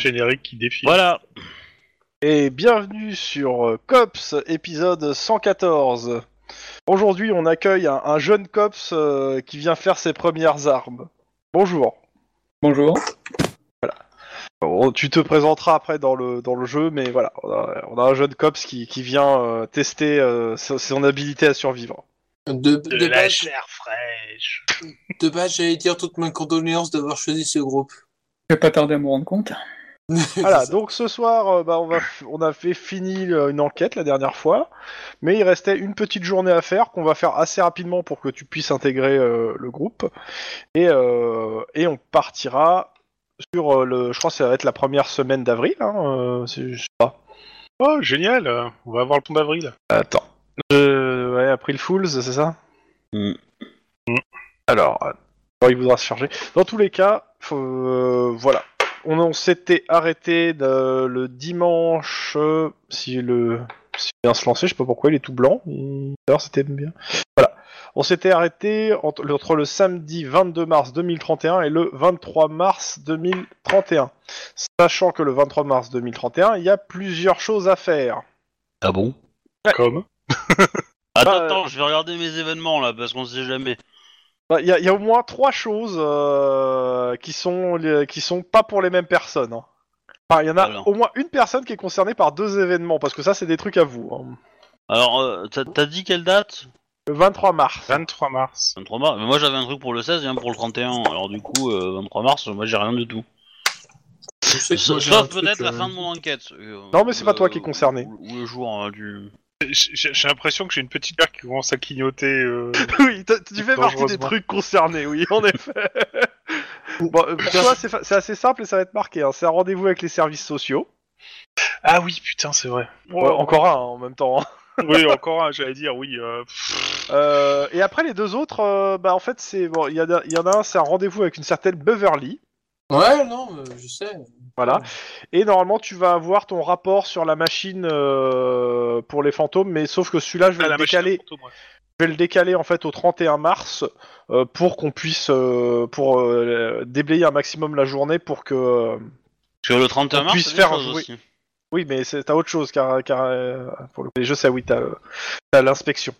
Générique qui défile. Voilà. Et bienvenue sur Cops, épisode 114. Aujourd'hui, on accueille un jeune Cops qui vient faire ses premières armes. Bonjour. Bonjour. Bon, tu te présenteras après dans le jeu, mais voilà, on a un jeune Cops qui vient tester son habilité à survivre. De la chair fraîche. De base, j'allais dire toutes mes condoléances d'avoir choisi ce groupe. Je vais pas tarder à me rendre compte. Voilà, donc ce soir, on a fait fini une enquête la dernière fois, mais il restait une petite journée à faire qu'on va faire assez rapidement pour que tu puisses intégrer le groupe, et on partira sur je crois que ça va être la première semaine d'avril, je sais pas. Oh, génial. On va avoir le pont d'avril. Attends. Ouais, April Fools, c'est ça Alors, il voudra se charger. Dans tous les cas, voilà. On s'était arrêté le dimanche, si bien se lancer, je sais pas pourquoi il est tout blanc. Alors c'était bien. Voilà. On s'était arrêté entre le samedi 22 mars 2031 et le 23 mars 2031. Sachant que le 23 mars 2031, il y a plusieurs choses à faire. Ah bon? Ouais. Comme Attends, je vais regarder mes événements là, parce qu'on sait jamais. Il y a au moins 3 choses qui sont pas pour les mêmes personnes. Hein. Enfin, il y en a au moins une personne qui est concernée par 2 événements, parce que ça, c'est des trucs à vous. Hein. Alors, t'as dit quelle date? Le 23 mars. 23 mars. 23 mars. Mais moi j'avais un truc pour le 16 et un pour le 31. Alors du coup, 23 mars, moi j'ai rien du tout. Sauf peut-être la fin de mon enquête. Non, mais c'est pas toi qui est concerné. Ou le jour du... J'ai l'impression que j'ai une petite paire qui commence à clignoter. Oui, tu fais partie des trucs concernés, oui, en effet. Bon, pour toi, c'est assez simple et ça va être marqué. Hein. C'est un rendez-vous avec les services sociaux. Ah oui, putain, c'est vrai. Encore un en même temps. Hein. Oui, encore un, j'allais dire, oui. Et après, les 2 autres, en fait, c'est bon. Il y en a un, c'est un rendez-vous avec une certaine Beverly. Ouais, non, je sais. Voilà. Et normalement, tu vas avoir ton rapport sur la machine pour les fantômes, mais sauf que celui-là, je vais le décaler. Je vais le décaler en fait au 31 mars pour qu'on puisse déblayer un maximum la journée pour que. Sur le 31 mars, puisse faire jouer. Aussi. Oui, mais t'as autre chose car pour le coup, je sais, oui, t'as l'inspection.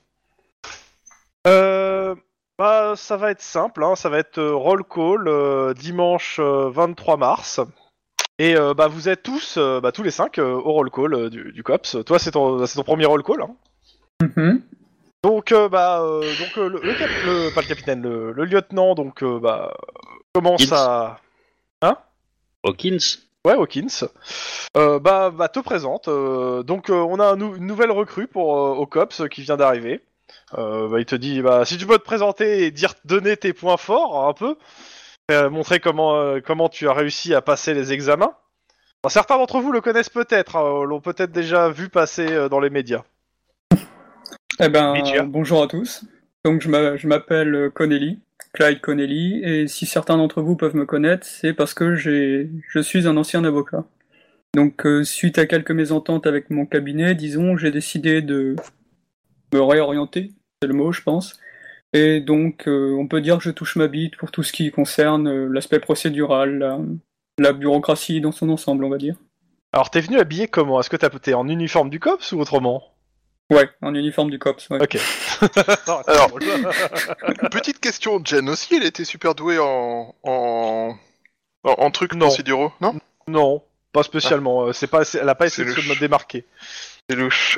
Ça va être simple, hein, ça va être roll call dimanche 23 mars. Et vous êtes tous les 5 au roll call du COPS. Toi, c'est ton premier roll call. Hein. Mm-hmm. Donc, pas le capitaine, le lieutenant, commence Hawkins. à... Hein Hawkins. Ouais, Hawkins. Te présente. On a une nouvelle recrue au COPS qui vient d'arriver. Il te dit, si tu peux te présenter et donner tes points forts un peu, montrer comment tu as réussi à passer les examens. Alors, certains d'entre vous le connaissent peut-être, l'ont peut-être déjà vu passer dans les médias. Eh ben, bonjour à tous. Donc je m'appelle Connelly, Clyde Connelly, et si certains d'entre vous peuvent me connaître, c'est parce que je suis un ancien avocat. Donc suite à quelques mésententes avec mon cabinet, disons, j'ai décidé de me réorienter, c'est le mot je pense, et donc on peut dire que je touche ma bite pour tout ce qui concerne l'aspect procédural, la bureaucratie dans son ensemble, on va dire. Alors t'es venu habillé comment? Est-ce que t'es en uniforme du COPS ou autrement? Ouais, en uniforme du COPS, ouais. Ok. Alors, petite question, Jen aussi, elle était super douée en trucs procéduraux, non? Non, pas spécialement. Elle a pas essayé de se démarquer. C'est louche.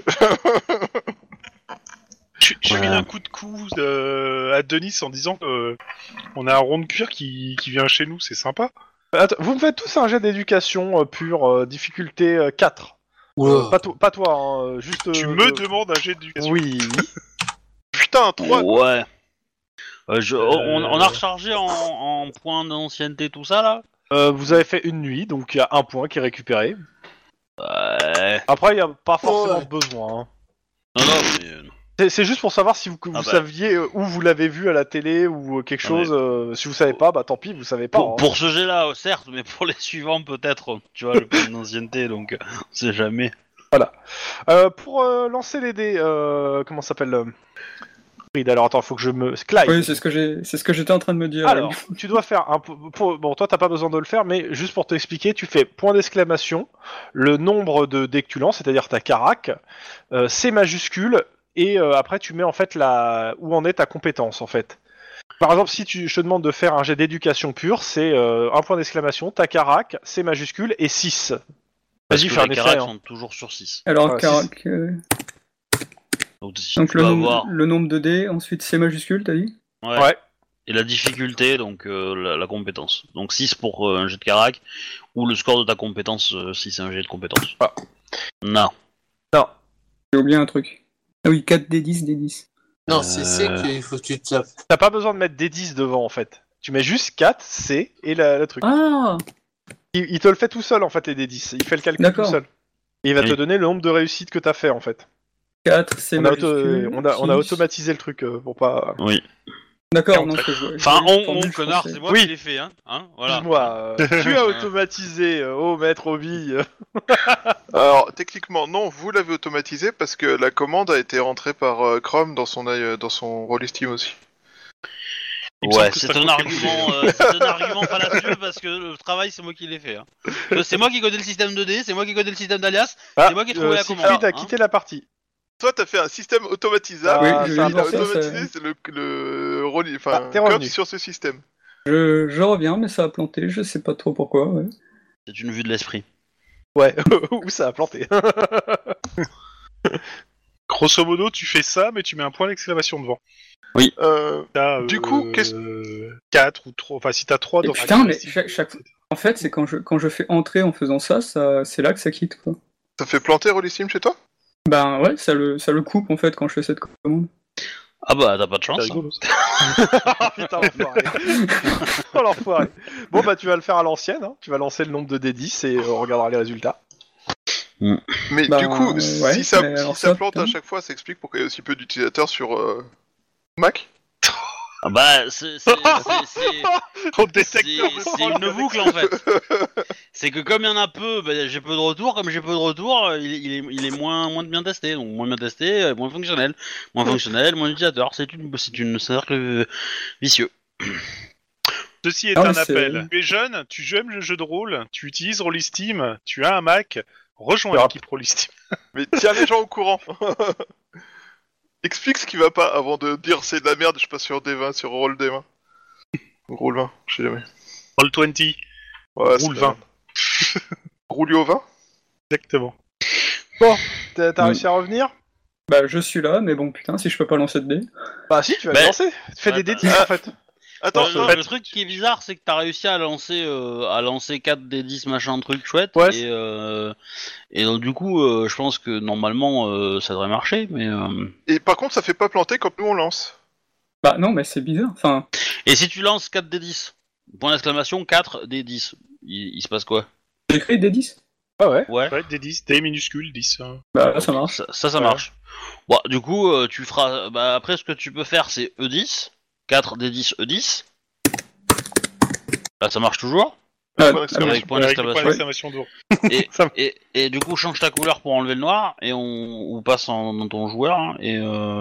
J'ai mis un coup de cou à Denis en disant qu'on a un rond de cuir qui vient chez nous, c'est sympa. Attends, vous me faites tous un jet d'éducation pure, difficulté 4. Pas toi, hein, juste... Tu me demandes un jet d'éducation. Oui. Putain, 3. Ouais. On a rechargé en points d'ancienneté tout ça là. Vous avez fait une nuit, donc il y a un point qui est récupéré. Ouais. Après, il n'y a pas forcément besoin. Hein. Non, c'est juste pour savoir si vous saviez où vous l'avez vu à la télé ou quelque chose. Si vous savez pas, tant pis, vous savez pas. Pour ce jet-là, certes, mais pour les suivants, peut-être. Tu vois, le point d'ancienneté, donc on sait jamais. Voilà. Pour lancer les dés, comment ça s'appelle Alors attends, faut que je me... Clyde. Oui, c'est ce que j'étais en train de me dire. Alors, tu dois faire un... Bon, toi, t'as pas besoin de le faire, mais juste pour t'expliquer, tu fais point d'exclamation, le nombre de dés que tu lances, c'est-à-dire ta carac, C majuscule, et après tu mets en fait où en est ta compétence, en fait. Par exemple, si je te demande de faire un jet d'éducation pure, c'est un point d'exclamation, ta carac, C majuscule, et 6. Parce Vas-y, que fais un les effet. caracs Hein. sont toujours sur 6. Alors, Ouais, carac... Donc, si Donc tu vas avoir... le nombre de dés, ensuite C majuscule, t'as dit? Ouais. Et la difficulté, donc la compétence. Donc 6 pour un jet de carac, ou le score de ta compétence si c'est un jet de compétence. Ah. Non. Non. J'ai oublié un truc. Ah oui, 4 D10, D10. Non, c'est C qu'il faut que tu te tapes. T'as pas besoin de mettre des 10 devant, en fait. Tu mets juste 4, C, et le truc. Ah Il te le fait tout seul, en fait, les D10. Il fait le calcul tout D'accord. seul. Et il va te Oui. donner le nombre de réussites que t'as fait, en fait. 4, C majuscule. On a 6. automatisé le truc pour pas... Oui. D'accord, non, je Enfin, je- on je connard, pensais- c'est moi Oui. qui l'ai fait, hein. Voilà. Excuse-moi, tu as automatisé, oh maître Obi. Alors, techniquement, non, vous l'avez automatisé parce que la commande a été rentrée par Chrome dans son rôle Steam aussi. Il me semble Ouais, que c'est ça un confirme. argument fallacieux parce que le travail c'est moi qui l'ai fait. Hein. C'est moi qui connais le système 2D, c'est moi qui connais le système d'alias, c'est moi qui ai trouvé la commande. Siegfried a hein. quitté la partie. Toi, t'as fait un système automatisable. Oui, Ah, je ça vais a Il a voir ça, automatisé le rôle, enfin, t'es code revenu. sur ce système. Je reviens, mais ça a planté, je sais pas trop pourquoi. Ouais. C'est une vue de l'esprit. Ouais, où ça a planté. Grosso modo, tu fais ça, mais tu mets un point d'exclamation devant. T'as, Du coup, 4 ou 3, enfin si t'as 3 Et dans putain, mais chaque... chaque... En fait, c'est quand je fais entrer en faisant ça, c'est là que ça quitte, quoi. Ça fait planter rôle Steam chez toi? Ben ouais, ça le coupe, en fait, quand je fais cette commande. Ah bah t'as pas de C'est chance. Hein. rigolo, ça. Ah putain, l'enfoiré. Oh l'enfoiré. Bon bah tu vas le faire à l'ancienne, hein. Tu vas lancer le nombre de D10 et on regardera les résultats. Mais Bah, du coup, ouais, si ça mais alors plante ça, à putain. chaque fois, ça explique pourquoi il y a aussi peu d'utilisateurs sur Mac. Ah bah c'est Au détecteur de c'est troll une avec boucle ça. en fait. C'est que comme il y en a peu, bah, j'ai peu de retours. Comme j'ai peu de retours, il est moins bien testé. Donc moins bien testé, moins fonctionnel. Moins fonctionnel, moins utilisateur. C'est un cercle vicieux. Ceci est Ah, un c'est- appel. Tu es jeune, tu aimes le jeu de rôle, tu utilises Rollisteam, tu as un Mac, rejoins Alors, l'équipe Rollisteam. Mais tiens les gens au courant. Explique ce qui va pas avant de dire c'est de la merde, je passe sur D20, sur Roll D20. Ou Roll 20, je sais jamais. Roll20, Ouais, c'est Roule la 20. merde. Roulio 20. Exactement. Bon, t'as Mm. réussi à revenir? Bah je suis là, mais bon, putain, si je peux pas lancer de dés. Bah si, tu vas Mais- le lancer. Fais Ouais, des bah- D10 en fait. Attends, Le, non, le truc qui est bizarre, c'est que t'as réussi à lancer 4 des 10 machin truc chouette. Ouais, Et donc du coup, je pense que normalement ça devrait marcher, mais. et par contre ça fait pas planter quand nous on lance. Bah non, mais c'est bizarre. Enfin, Et si tu lances 4 des 10, point d'exclamation 4 des 10, il se passe quoi? j'ai écrit des 10. Ah ouais. Ouais. Ouais, des 10, des minuscules, 10. Bah là, ça marche. Ça marche. Bon, du coup, tu feras. Bah, après, ce que tu peux faire, c'est E10, 4 des 10 E10. Là, ça marche toujours. Point Ah, d'exclamation. Avec point Avec le point d'exclamation. d'exclamation devant. Et du coup, change ta couleur pour enlever le noir et on passe dans ton joueur. Hein, et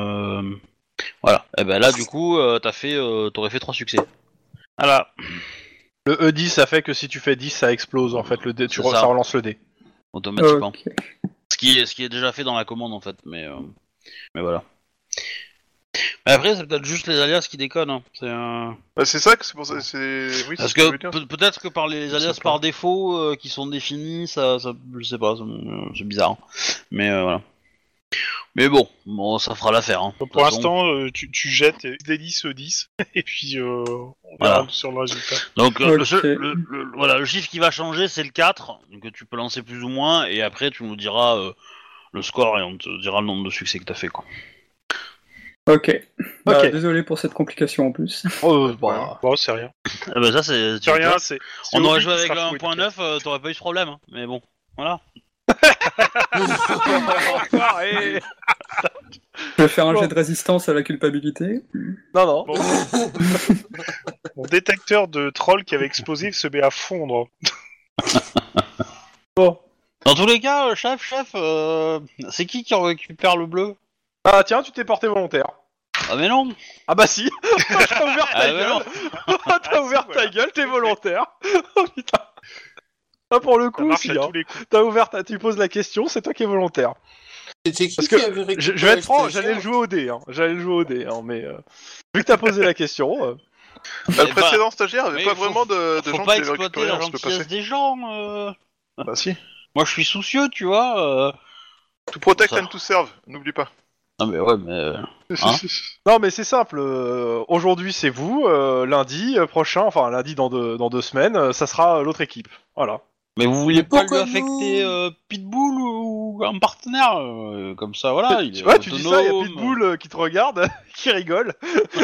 voilà. Et ben là, du coup, t'aurais fait 3 succès. Voilà. Le E10 ça fait que si tu fais 10 ça explose en fait le dé, C'est ça. ça relance le dé. Automatiquement. ok. Ce qui est déjà fait dans la commande en fait, mais voilà. Mais après, c'est peut-être juste les alias qui déconnent. Hein. Bah, c'est ça que c'est pour ça. C'est oui. Parce c'est ce je que veux dire. peut-être que par les alias par défaut qui sont définis, ça je sais pas, c'est bizarre. Hein. Mais voilà. Mais bon, ça fera l'affaire. Hein. De Pour toute façon. l'instant, tu jettes des 10 10, et puis on Voilà. verra sur le résultat. Donc Ok. voilà, le chiffre qui va changer, c'est le 4, que tu peux lancer plus ou moins, et après tu nous diras le score et on te dira le nombre de succès que t'as fait. Quoi. Ok. Bah, Ok. désolé pour cette complication en plus. Bah, Bon, c'est rien. Ah bah ça c'est... C'est rien, c'est... On aurait Obi joué qui avec sera le fouetté. 1.9, t'aurais pas eu ce problème, hein. Mais bon, voilà. enfoiré. Je vais faire un Bon. jet de résistance à la culpabilité. Non non. Bon. Mon détecteur de troll qui avait explosé se met à fondre. Bon. Dans tous les cas, chef, c'est qui récupère le bleu? Ah tiens, tu t'es porté volontaire. Ah mais non. Ah bah si. T'as ouvert ta Ah mais gueule. non. T'as ouvert ta gueule, t'es volontaire. Oh putain. Ah pour le Ça coup, marche si. à Hein. tous les coups. T'as ouvert, tu poses la question, c'est toi qui es volontaire. C'était qui Parce qui que avait récupéré je vais être franc, le j'allais le stagiaire jouer au dé. Hein. J'allais le jouer au dé, hein, mais vu que t'as posé la question. Le précédent stagiaire avait mais pas faut- vraiment de Faut gens pas qui l'avaient exploiter récupéré la dans ce gentillesse passé. des gens. Bah si. Moi je suis soucieux, tu vois. To protect Ça. and to serve, n'oublie pas. Non mais ouais, mais Hein Non mais c'est simple. Aujourd'hui c'est vous. Lundi prochain, enfin lundi dans 2 semaines, ça sera l'autre équipe. Voilà. mais vous voulez Mais pas lui pourquoi affecter nous Pitbull ou un partenaire comme ça, voilà. Il est Ouais, tu dis ça, il y a autonome. Pitbull qui te regarde, qui rigole.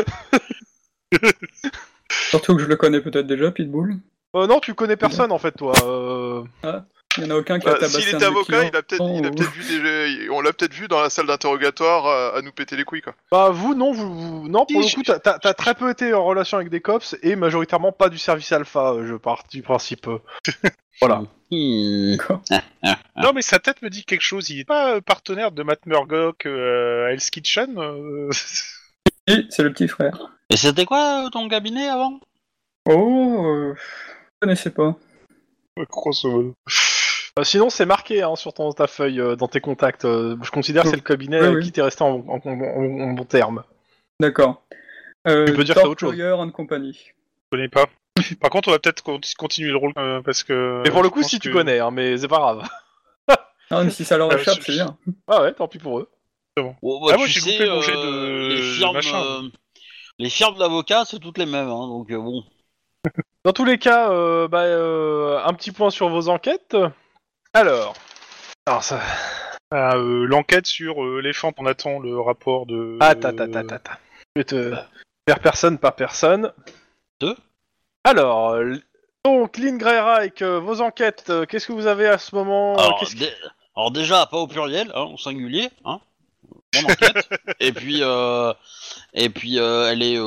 Surtout que je le connais peut-être déjà, Pitbull. Non, tu connais personne en fait, toi. Il n'y en a aucun qui a tabassé S'il un était de mes avocat, clients. il a peut-être vu on l'a peut-être vu dans la salle d'interrogatoire à nous péter les couilles quoi. Bah vous non, non pour Si, le coup t'as très peu été en relation avec des cops et majoritairement pas du service alpha. Je pars du principe. Voilà. Non, mais sa tête me dit quelque chose. Il est pas partenaire de Matt Murdock à Hell's Kitchen Si, c'est le petit frère. Et c'était quoi ton cabinet avant? Oh, je connaissais pas. Grosso modo. Sinon c'est marqué hein, sur ta feuille dans tes contacts. Je considère que c'est le cabinet Oui, avec oui. qui t'es resté en bon terme. D'accord. Tu peux dire que c'est autre chose. Lawyer and Company. Je connais pas. Par contre, on va peut-être continuer le rôle parce que. Mais pour le je coup pense si tu que- connais, hein, mais c'est pas grave. Ah, mais si ça leur échappe, je- c'est bien. Ah ouais, tant pis pour eux. Bon, Ah, moi, tu j'ai sais, loupé mon jet de les firmes, machin. les firmes d'avocats, c'est toutes les mêmes, hein, donc bon. Dans tous les cas, un petit point sur vos enquêtes. Alors ça. Ah, l'enquête sur l'éléphant, on attend le rapport de. Attends. Je vais te faire personne par personne. Deux. Alors, donc, Lynn Greyreich, vos enquêtes, qu'est-ce que vous avez à ce moment Alors, qu'est-ce que- alors déjà, pas au pluriel, hein, au singulier, hein. Mon enquête. et puis, elle est.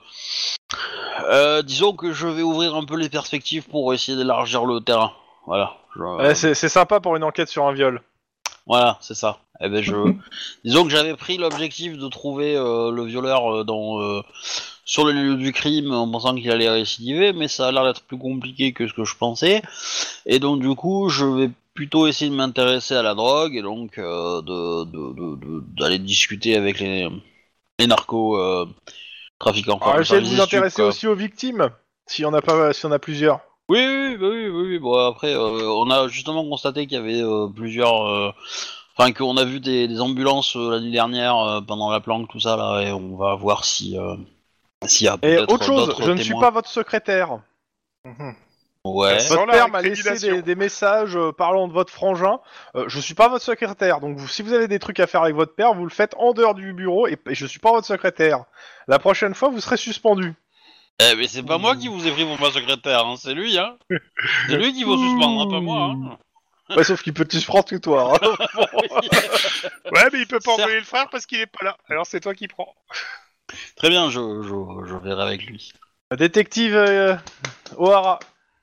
Disons que je vais ouvrir un peu les perspectives pour essayer d'élargir le terrain. Voilà. Ouais, c'est sympa pour une enquête sur un viol. Voilà, c'est ça. Eh ben disons que j'avais pris l'objectif de trouver le violeur sur le lieu du crime en pensant qu'il allait récidiver, mais ça a l'air d'être plus compliqué que ce que je pensais. Et donc du coup, je vais plutôt essayer de m'intéresser à la drogue et donc d'aller discuter avec les narcos trafiquants. Alors, enfin, essayez de les vous issues, intéresser quoi. aussi aux victimes, s'il y en a pas, s'il y en a plusieurs. Oui. Bon, après, on a justement constaté qu'il y avait plusieurs. Enfin, qu'on a vu des ambulances la nuit dernière pendant la planque, tout ça là, et on va voir si s'il y a Et peut-être autre chose, d'autres je ne suis témoins. pas votre secrétaire. Ouais. Sans Votre la père m'a laissé récrimination. des messages parlant de votre frangin. Je suis pas votre secrétaire, donc si vous avez des trucs à faire avec votre père, vous le faites en dehors du bureau et je suis pas votre secrétaire. La prochaine fois, vous serez suspendu. Eh, mais c'est pas moi qui vous ai pris pour ma secrétaire, hein, c'est lui, hein. C'est lui qui vous suspendre, hein, pas moi. Hein. Ouais, sauf qu'il peut te suspendre que toi. hein. Ouais, mais il peut pas Certes. envoyer le frère parce qu'il est pas là. Alors c'est toi qui prends. Très bien, je verrai avec lui. Détective O'Hara.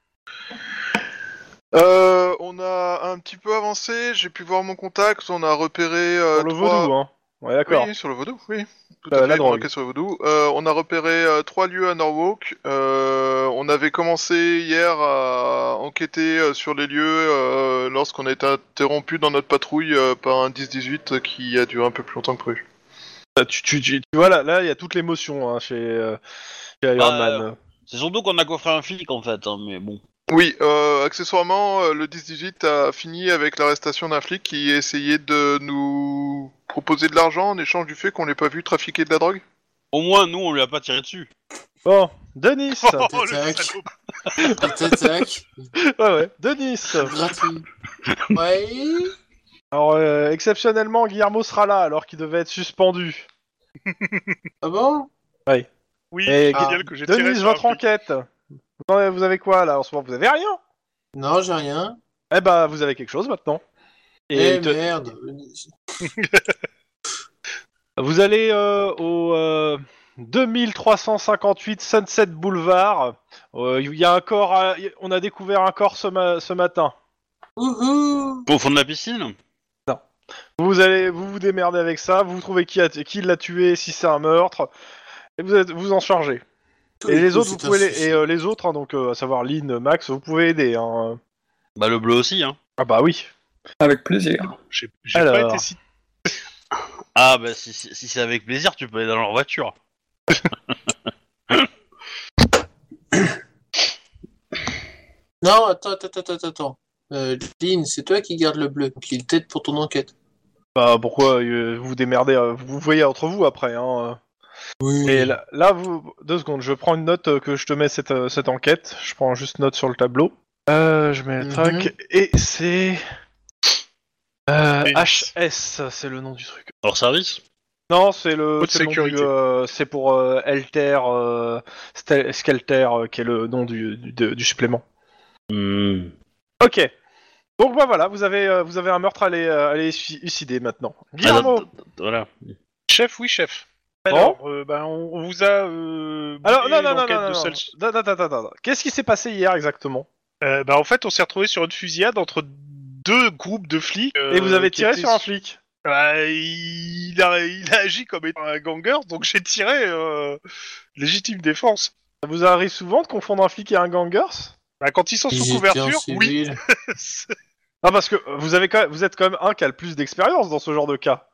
On a un petit peu avancé, j'ai pu voir mon contact, on a repéré Pour le vaudou, hein. Ouais, d'accord. Oui, sur le vaudou, oui. Tout La à fait, drogue. on enquête sur le vaudou. On a repéré 3 lieux à Norwalk. On avait commencé hier à enquêter sur les lieux lorsqu'on a été interrompu dans notre patrouille par un 10-18 qui a duré un peu plus longtemps que prévu. Tu vois, là, il y a toute l'émotion hein, chez Iron Man. C'est surtout qu'on a coffré un flic en fait, hein, mais bon. Oui, accessoirement, le 10-18 a fini avec l'arrestation d'un flic qui essayait de nous proposer de l'argent en échange du fait qu'on l'ait pas vu trafiquer de la drogue. Au moins, nous, on lui a pas tiré dessus. Bon, Denis. Oh, le Tac. salaud. Tac, Ouais, Denis. gratuit. Ouais. Alors, exceptionnellement, Guillermo sera là alors qu'il devait être suspendu. Ah bon? Oui, Et c'est génial que j'ai tiré Denis, sur un votre flic. enquête. Vous avez quoi là en ce moment? Vous avez rien? Non, j'ai rien. Eh bah, vous avez quelque chose maintenant. Eh Et merde. vous allez au 2358 Sunset Boulevard. Il y a un corps. On a découvert un corps ce matin. Wouhou. Au fond de la piscine. Vous démerdez avec ça, vous trouvez qui l'a tué, si c'est un meurtre, et vous en chargez. Et les autres, vous pouvez les autres, hein, donc à savoir Lynn, Max, vous pouvez aider. Hein. Bah le bleu aussi, hein. Ah bah oui. Avec plaisir. J'ai pas été si... Ah bah si c'est avec plaisir, tu peux aller dans leur voiture. Non, attends. Lynn, c'est toi qui garde le bleu, qui t'aide pour ton enquête. Bah pourquoi vous démerdez, vous voyez entre vous après. Hein. Oui. Et là, vous... 2 secondes, je prends une note que je te mets cette enquête. Je prends juste note sur le tableau. Je mets le track, et c'est... HS, c'est le nom du truc. Hors service. Non, c'est le Haute sécurité. c'est pour Elter, Skelter, qui est le nom du supplément. Ok. Donc voilà, vous avez un meurtre à aller élucider maintenant. Guillermo. Voilà. Chef, oui, chef. Alors, on vous a... Alors, bouclé non. l'enquête de celle- Attends. Qu'est-ce qui s'est passé hier exactement? En fait, on s'est retrouvé sur une fusillade entre 2 groupes de flics. Et vous avez qui tiré étaient sur un flic? Il a agi comme étant un ganger, donc j'ai tiré légitime défense. Ça vous arrive souvent de confondre un flic et un gangers? Quand ils sont sous couverture, oui. Ah, parce que vous êtes quand même un qui a le plus d'expérience dans ce genre de cas.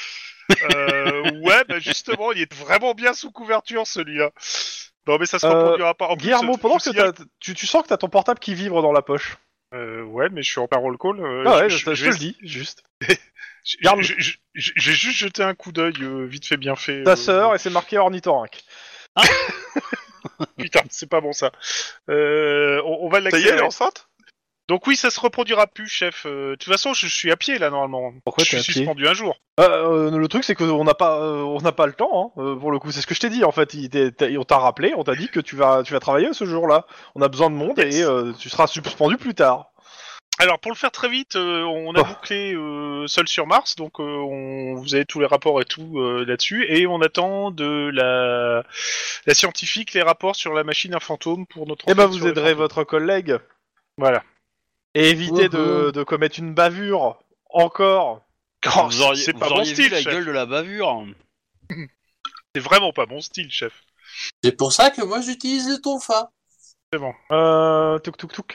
Ouais, justement, il est vraiment bien sous couverture celui-là. Non, mais ça se reproduira pas. En plus, Guillermo, pendant que tu sens que t'as ton portable qui vibre dans la poche. Ouais, mais je suis en parole call. je te le dis, juste. J'ai juste jeté un coup d'œil vite fait, bien fait. Ta sœur, et c'est marqué ornithorynque. Ah. Putain, c'est pas bon ça. On va Ça y est, l'accélérer. elle est enceinte? Donc oui, ça se reproduira plus, chef. De toute façon, je suis à pied là normalement. Pourquoi je t'es à suis pied suspendu un jour. Le truc, c'est qu'on n'a pas le temps, hein, pour le coup. C'est ce que je t'ai dit, en fait. On t'a rappelé, on t'a dit que tu vas travailler ce jour-là. On a besoin de monde, Yes. et tu seras suspendu plus tard. Alors pour le faire très vite, on a bouclé Seul sur Mars, donc vous avez tous les rapports et tout là-dessus, et on attend de la scientifique les rapports sur la machine à fantôme pour notre. Eh ben, enquête vous sur les aiderez fantômes. votre collègue. Voilà. Et évitez de commettre une bavure. Encore. Oh, Vous auriez, c'est vous pas mon auriez vu style, la chef. gueule de la bavure. C'est vraiment pas mon style, chef. C'est pour ça que moi j'utilise le tonfa. C'est bon. Touk.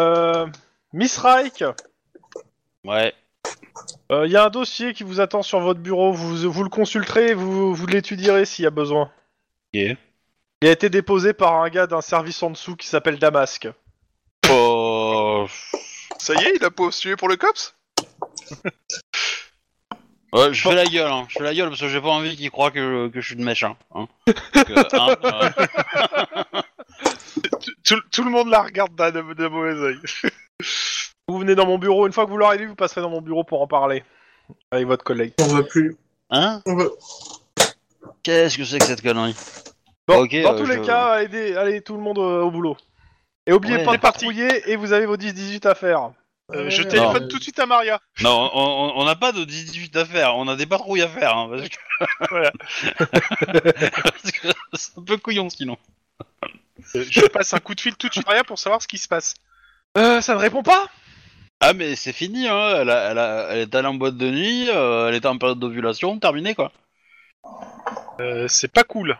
Miss Reich, Ouais. y a un dossier qui vous attend sur votre bureau. Vous le consulterez, vous l'étudierez s'il y a besoin. Ok. Il a été déposé par un gars d'un service en dessous qui s'appelle Damasque. Ça y est, il a postulé pour le COPS? Ouais, je fais la gueule, hein. Je fais la gueule parce que j'ai pas envie qu'ils croient que je suis de méchant. Hein. Tout le monde la regarde d'un mauvais œil. Vous venez dans mon bureau. Une fois que vous l'aurez lu, vous passerez dans mon bureau pour en parler avec votre collègue. On va plus. Hein? On va... Qu'est-ce que c'est que cette connerie? Bon, Ok, dans tous les cas, allez tout le monde au boulot. Et oubliez Ouais, pas de c'est parti. patrouiller, et vous avez vos 10-18 à faire. Je téléphone tout de suite à Maria. Non, on n'a pas de 18 à faire, on a des patrouilles à faire. Hein, parce que... Voilà. Parce que c'est un peu couillon sinon. Je passe un coup de fil tout de suite à Maria pour savoir ce qui se passe. Ça ne répond pas? Ah mais c'est fini, hein. Elle est allée en boîte de nuit, elle était en période d'ovulation, terminé quoi. C'est pas cool.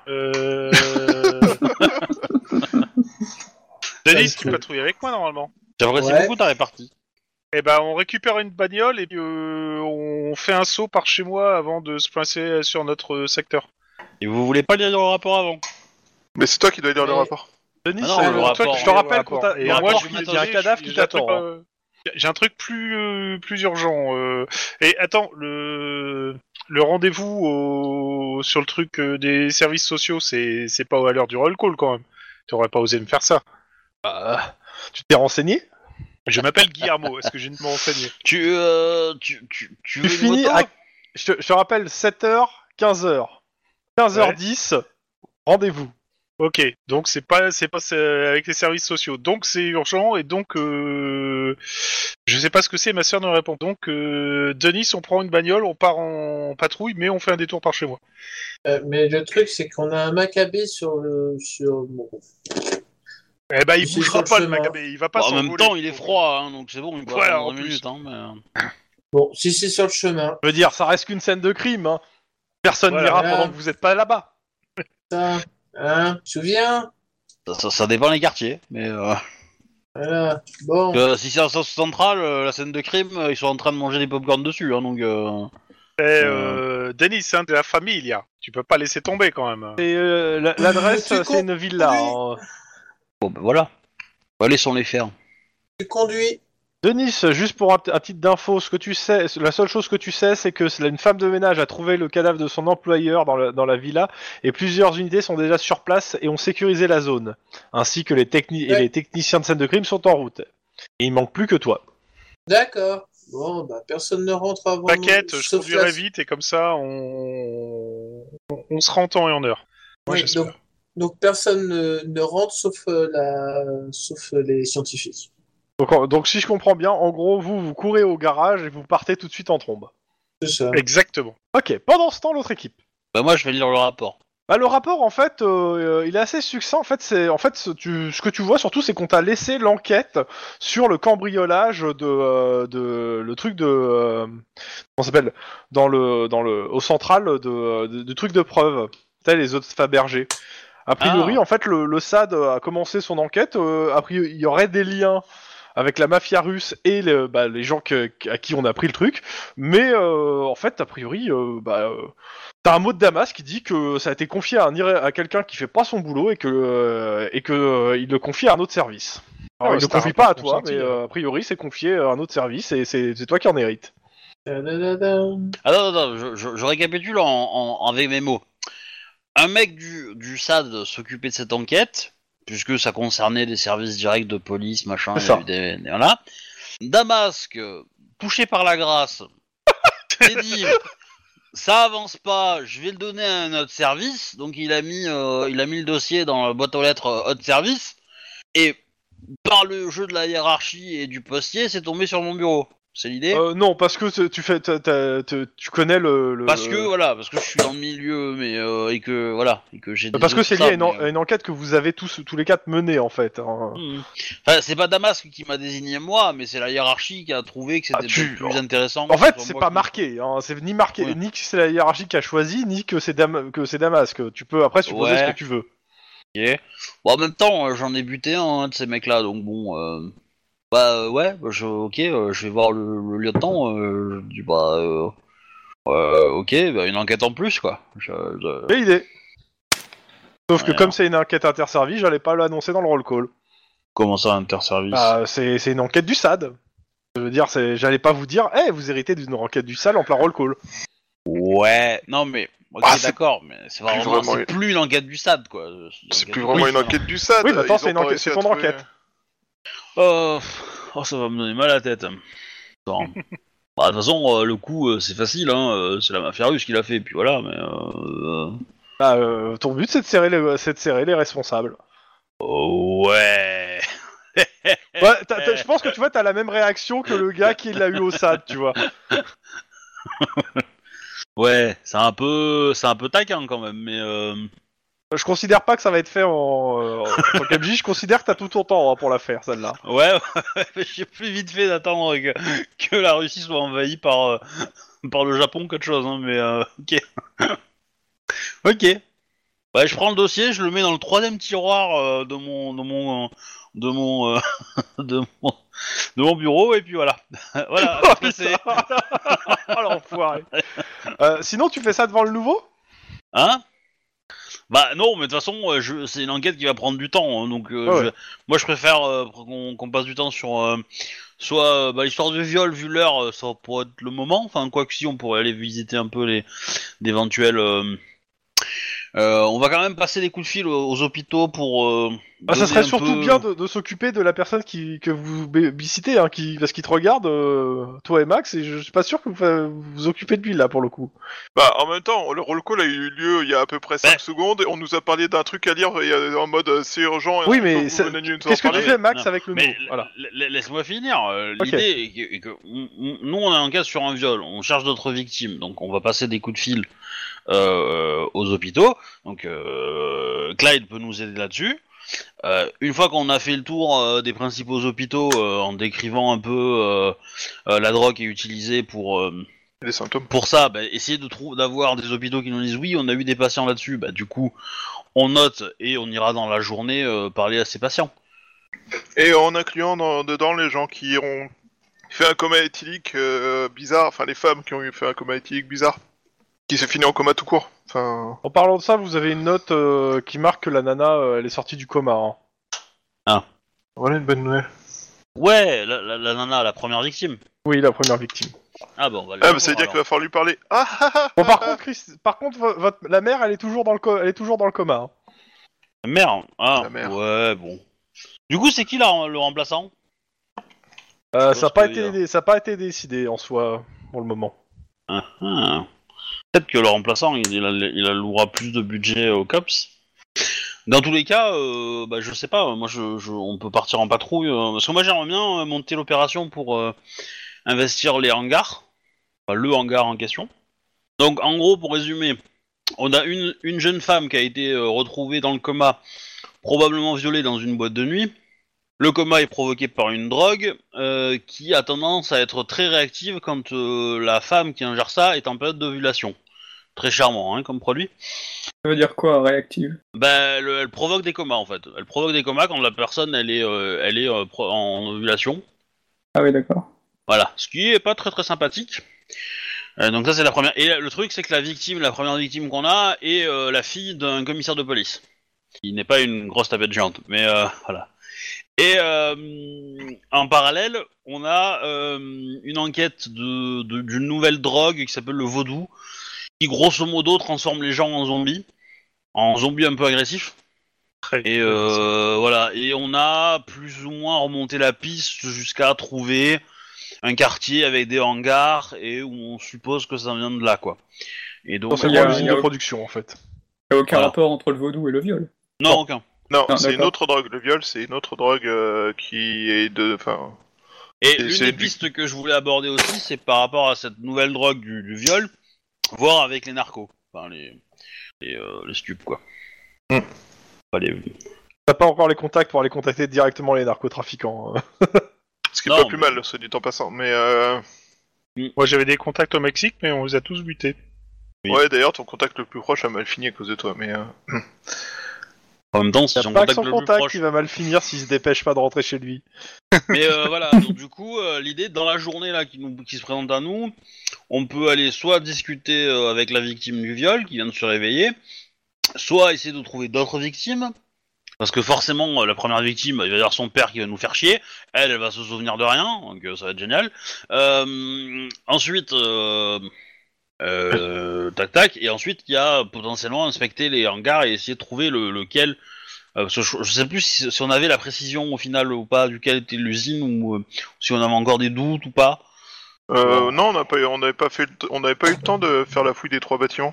Denis, tu patrouilles avec moi normalement. J'apprécie Ouais. beaucoup ta répartie. Eh ben, on récupère une bagnole et puis on fait un saut par chez moi avant de se placer sur notre secteur. Et vous voulez pas lire le rapport avant? Mais c'est toi qui dois lire le Ouais. rapport. Denis, Ah non, c'est le toi rapport, que je te rappelle rapport. qu'on t'a... Et il y a un moi, corps je qui- suis il y a un désolé, cadavre qui j'ai un truc, t'attend. J'ai un truc plus urgent. Et attends, le rendez-vous sur le truc des services sociaux, c'est pas à l'heure du roll call quand même. T'aurais pas osé me faire ça. Tu t'es renseigné? Je m'appelle Guillermo. Est-ce que j'ai de me renseigner? Tu veux une finis moto? à... Je te rappelle 7h, 15h. 15h10, rendez-vous. Ok, donc c'est avec les services sociaux, donc c'est urgent et donc je sais pas ce que c'est, ma sœur ne répond. Donc Denis, on prend une bagnole, on part en patrouille, mais on fait un détour par chez moi. Mais le truc, c'est qu'on a un Maccabée sur le. Bon. Eh ben il C'est bougera sur le pas le chemin. Maccabée, il va pas Bon, en s'envoler. même temps, il est froid, hein, donc c'est bon, il peut Voilà, attendre en 2 plus. minutes. Hein, mais... Bon, si c'est sur le chemin, Je veux dire, ça reste qu'une scène de crime, hein. Personne Voilà. n'ira pendant que vous êtes pas là-bas. ça, hein, tu te souviens? Ça dépend des quartiers, mais Voilà, bon. si c'est un sens central, la scène de crime, ils sont en train de manger des popcorn dessus, hein, donc. Denis, c'est un de la famille, il y a. Tu peux pas laisser tomber quand même. Et l'adresse, Tu c'est une villa. hein. Bon, ben voilà. Bah, laissons-les faire. Tu conduis. Denis, juste pour un titre d'info, ce que tu sais, la seule chose que tu sais, c'est que une femme de ménage a trouvé le cadavre de son employeur dans la villa, et plusieurs unités sont déjà sur place et ont sécurisé la zone, ainsi que les techniciens de scène de crime sont en route. Et il manque plus que toi. D'accord. Bon, bah personne ne rentre avant. T'inquiète, je sauf conduirai la- vite et comme ça, on sera en temps et en heure. Moi, Oui, j'espère. donc personne ne rentre sauf sauf les scientifiques. Donc si je comprends bien, en gros, vous courez au garage et vous partez tout de suite en trombe. C'est ça. Exactement. Ok, pendant ce temps, l'autre équipe. Bah, moi, je vais lire le rapport. Bah, le rapport, en fait, il est assez succinct. Ce que tu vois surtout, c'est qu'on t'a laissé l'enquête sur le cambriolage le truc de, comment ça s'appelle, au central de truc de preuve. T'as les autres Fabergé. A priori, en fait, le SAD a commencé son enquête. A priori, il y aurait des liens avec la mafia russe et les gens à qui on a pris le truc. Mais en fait, a priori, t'as un mot de Damas qui dit que ça a été confié à quelqu'un qui fait pas son boulot et que il le confie à un autre service. Alors, il le confie pas à toi, mais a priori, c'est confié à un autre service et c'est toi qui en hérites. Tadadadam. Attends, je récapitule avec mes mots. Un mec du SAD s'occupait de cette enquête, puisque ça concernait des services directs de police, machin, C'est ça. voilà. Damasque, touché par la grâce, s'est dit, ça avance pas, je vais le donner à un autre service, donc il a mis le dossier dans la boîte aux lettres autre service, et par le jeu de la hiérarchie et du postier, c'est tombé sur mon bureau. C'est l'idée. Non, parce que tu connais le... Parce que je suis dans le milieu, mais et que j'ai. Parce que c'est lié à mais, une enquête que vous avez tous les quatre menée en fait. Hein. Enfin, c'est pas Damasque qui m'a désigné moi, mais c'est la hiérarchie qui a trouvé que c'était plus intéressant. En fait, que ce c'est soit pas moi marqué. Hein. C'est ni marqué, Ouais. ni que c'est la hiérarchie qui a choisi, ni que c'est Damasque. Tu peux après supposer ce que tu veux. Ok. Bon, en même temps, j'en ai buté un de ces mecs-là, donc bon. Je vais voir le lieutenant. Je dis ok, une enquête en plus quoi. Quelle idée. Sauf que Ouais, comme c'est une enquête interservice, j'allais pas l'annoncer dans le roll call. Comment ça, interservice? Bah, c'est une enquête du SAD. Je veux dire, j'allais pas vous dire, vous héritez d'une enquête du SAD en plein roll call. Ouais, non mais. Ok, c'est d'accord, mais c'est plus une enquête du SAD quoi. C'est plus vraiment une enquête du SAD. Oui, maintenant ils c'est ont une pas enquête, réussi c'est à ton trouver- enquête. Ça va me donner mal à la tête. Attends. Bah, de toute façon, le coup, c'est facile, hein. C'est la mafia russe qui l'a fait, puis voilà, mais. Ton but c'est de serrer les responsables. Ouais. Ouais, je pense que tu vois, t'as la même réaction que le gars qui l'a eu au SAD, tu vois. Ouais, c'est un peu taquin quand même, mais. Je considère pas que ça va être fait en tant qu'MJ, je considère que t'as tout ton temps pour la faire, celle-là. Ouais, j'ai plus vite fait d'attendre que la Russie soit envahie par le Japon qu'autre chose, hein, mais ok. Ok. Ouais, je prends le dossier, je le mets dans le troisième tiroir de mon bureau et puis voilà. Voilà. Oh, après, c'est- Oh l'enfoiré. Sinon, tu fais ça devant le nouveau? Hein? Bah non, mais de toute façon, c'est une enquête qui va prendre du temps, hein, donc Ouais. moi je préfère qu'on passe du temps sur soit l'histoire du viol, vu l'heure, ça pourrait être le moment. Enfin, quoi que si, on pourrait aller visiter un peu d'éventuels. On va quand même passer des coups de fil aux hôpitaux pour. Ça donner serait un surtout peu- bien de s'occuper de la personne que vous visitez, hein, parce qu'il te regarde, toi et Max, et je suis pas sûr que vous vous occupez de lui là pour le coup. Bah, en même temps, le roll call a eu lieu il y a à peu près 5 Ouais. secondes et on nous a parlé d'un truc à lire en mode c'est urgent. Oui, il mais faut que vous c'est- veniez nous en Qu'est-ce que tu parler. fais, Max, Non. avec le nouveau? Mais Voilà. laisse-moi finir. Ok. L'idée est que nous, on a un cas sur un viol, on cherche d'autres victimes, donc on va passer des coups de fil aux hôpitaux. Donc Clyde peut nous aider là-dessus. Une fois qu'on a fait le tour des principaux hôpitaux en décrivant un peu la drogue qui est utilisée pour Les symptômes. pour ça, essayer d'avoir des hôpitaux qui nous disent oui, on a eu des patients là-dessus. Du coup, on note et on ira dans la journée parler à ces patients. Et en incluant dedans les gens qui ont fait un coma éthylique bizarre, enfin les femmes qui ont fait un coma éthylique bizarre, qui s'est fini en coma tout court. Enfin... En parlant de ça, vous avez une note qui marque que la nana, elle est sortie du coma. Hein. Voilà une bonne nouvelle. Ouais, la nana, la première victime. Oui, la première victime. Ah bon, on va Ah bah ça veut dire qu'il va falloir lui parler. Bon, par contre, la mère, elle est toujours dans le coma. Hein. La mère. Ah, La mère. ouais, bon. Du coup, c'est qui là, le remplaçant? Ça n'a pas été décidé en soi pour le moment. Peut-être que le remplaçant, il allouera plus de budget au COPS. Dans tous les cas, je sais pas, moi on peut partir en patrouille, parce que moi j'aimerais bien monter l'opération pour investir les hangars, enfin, le hangar en question. Donc en gros, pour résumer, on a une jeune femme qui a été retrouvée dans le coma, probablement violée dans une boîte de nuit. Le coma est provoqué par une drogue qui a tendance à être très réactive quand la femme qui ingère ça est en période d'ovulation. Très charmant, hein, comme produit. Ça veut dire quoi, réactive? Elle provoque des comas, en fait. Elle provoque des comas quand la personne, elle est en ovulation. Ah oui, d'accord. Voilà, ce qui est pas très très sympathique. Donc ça, c'est la première. Et le truc, c'est que la première victime qu'on a, est la fille d'un commissaire de police. Qui n'est pas une grosse tapette géante, mais voilà. Et en parallèle, on a une enquête d'une nouvelle drogue qui s'appelle le vaudou, qui grosso modo transforme les gens en zombies un peu agressifs. Et voilà, et on a plus ou moins remonté la piste jusqu'à trouver un quartier avec des hangars et où on suppose que ça vient de là, quoi. Et donc c'est une usine de production en fait. Il n'y a aucun rapport entre le vaudou et le viol. Non, aucun. Non, c'est une autre drogue. Le viol, c'est une autre drogue qui est de... Enfin... Et l'une des pistes que je voulais aborder aussi, c'est par rapport à cette nouvelle drogue du viol, voir avec les narcos. Enfin, les stupes, quoi. Enfin, T'as pas encore les contacts pour aller contacter directement les narcotrafiquants. Ce qui est pas plus mal, ce dit en passant, mais... Moi, j'avais des contacts au Mexique, mais on les a tous butés. Oui. Ouais, d'ailleurs, ton contact le plus proche a mal fini à cause de toi, mais... En même temps, si son contact qui va mal finir s'il se dépêche pas de rentrer chez lui. Mais voilà, donc du coup, l'idée, dans la journée là qui se présente à nous, on peut aller soit discuter avec la victime du viol qui vient de se réveiller, soit essayer de trouver d'autres victimes, parce que forcément, la première victime, il va y avoir son père qui va nous faire chier, elle va se souvenir de rien, donc ça va être génial. Ensuite... tac, et ensuite il y a potentiellement inspecter les hangars et essayer de trouver lequel. Parce que je sais plus si on avait la précision au final ou pas duquel était l'usine ou si on avait encore des doutes ou pas. Non, on n'avait pas eu le temps de faire la fouille des 3 bâtiments.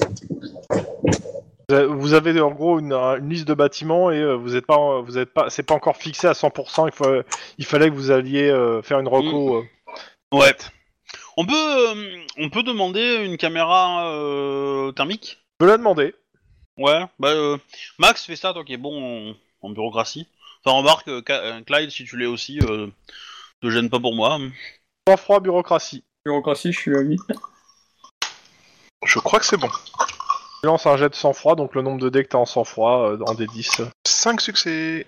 Vous avez en gros une liste de bâtiments et c'est pas encore fixé à 100%. Il fallait que vous alliez faire une reco. Ouais. On peut demander une caméra thermique. Je peux la demander. Ouais, Max fait ça, toi qui es bon en bureaucratie. Enfin, remarque, Clyde, si tu l'es aussi, te gêne pas pour moi. Sang-froid, bureaucratie. Bureaucratie, je suis à 8. Je crois que c'est bon. Tu lances un jet de sang-froid, donc le nombre de dés que t'as en sang-froid en D10. 5 succès.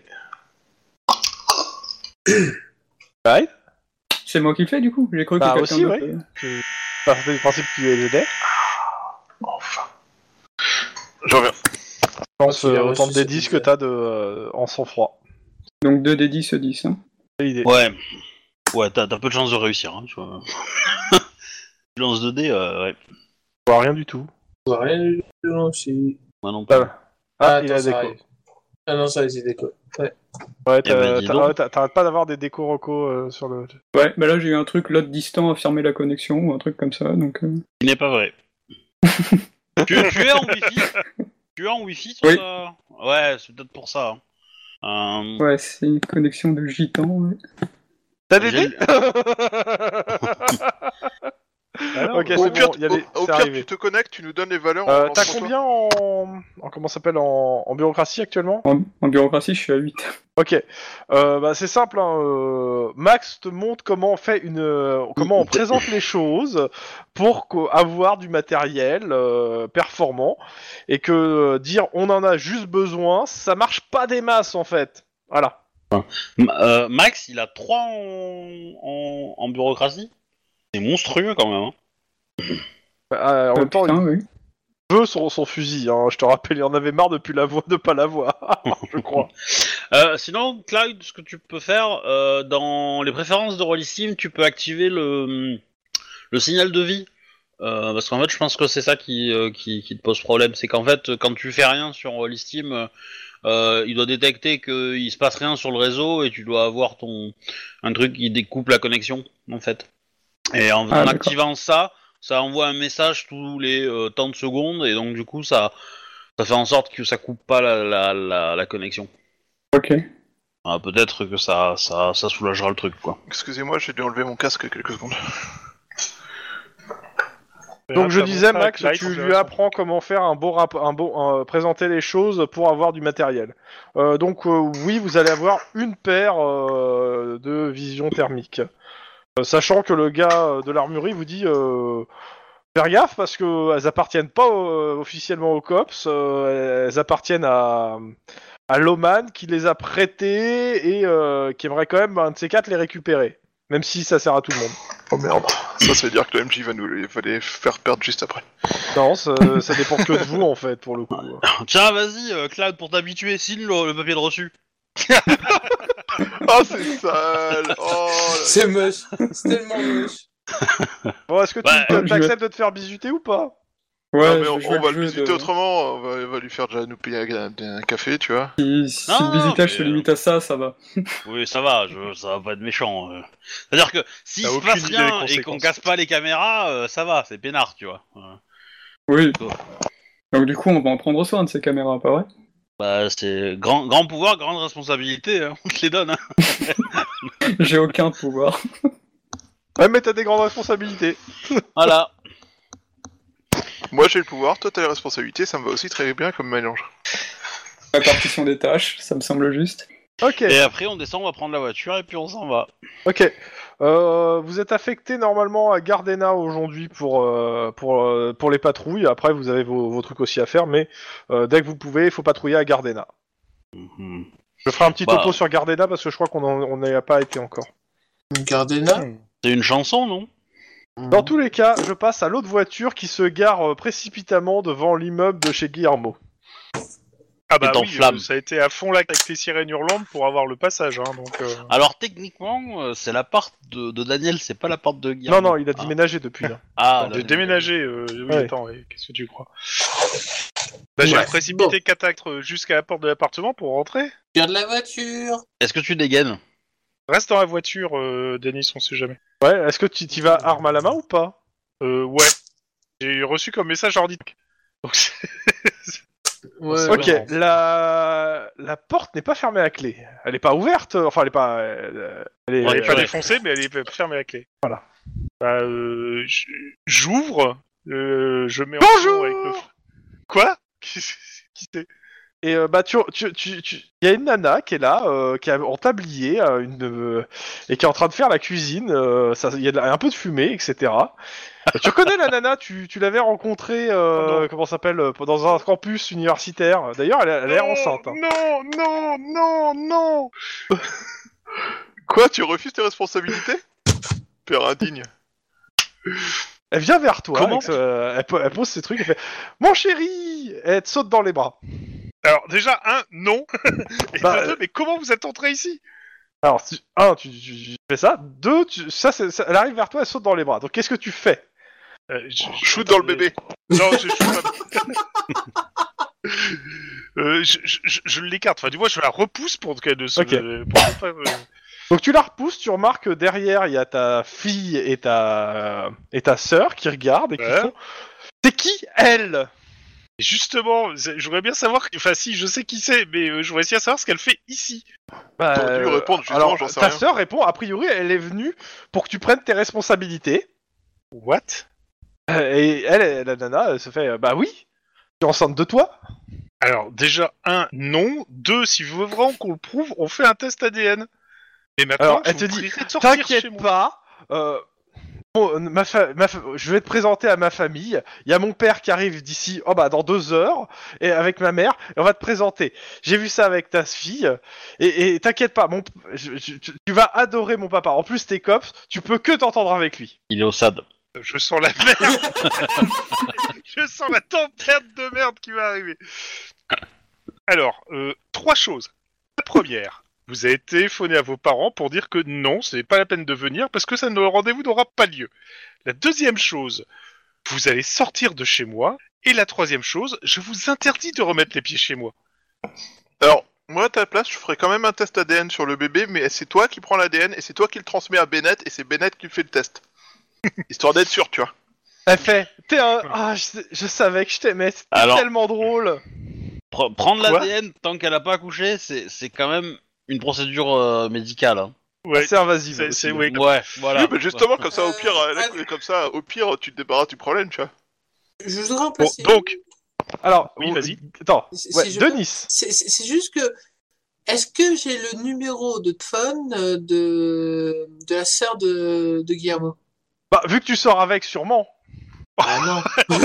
Ouais. C'est moi qui le fais du coup. J'ai cru que quelqu'un aussi, d'autre... oui. Tu partais du principe que tu les aidais. Enfin. Je reviens. Je pense autant de D10 que t'as en sang-froid. Donc 2 D10, 10, hein. C'est l'idée. Ouais, t'as peu de chance de réussir. Hein, tu lances 2 dés, ouais. Je vois rien du tout. Ouais, aussi. Moi non plus. Il a déco. Ah non, ça, les déco. Ouais, t'arrêtes pas d'avoir des déco reco sur le... Ouais, là j'ai eu un truc, l'autre distant a fermé la connexion, ou un truc comme ça, donc... Ce n'est pas vrai. tu es en Wi-Fi? Tu es en Wi-Fi sur ça? Ouais, c'est peut-être pour ça. Hein. Ouais, c'est une connexion de gitan, ouais. T'as des dés? Alors, Ok, Au c'est pire, bon, y a les- au c'est pire, arrivé. tu te connectes, tu nous donnes les valeurs. T'as combien en comment ça s'appelle en bureaucratie actuellement? En bureaucratie, je suis à 8. Ok, bah c'est simple. Hein, Max te montre comment on fait comment on présente les choses pour avoir du matériel performant et que dire on en a juste besoin, ça marche pas des masses en fait. Voilà. Max, il a 3 en bureaucratie. C'est monstrueux quand même. En même temps, Putain, il oui. veut son fusil. Hein, je te rappelle, il en avait marre depuis de pas l'avoir, je crois. Sinon, Clyde, ce que tu peux faire, dans les préférences de Rollistime, tu peux activer le signal de vie. Parce qu'en fait, je pense que c'est ça qui te pose problème. C'est qu'en fait, quand tu fais rien sur Rollistime, il doit détecter qu'il se passe rien sur le réseau et tu dois avoir un truc qui découpe la connexion, en fait. Et en activant ça envoie un message tous les temps de secondes et donc du coup, ça fait en sorte que ça coupe pas la connexion. Ok. Peut-être que ça soulagera le truc, quoi. Excusez-moi, j'ai dû enlever mon casque quelques secondes. Donc je disais, Max, tu lui apprends comment faire présenter les choses pour avoir du matériel. Donc oui, vous allez avoir une paire de vision thermique. Sachant que le gars de l'armurerie vous dit faire gaffe parce que elles appartiennent pas officiellement au COPS, elles appartiennent à Loman qui les a prêtées et qui aimerait quand même un de ces quatre les récupérer. Même si ça sert à tout le monde. Oh merde, ça veut dire que le MJ va les faire perdre juste après. Non, ça dépend que de vous en fait pour le coup. Tiens, vas-y, Cloud, pour t'habituer, signe le papier de reçu. Oh, c'est sale. Oh, c'est moche. C'est tellement moche. Bon, est-ce que tu acceptes de te faire bisuter ou pas? Ouais, non, mais on va le visiter autrement, on va lui faire déjà nous payer un café, tu vois. Si le visitage se limite à ça, ça va. Oui, ça va, ça va pas être méchant. C'est-à-dire que s'il se passe rien et qu'on casse pas les caméras, ça va, c'est peinard, tu vois. Oui. Donc du coup, on va en prendre soin de ces caméras, pas vrai? Bah, c'est grand pouvoir, grande responsabilité, hein. On te les donne, hein. J'ai aucun pouvoir. Ouais, mais t'as des grandes responsabilités. Voilà. Moi j'ai le pouvoir, toi t'as les responsabilités, ça me va aussi très bien comme mélange. La partition des tâches, ça me semble juste. Ok. Et après on descend, on va prendre la voiture et puis on s'en va. Ok. Vous êtes affecté normalement à Gardena aujourd'hui pour les patrouilles. Après, vous avez vos trucs aussi à faire, mais dès que vous pouvez, il faut patrouiller à Gardena. Mm-hmm. Je ferai un petit topo sur Gardena parce que je crois qu'on n'y a pas été encore. Gardena C'est une chanson, non? Dans tous les cas, je passe à l'autre voiture qui se gare précipitamment devant l'immeuble de chez Guillermo. Ah bah oui, flamme. ça a été à fond là avec les sirènes hurlantes pour avoir le passage. Hein, donc, Alors techniquement, c'est l'appart de Daniel, c'est pas l'appart de Guillermo. Non, il a déménagé depuis. Là. de déménager. Oui, Ouais. attends, qu'est-ce que tu crois? Bah, j'ai précipité 4 actes jusqu'à la porte de l'appartement pour rentrer. Garde la voiture. Est-ce que tu dégaines? Reste dans la voiture, Denis, on sait jamais. Ouais, est-ce que tu vas arme à la main ou pas? Ouais. J'ai reçu comme message ordique. Donc Ouais, Ok, ouais. la porte n'est pas fermée à clé. Elle est pas ouverte, enfin elle est pas... elle est pas ouais. défoncée, mais elle est fermée à clé. Voilà. Bah, j'ouvre, je mets en Bonjour son avec le... Quoi? Qui c'est? Et bah il y a une nana qui est là, qui est en tablier, et qui est en train de faire la cuisine. Il y a un peu de fumée, etc. Et tu reconnais la nana, tu l'avais rencontrée, comment ça s'appelle, dans un campus universitaire. D'ailleurs, elle a l'air enceinte. Hein. Non. Quoi, tu refuses tes responsabilités? Père indigne. Elle vient vers toi, Comment elle pose ses trucs, elle fait « Mon chéri !» Et elle te saute dans les bras. Alors, déjà, non. Et Bah, deux, mais comment vous êtes entré ici? Alors, tu fais ça. Deux, elle arrive vers toi, elle saute dans les bras. Donc, qu'est-ce que tu fais? Shoot dans le bébé. Non, je je l'écarte. Enfin, du moins, je la repousse pour qu'elle ne se... Ok. pour ne pas, Donc, tu la repousses, tu remarques que derrière, il y a ta fille et ta sœur qui regardent et qui Ouais. font « C'est qui, elle ?» Justement, je voudrais bien savoir... Enfin, si, je sais qui c'est, mais je voudrais essayer de savoir ce qu'elle fait ici. Bah, T'aurais dû répondre, justement, alors, j'en sais ta rien. sœur répond, a priori, elle est venue pour que tu prennes tes responsabilités. What? Et elle, la nana, elle se fait bah oui, je suis enceinte de toi. Alors, déjà, non. 2, si vous voulez vraiment qu'on le prouve, on fait un test ADN. Et maintenant, Alors, je elle te vous dit, prierai de sortir chez t'inquiète moi. pas, je vais te présenter à ma famille. Il y a mon père qui arrive d'ici, dans 2 heures, et avec ma mère, et on va te présenter. J'ai vu ça avec ta fille, et t'inquiète pas, tu vas adorer mon papa. En plus, t'es cops, tu peux que t'entendre avec lui. Il est au SAD. Je sens la merde. Je sens la tempête de merde qui va arriver. Alors, 3 choses. La première, vous avez téléphoné à vos parents pour dire que non, ce n'est pas la peine de venir parce que le rendez-vous n'aura pas lieu. La deuxième chose, vous allez sortir de chez moi. Et la troisième chose, je vous interdis de remettre les pieds chez moi. Alors, moi à ta place, je ferais quand même un test ADN sur le bébé, mais c'est toi qui prends l'ADN et c'est toi qui le transmets à Bennett et c'est Bennett qui fait le test. Histoire d'être sûr, tu vois. Elle fait, je savais que je t'aimais, c'était Alors- tellement drôle. Prendre Quoi l'ADN tant qu'elle a pas accouché, c'est quand même une procédure médicale. Hein. Ouais, C'est invasif. c'est- aussi, c'est- hein. oui. Ouais, voilà. Oui, mais justement, comme ça, au pire, Ah, comme ça, au pire, tu te débarrasses du problème, tu vois. Je voudrais Bon, remplacer. donc, Alors, Oui, vas-y. Attends, Si ouais, je Denis. C'est juste que. Est-ce que j'ai le numéro de téléphone de la sœur de Guillermo? Bah, vu que tu sors avec, sûrement. Ah non.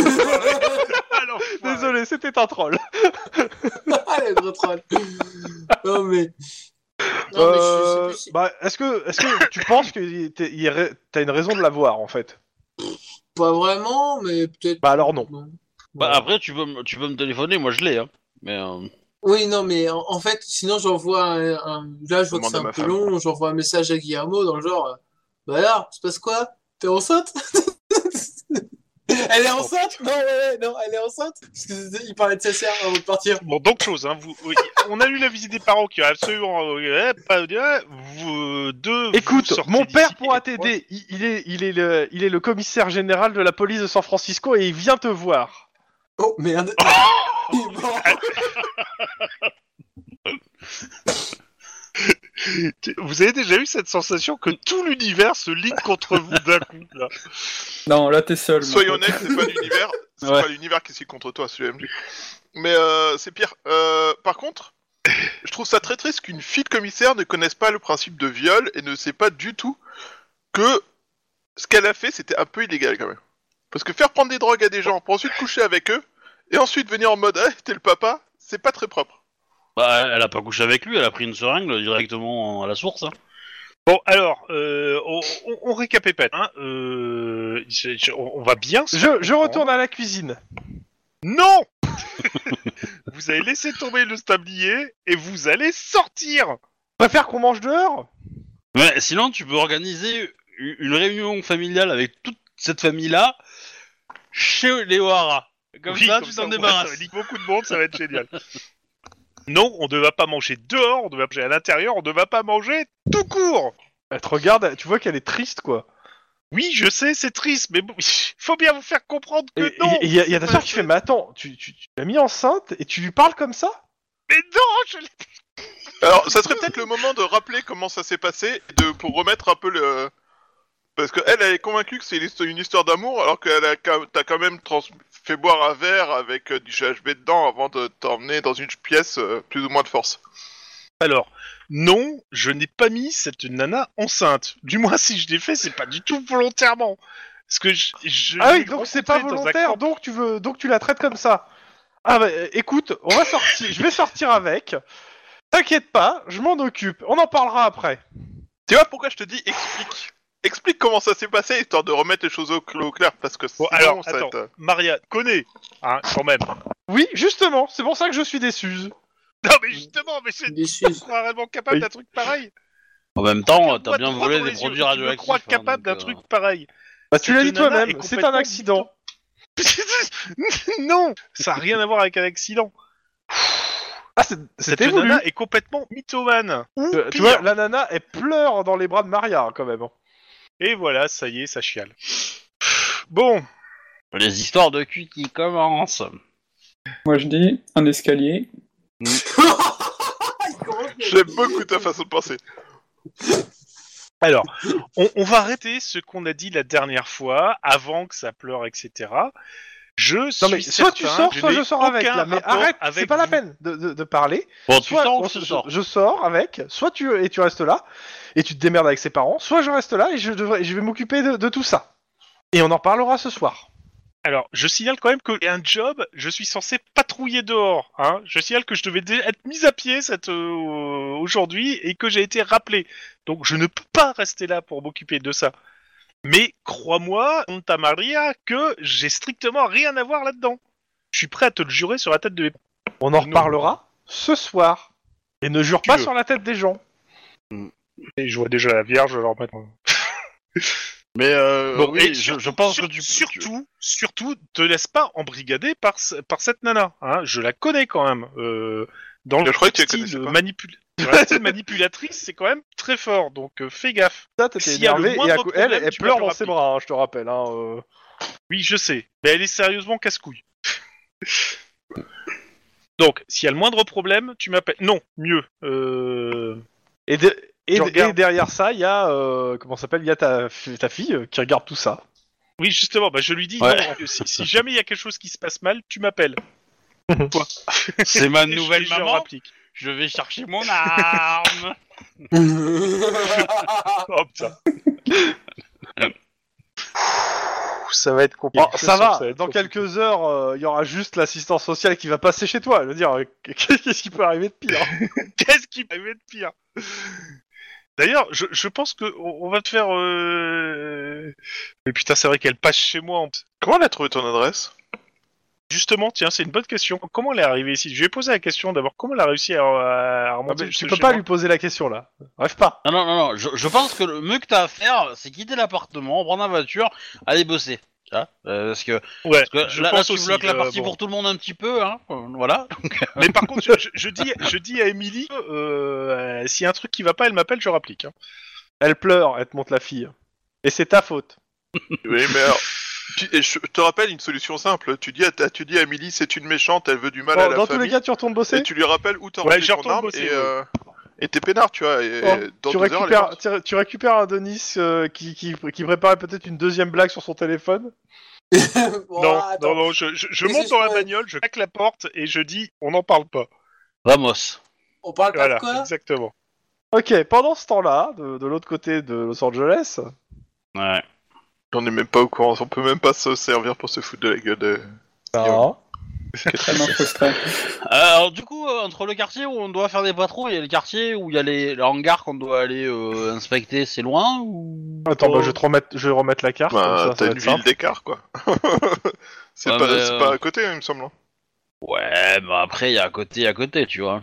alors, Désolé, c'était un troll. Ah, le gros troll. Non mais. Non mais je sais plus si. Bah, est-ce que tu penses que t'as une raison de l'avoir en fait? Pas vraiment, mais peut-être. Bah alors non. Bah, Ouais. après, tu peux me téléphoner, moi je l'ai. Hein. Mais Oui, non, mais en fait, sinon j'envoie là, je vois que Demande c'est à un ma peu femme. long, j'envoie un message à Guillermo dans le genre, bah alors, se passe quoi? T'es enceinte? Elle est enceinte? Non, ouais, non, elle est enceinte? Parce qu'il parlait de sa sœur avant de partir. Bon, donc chose, hein, on a eu la visite des parents qui a absolument pas vous deux. Écoute, vous sortez mon père d'ici pourra et t'aider. Il est le commissaire général de la police de San Francisco et il vient te voir. Oh merde! Bon. Vous avez déjà eu cette sensation que tout l'univers se ligue contre vous d'un coup là. Non, là t'es seul. mon Soyons pote. honnêtes, c'est pas l'univers, c'est Ouais. pas l'univers qui est contre toi, c'est le MJ. Mais c'est pire. Par contre, je trouve ça très triste qu'une fille de commissaire ne connaisse pas le principe de viol et ne sait pas du tout que ce qu'elle a fait, c'était un peu illégal quand même. Parce que faire prendre des drogues à des gens pour ensuite coucher avec eux et ensuite venir en mode t'es le papa, c'est pas très propre. bah, elle a pas couché avec lui, elle a pris une seringue directement à la source. Hein. Bon, alors, on récapépète. Hein, on va bien. se faire Je comprendre. retourne à la cuisine. Non. Vous avez laissé tomber le tablier et vous allez sortir. Préfère qu'on mange dehors? Ouais, sinon, tu peux organiser une réunion familiale avec toute cette famille-là chez les O'Hara. Comme Oui, ça, comme tu ça, t'en au moins, débarrasses. Ça va niquer beaucoup de monde, ça va être génial. Non, on ne va pas manger dehors, on ne va manger à l'intérieur, on ne va pas manger tout court. Elle te regarde, tu vois qu'elle est triste quoi. Oui, je sais, c'est triste, mais bon, faut bien vous faire comprendre que Et non. il y a ta soeur qui fait mais attends, tu l'as mis enceinte et tu lui parles comme ça? Mais non, je l'ai. Alors, ça serait peut-être le moment de rappeler comment ça s'est passé pour remettre un peu le... Parce qu'elle, elle est convaincue que c'est une histoire d'amour, alors t'as quand même fait boire un verre avec du GHB dedans avant de t'emmener dans une pièce plus ou moins de force. Alors, non, je n'ai pas mis cette nana enceinte. Du moins, si je l'ai fait, c'est pas du tout volontairement. Parce que Ah l'ai oui, donc c'est pas rencontrée dans un volontaire, camp. donc tu la traites comme ça. Ah bah écoute, on va sortir, je vais sortir avec. T'inquiète pas, je m'en occupe. On en parlera après. Tu vois pourquoi je te dis explique. Explique comment ça s'est passé, histoire de remettre les choses au clair, parce que Bon, sinon, alors, ça va attends, être... Maria, connais, hein, quand même. Oui, justement, c'est pour ça que je suis déçu. Non, mais justement, mais c'est Déçu. réellement capable Oui. d'un truc pareil. En même temps, Regarde-moi t'as bien droit volé dans des les produits yeux, radioactifs. Tu me crois hein, capable d'un donc, truc pareil. Bah tu l'as dit Cette nana toi-même, est c'est un complètement accident. Non, ça n'a rien à voir avec un accident. Ah, Cette c'était voulu. nana est complètement mythomane. Ou Tu pire. vois, la nana, elle pleure dans les bras de Maria, quand même. Et voilà, ça y est, ça chiale. Bon, Les histoires de cul qui commencent. Moi je dis un escalier. Il commence bien. J'aime beaucoup ta façon de penser. Alors, on va arrêter ce qu'on a dit la dernière fois, avant que ça pleure, etc. Non mais soit tu sors, soit je sors avec là, mais arrête, c'est pas la peine de parler. Bon, tu Soit sors ou je sors? je sors avec, soit tu restes là et tu te démerdes avec ses parents, soit je reste là et je vais m'occuper de tout ça. Et on en parlera ce soir. Alors, je signale quand même que j'ai un job, je suis censé patrouiller dehors. Hein. Je signale que je devais être mis à pied aujourd'hui et que j'ai été rappelé. Donc, je ne peux pas rester là pour m'occuper de ça. Mais crois-moi, Santa Maria, que j'ai strictement rien à voir là-dedans. Je suis prêt à te le jurer sur la tête de mes... On en reparlera ce soir. Et ne jure pas sur la tête des gens. Et je vois déjà la Vierge leur mettre... Mais bon, oui, je pense que tu... Surtout, te laisse pas embrigader par cette nana. Hein. Je la connais quand même. Dans le style manipulatrice, c'est quand même très fort. Donc fais gaffe. Ça, t'étais énervé et elle pleure dans ses bras, hein, je te rappelle. Hein, Oui, je sais. Mais elle est sérieusement casse-couille. Donc, s'il y a le moindre problème, tu m'appelles. Non, mieux. Et derrière ça, il y a comment ça s'appelle, il y a ta fille qui regarde tout ça. Oui, justement, je lui dis ouais. non, si jamais il y a quelque chose qui se passe mal, tu m'appelles. C'est ma nouvelle maman. Réplique. Je vais chercher mon arme. Oh putain. Ça va être compliqué. Oh, ça va. Dans quelques heures, il y aura juste l'assistance sociale qui va passer chez toi. Je veux dire, qu'est-ce qui peut arriver de pire? Qu'est-ce qui peut arriver de pire? D'ailleurs, je pense que on va te faire... Mais putain, c'est vrai qu'elle passe chez moi. Comment elle a trouvé ton adresse? Justement, tiens, c'est une bonne question. Comment elle est arrivée ici? Je vais poser la question d'abord. Comment elle a réussi à remonter Tu peux pas lui poser la question là. Rêve pas. Non. Je pense que le mieux que t'as à faire, c'est quitter l'appartement, prendre la voiture, aller bosser. Parce que là, tu bloques la partie pour tout le monde un petit peu, hein. Voilà. Mais par contre, je dis à Émilie, s'il y a un truc qui va pas, elle m'appelle, je rapplique. Hein. Elle pleure, elle te montre la fille. Et c'est ta faute. Oui, mais alors... je te rappelle une solution simple. Tu dis à Emily, c'est une méchante, elle veut du mal à la famille. Dans tous les cas, tu retournes bosser. Et tu lui rappelles où t'as rempli ton arme et t'es peinard, tu vois. Et dans tu récupères un Denis qui préparait peut-être une deuxième blague sur son téléphone. Non, je monte dans la bagnole, je claque la porte et je dis, on n'en parle pas. Vamos. On parle pas de quoi? Exactement. Ok, pendant ce temps-là, de l'autre côté de Los Angeles... Ouais. J'en ai même pas au courant, on peut même pas se servir pour se foutre de la gueule de... Non. C'est très frustrant. Alors du coup, entre le quartier où on doit faire des patrouilles et le quartier où il y a les hangars qu'on doit aller inspecter, c'est loin ou... Attends, je vais remettre la carte. Bah, ça t'as une ville d'écart, quoi. C'est pas à côté, il me semble. Ouais, bah après, il y a à côté, tu vois.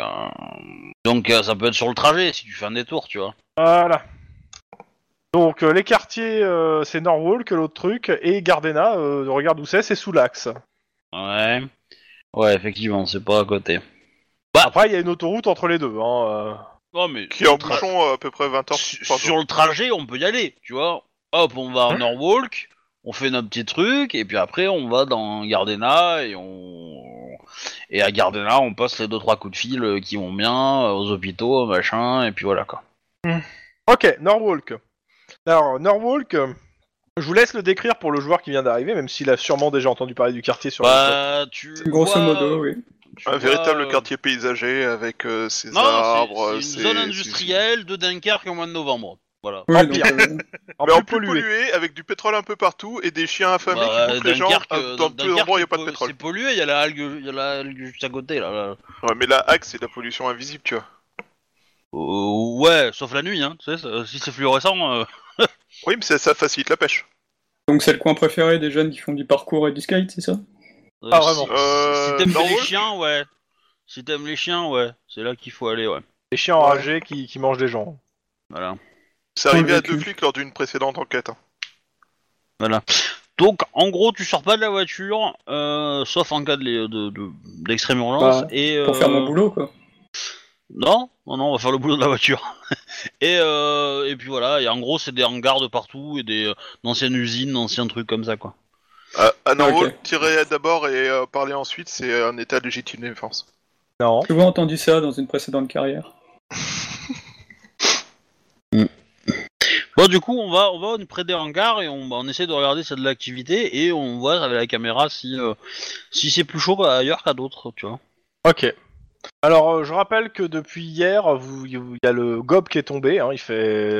Donc ça peut être sur le trajet, si tu fais un détour, tu vois. Voilà. Donc les quartiers, c'est Norwalk, l'autre truc, et Gardena, regarde où c'est sous l'axe. Ouais, effectivement, c'est pas à côté. Après, il y a une autoroute entre les deux. Hein, Non, mais qui est en bouchon à peu près 20 heures. Sur le trajet, on peut y aller, tu vois. Hop, on va à Norwalk, on fait notre petit truc, et puis après, on va dans Gardena, et à Gardena, on passe les 2-3 coups de fil qui vont bien, aux hôpitaux, machin, et puis voilà, quoi. Ok, Norwalk. Alors, Norwalk, je vous laisse le décrire pour le joueur qui vient d'arriver, même s'il a sûrement déjà entendu parler du quartier sur grosso modo, oui. Un véritable quartier paysager avec ses arbres, c'est une zone industrielle de Dunkerque au mois de novembre. Voilà. Oui, Empire. Mais en plus pollué, avec du pétrole un peu partout et des chiens affamés qui bouffent les gens. Dans peu d'endroits, il n'y a pas de pétrole. C'est pollué, il y a la algue juste à côté là. Ouais, mais la algue, c'est de la pollution invisible, tu vois. Ouais, sauf la nuit, hein. Tu sais, si c'est fluorescent. Oui, mais ça facilite la pêche. Donc c'est le coin préféré des jeunes qui font du parcours et du skate, c'est ça? Ah, vraiment. Si t'aimes les chiens, ouais. Si t'aimes les chiens, ouais. C'est là qu'il faut aller, ouais. Les chiens enragés qui mangent des gens. Voilà. C'est arrivé à 2 flics lors d'une précédente enquête. Hein. Voilà. Donc, en gros, tu sors pas de la voiture, sauf en cas d'extrême urgence. Pour faire mon boulot, quoi. Non, on va faire le boulot de la voiture. et puis voilà, et en gros, c'est des hangars de partout et d'anciennes usines, d'anciens trucs comme ça, quoi. À Norwalk, tirer d'abord et parler ensuite, c'est un état de légitime défense. Non. J'ai souvent entendu ça dans une précédente carrière. Bon, du coup, on va près des hangars et on essaie de regarder s'il y a de l'activité et on voit avec la caméra si c'est plus chaud ailleurs qu'à d'autres, tu vois. Ok. Alors, je rappelle que depuis hier, il y a le gob qui est tombé. Hein, il fait.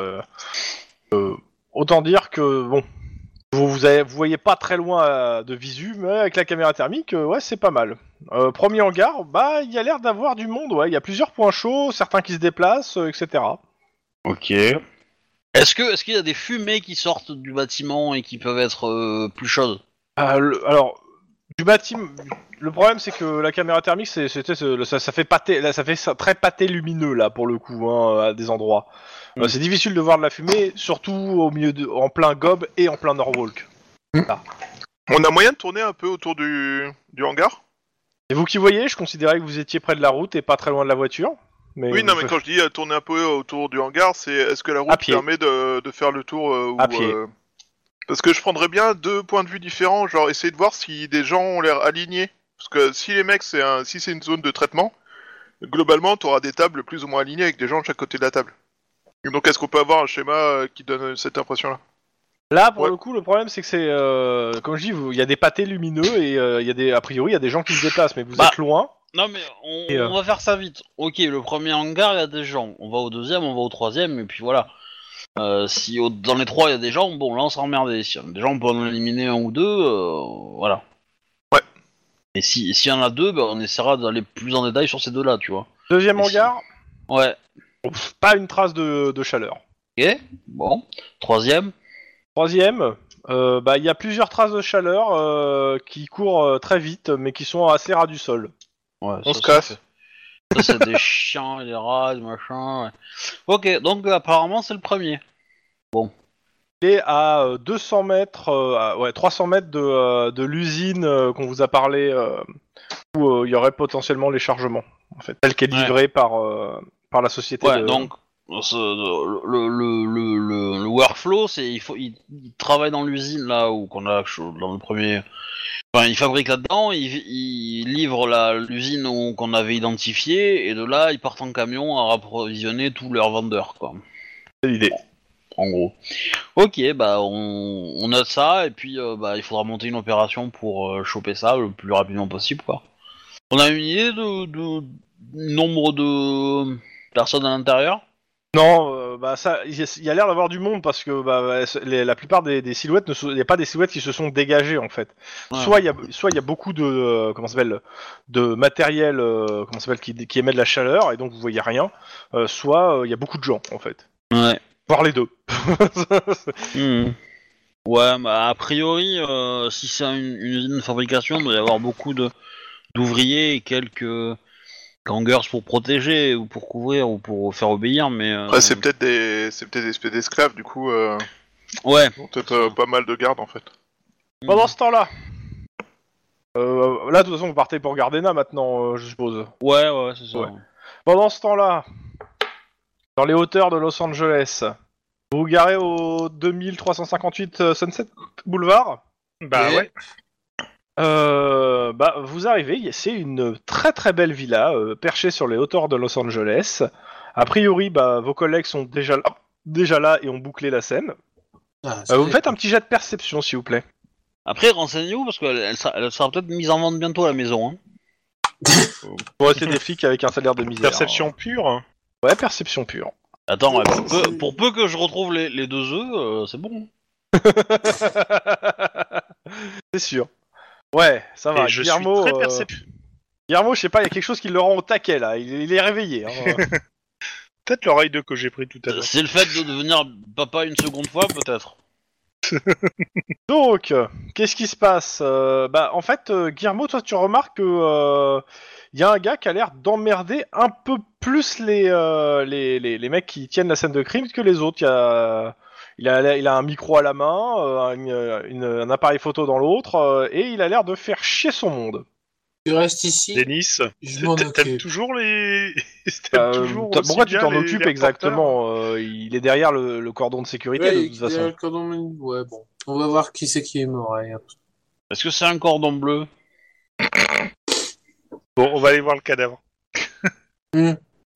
Autant dire que bon, vous voyez pas très loin de visu, mais avec la caméra thermique, ouais, c'est pas mal. Premier hangar, bah, il y a l'air d'avoir du monde. Ouais, il y a plusieurs points chauds, certains qui se déplacent, etc. Ok. Est-ce qu'il y a des fumées qui sortent du bâtiment et qui peuvent être plus chaudes? Alors, du bâtiment. Le problème, c'est que la caméra thermique, ça fait pâté, là, ça fait très pâté lumineux là pour le coup, hein, à des endroits. C'est difficile de voir de la fumée, surtout en plein gob et en plein Norwalk. On a moyen de tourner un peu autour du hangar? Et vous qui voyez, je considérais que vous étiez près de la route et pas très loin de la voiture. Mais oui, non, mais quand je dis tourner un peu autour du hangar, c'est est-ce que la route permet de faire le tour à pied. Parce que je prendrais bien 2 points de vue différents, genre essayer de voir si des gens ont l'air alignés. Parce que si les mecs, si c'est une zone de traitement, globalement, t'auras des tables plus ou moins alignées avec des gens de chaque côté de la table. Donc est-ce qu'on peut avoir un schéma qui donne cette impression-là? Là, pour le coup, le problème, c'est que c'est, comme je dis, il y a des pâtés lumineux et a priori, il y a des gens qui se déplacent, mais vous êtes loin. Non, mais on va faire ça vite. Ok, le premier hangar, il y a des gens. On va au deuxième, on va au troisième, et puis voilà. Si dans les trois, il y a des gens, bon, là, on s'emmerde. Si des gens, on peut en éliminer un ou deux, voilà. Ouais. Et s'il y en a deux, bah, on essaiera d'aller plus en détail sur ces deux-là, tu vois. Deuxième hangar. Ouais. Pas une trace de chaleur. Ok, bon. Troisième. Troisième, il y a plusieurs traces de chaleur qui courent très vite, mais qui sont assez ras du sol. Ouais, on se casse. Ça, c'est des chiens et des rats, des machins. Ouais. Ok, donc apparemment, c'est le premier. Bon. Il est à 200 mètres, 300 mètres de l'usine qu'on vous a parlé, où il y aurait potentiellement les chargements, en fait, telle qu'elle est livrée par la société. Ouais, donc le workflow, c'est il travaille dans l'usine là où qu'on a dans le premier. Enfin, il fabrique là-dedans, il livre l'usine qu'on avait identifiée et de là ils partent en camion à approvisionner tous leurs vendeurs, quoi. C'est l'idée. En gros. Ok, bah on note ça et puis il faudra monter une opération pour choper ça le plus rapidement possible, quoi. On a une idée de nombre de personnes à l'intérieur? Non, il y a l'air d'avoir du monde parce que la plupart des silhouettes il n'y a pas des silhouettes qui se sont dégagées en fait. Ouais. Soit il y a beaucoup de de matériel qui émet de la chaleur et donc vous voyez rien. Soit il y a beaucoup de gens en fait. Ouais. Voire les deux. Ouais, bah a priori, si c'est une usine de fabrication, il doit y avoir beaucoup d'ouvriers et quelques gangers pour protéger ou pour couvrir ou pour faire obéir, mais après c'est peut-être des espèces d'esclaves du coup. Ouais. Peut-être pas mal de gardes en fait. Pendant ce temps-là, là de toute façon vous partez pour Gardena maintenant, je suppose. Ouais, c'est ça. Ouais. Pendant ce temps-là, dans les hauteurs de Los Angeles, vous vous garez au 2358 Sunset Boulevard. Bah ouais. Vous arrivez, c'est une très très belle villa perchée sur les hauteurs de Los Angeles. A priori, vos collègues sont déjà là et ont bouclé la scène. Vous me faites un petit jet de perception, s'il vous plaît. Après, renseignez-vous, parce qu'elle sera peut-être mise en vente bientôt, la maison. Hein. Ouais, c'est des flics avec un salaire de misère. Perception pure. Ouais, perception pure. Attends, pour peu que je retrouve les deux œufs, c'est bon. C'est sûr. Ouais, ça va. Et je Guillermo, suis très perceptif. Guillermo, je sais pas, il y a quelque chose qui le rend au taquet là. Il est réveillé. Hein. Peut-être l'oreille de que j'ai pris tout à l'heure. C'est le fait de devenir papa une seconde fois, peut-être. Donc, qu'est-ce qui se passe en fait, Guillermo, toi, tu remarques que y a un gars qui a l'air d'emmerder un peu plus les mecs qui tiennent la scène de crime que les autres. Il a un micro à la main, un appareil photo dans l'autre, et il a l'air de faire chier son monde. Tu restes ici. Denis, t'aimes toujours les... Pourquoi tu t'en occupes exactement il est derrière le cordon de sécurité, de toute façon. Le cordon... Ouais, bon. On va voir qui c'est qui est mort. Est-ce que c'est un cordon bleu? Bon, on va aller voir le cadavre.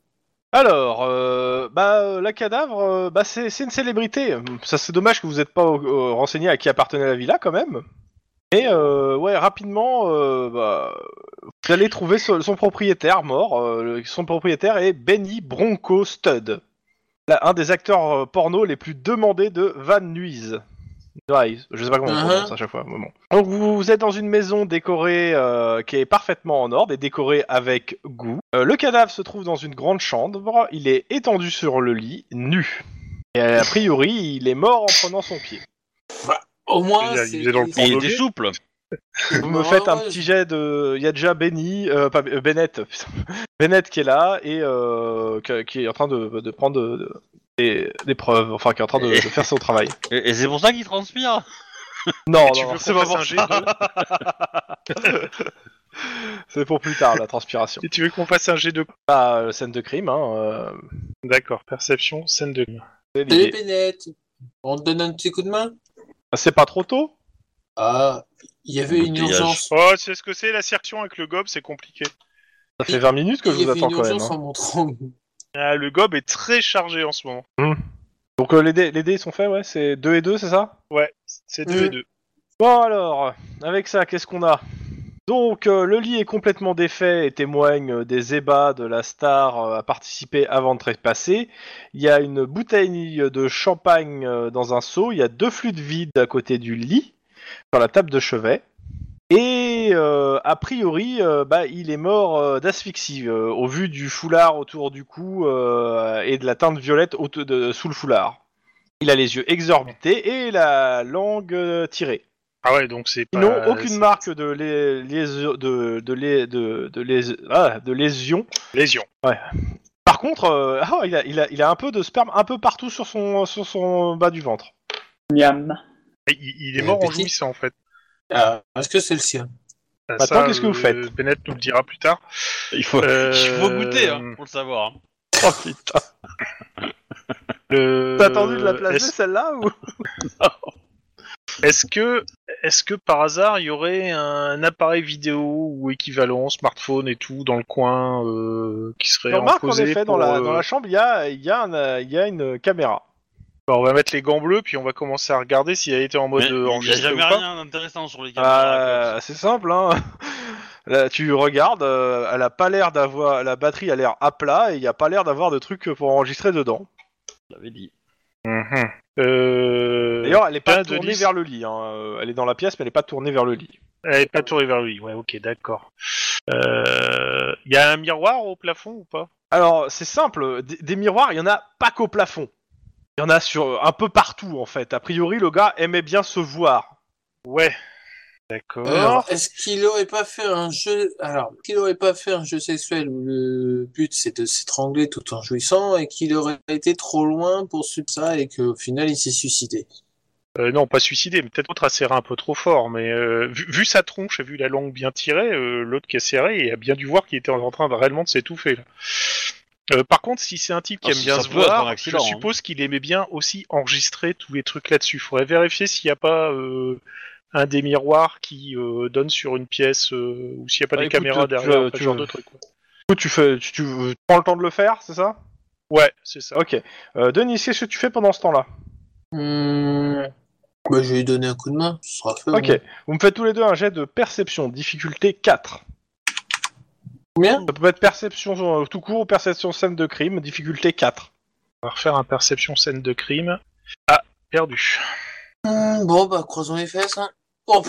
Alors, la cadavre, c'est une célébrité. Ça, c'est dommage que vous n'êtes pas renseigné à qui appartenait la villa, quand même. Et rapidement, vous allez trouver son propriétaire mort. Son propriétaire est Benny Bronco Stud, un des acteurs porno les plus demandés de Van Nuys. Ouais, je sais pas comment on prononce à chaque fois. Bon. Donc vous êtes dans une maison décorée qui est parfaitement en ordre et décorée avec goût. Le cadavre se trouve dans une grande chambre. Il est étendu sur le lit, nu. Et a priori, il est mort en prenant son pied. Au moins, il est dans le Et il était souple. Vous me faites un petit jet de... Il y a déjà Bennett, putain. Bennett qui est là et qui est en train de prendre des preuves, enfin qui est en train de faire son travail. Et c'est pour ça qu'il transpire. Non, tu non, veux c'est qu'on pas fasse pour un ça. jet de... C'est pour plus tard, la transpiration. Et tu veux qu'on fasse un jet de... Scène de crime, hein. D'accord, perception, scène de... C'est Salut l'idée. Bennett, on te donne un petit coup de main? C'est pas trop tôt? Ah, il y avait une Embouteillage. urgence. Oh, tu sais ce que c'est, la circulation avec le gobe, c'est compliqué. Ça fait 20 minutes que je Il y vous avait attends une quand même. urgence Hein. en montrant. Ah, le gobe est très chargé en ce moment. Donc les dés sont faits, ouais, c'est 2 et 2, c'est ça? Ouais, c'est 2 et 2. Bon alors, avec ça, qu'est-ce qu'on a? Donc le lit est complètement défait et témoigne des ébats de la star à participer avant de trépasser. Il y a une bouteille de champagne dans un seau, il y a 2 flûtes vides à côté du lit, sur la table de chevet. Et a priori, il est mort d'asphyxie au vu du foulard autour du cou et de la teinte violette sous le foulard. Il a les yeux exorbités et la langue tirée. Ah ouais, donc c'est pas... Ils n'ont aucune c'est- marque de lésion. Lésion. Par contre, il a un peu de sperme un peu partout sur son bas du ventre. Miam. Il est mort en Petit. jouissant, en fait. Ah, est-ce que c'est le sien? Maintenant, qu'est-ce que vous faites? Bennett nous le dira plus tard. Il faut goûter pour le savoir. Oh putain. T'as attendu de la placer celle-là ou? Est-ce que par hasard il y aurait un appareil vidéo ou équivalent, smartphone et tout dans le coin qui serait Remarque en imposé effet pour, dans la chambre il y a une caméra. on va mettre les gants bleus puis on va commencer à regarder s'il a été en mode Mais il n'y a enregistré jamais ou pas. rien d'intéressant sur les caméras. C'est simple hein. Là, tu regardes, elle a pas l'air d'avoir la batterie a l'air à plat et il y a pas l'air d'avoir de trucs pour enregistrer dedans. Je l'avais dit. D'ailleurs, elle est pas bien, tournée Denis. vers le lit. Hein. Elle est dans la pièce, mais elle est pas tournée vers le lit. Elle est pas tournée vers lui. Ouais, ok, d'accord. Il y a un miroir au plafond ou pas? Alors, c'est simple. Des miroirs, il y en a pas qu'au plafond. Il y en a sur un peu partout en fait. A priori, le gars aimait bien se voir. Ouais. D'accord. Alors, est-ce qu'il aurait pas fait un jeu... Alors, qu'il aurait pas fait un jeu sexuel où le but c'est de s'étrangler tout en jouissant et qu'il aurait été trop loin pour ça et qu'au final il s'est suicidé? Non, pas suicidé, mais peut-être l'autre a serré un peu trop fort. Mais vu sa tronche et vu la langue bien tirée, l'autre qui a serré, il a bien dû voir qu'il était en train réellement de s'étouffer. Là. Par contre, si c'est un type qui aime bien ça se peut être un voir, accident, je suppose qu'il aimait bien aussi enregistrer tous les trucs là-dessus. Faudrait vérifier s'il n'y a pas un des miroirs qui donne sur une pièce ou s'il n'y a pas Bah, des écoute, caméras derrière, ce genre tu- de trucs. Quoi. Du coup, tu prends le temps de le faire, c'est ça? Ouais, c'est ça. Ok. Denis, qu'est-ce que tu fais pendant ce temps-là? Bah, je vais lui donner un coup de main, ce sera fait. Ok. hein. Vous me faites tous les deux un jet de perception, difficulté 4. Combien? Ça peut être perception tout court ou perception scène de crime, difficulté 4. On va refaire un perception scène de crime. Ah, perdu. Bon, bah, croisons les fesses. Hein. Oh,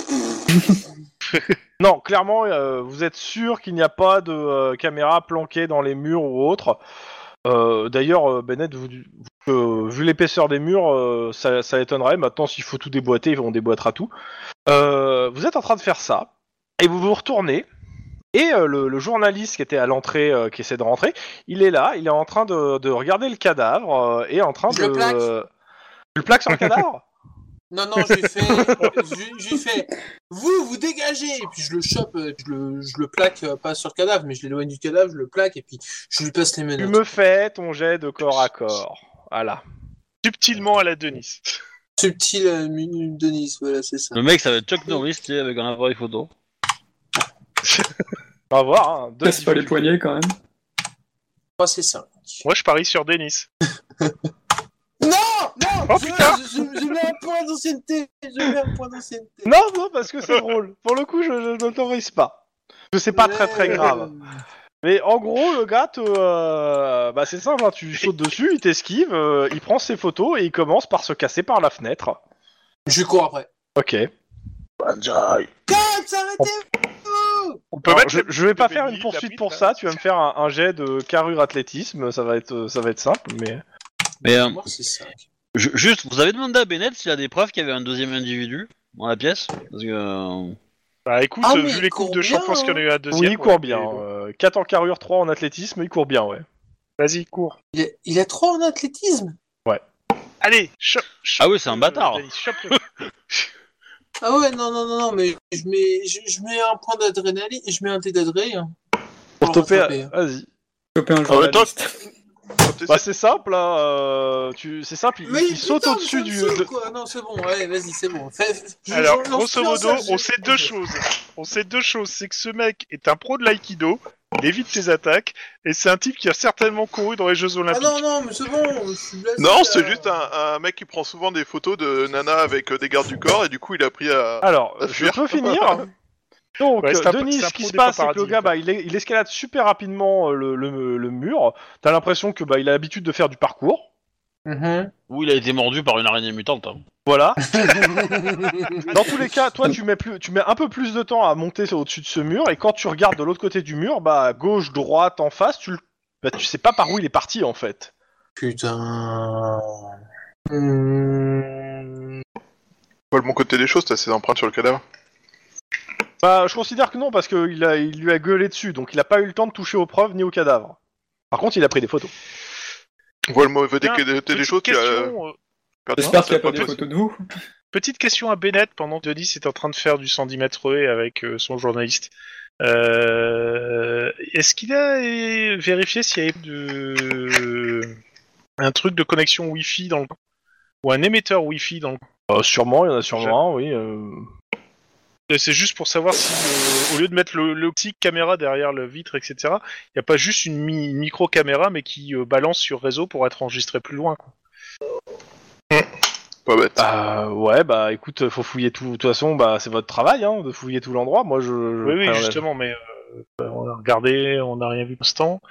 Non, clairement, vous êtes sûr qu'il n'y a pas de caméra planquée dans les murs ou autre. D'ailleurs, Bennett, vu l'épaisseur des murs, ça étonnerait. Maintenant, s'il faut tout déboîter, on déboîtera tout. Vous êtes en train de faire ça, et vous vous retournez, et le journaliste qui était à l'entrée, qui essaie de rentrer, il est là, il est en train de regarder le cadavre, et en train Je de... le plaque. Tu le plaques sur le cadavre? Non, je lui fais, vous dégagez, et puis je le chope, je le plaque, pas sur le cadavre, mais je l'éloigne du cadavre, je le plaque, et puis je lui passe les Tu menottes. me fais ton jet de corps à corps. Voilà. Subtilement à la Denis. Subtil Denis, voilà, c'est ça. Le mec, ça va être Chuck Norris, tu sais, avec un appareil photo. On va voir. Hein. Casse pas les poignets quand même. 3 c'est 5. Moi, je parie sur Denis. Non, Oh, putain. je mets un point d'ancienneté. Non, parce que c'est drôle. Pour le coup, je n'autorise pas. Parce que c'est pas très grave. Mais en gros, le gars, c'est simple, hein, tu sautes dessus, il t'esquive, il prend ses photos et il commence par se casser par la fenêtre. Je cours après. Ok. Arrêtez. On peut Alors, mettre je vais pas le faire Benny, une poursuite la pour bride, ça, là. tu vas me faire un jet de carrure athlétisme, ça va être simple, mais... Mais Moi, c'est ça. juste, vous avez demandé à Bennett s'il y a des preuves qu'il y avait un deuxième individu dans la pièce parce que Bah écoute, Ah, mais vu il les coupes court de champ, je pense bien, qu'il y en a eu un deuxième. Oui, il court ouais, bien. mais bon. 4 en carrure, 3 en athlétisme, il court bien, ouais. Vas-y, cours. Il a 3 en athlétisme. Allez, chope. Ah oui, c'est un bâtard. Denis, chope-le. Ah ouais, non, mais je mets un point d'adrénaline, je mets un dé d'adrénaline. Pour le stopper, rattraper. vas-y. Choper un Ah ouais, journaliste. Bah c'est simple, là, c'est simple, Mais il saute putain, au-dessus ça me du... saoule, quoi. Non, c'est bon, ouais, vas-y, c'est bon. Alors, je lance grosso plus un modo, seul jet. on sait deux choses. On sait deux choses. C'est que ce mec est un pro de l'aïkido, il évite tes attaques, et c'est un type qui a certainement couru dans les Jeux Ah Olympiques. non, mais c'est bon, je suis blasé. Non, là. c'est juste un mec qui prend souvent des photos de nana avec des gardes du corps et du coup il a pris à... Alors, À je fuir. peux finir. Donc, Ouais, c'est un peu- Denis, c'est un ce qui pro se des passe, c'est que le paparazzis, gars, quoi. il escalade super rapidement le mur. T'as l'impression que il a l'habitude de faire du parcours. Mhm. où il a été mordu par une araignée mutante. Hein. Voilà. Dans tous les cas, toi, tu mets un peu plus de temps à monter au-dessus de ce mur, et quand tu regardes de l'autre côté du mur, gauche, droite, en face, tu sais pas par où il est parti, en fait. Putain. Pas le bon côté des choses, t'as ses empreintes sur le cadavre. Je considère que non, parce qu'il il lui a gueulé dessus, donc il a pas eu le temps de toucher aux preuves ni au cadavre. Par contre, il a pris des photos. On voit le mauvais Tiens, côté des petite choses qu'il a question, perdu. J'espère qu'il n'y a C'est pas des possible. photos de vous. petite question à Bennett pendant que Denis est en train de faire du 110 mètres haies avec son journaliste. Est-ce qu'il a vérifié s'il y avait un truc de connexion Wi-Fi dans le coin ou un émetteur Wi-Fi dans le coin? Sûrement, il y en a sûrement un, oui. C'est juste pour savoir si, au lieu de mettre l'optique caméra derrière le vitre, etc., il n'y a pas juste une micro-caméra, mais qui balance sur réseau pour être enregistré plus loin, quoi. Pas bête. Ouais, écoute, faut fouiller tout. De toute façon, c'est votre travail, hein, de fouiller tout l'endroit. Moi, Oui, enfin, justement, mais on a regardé, on n'a rien vu pour l'instant.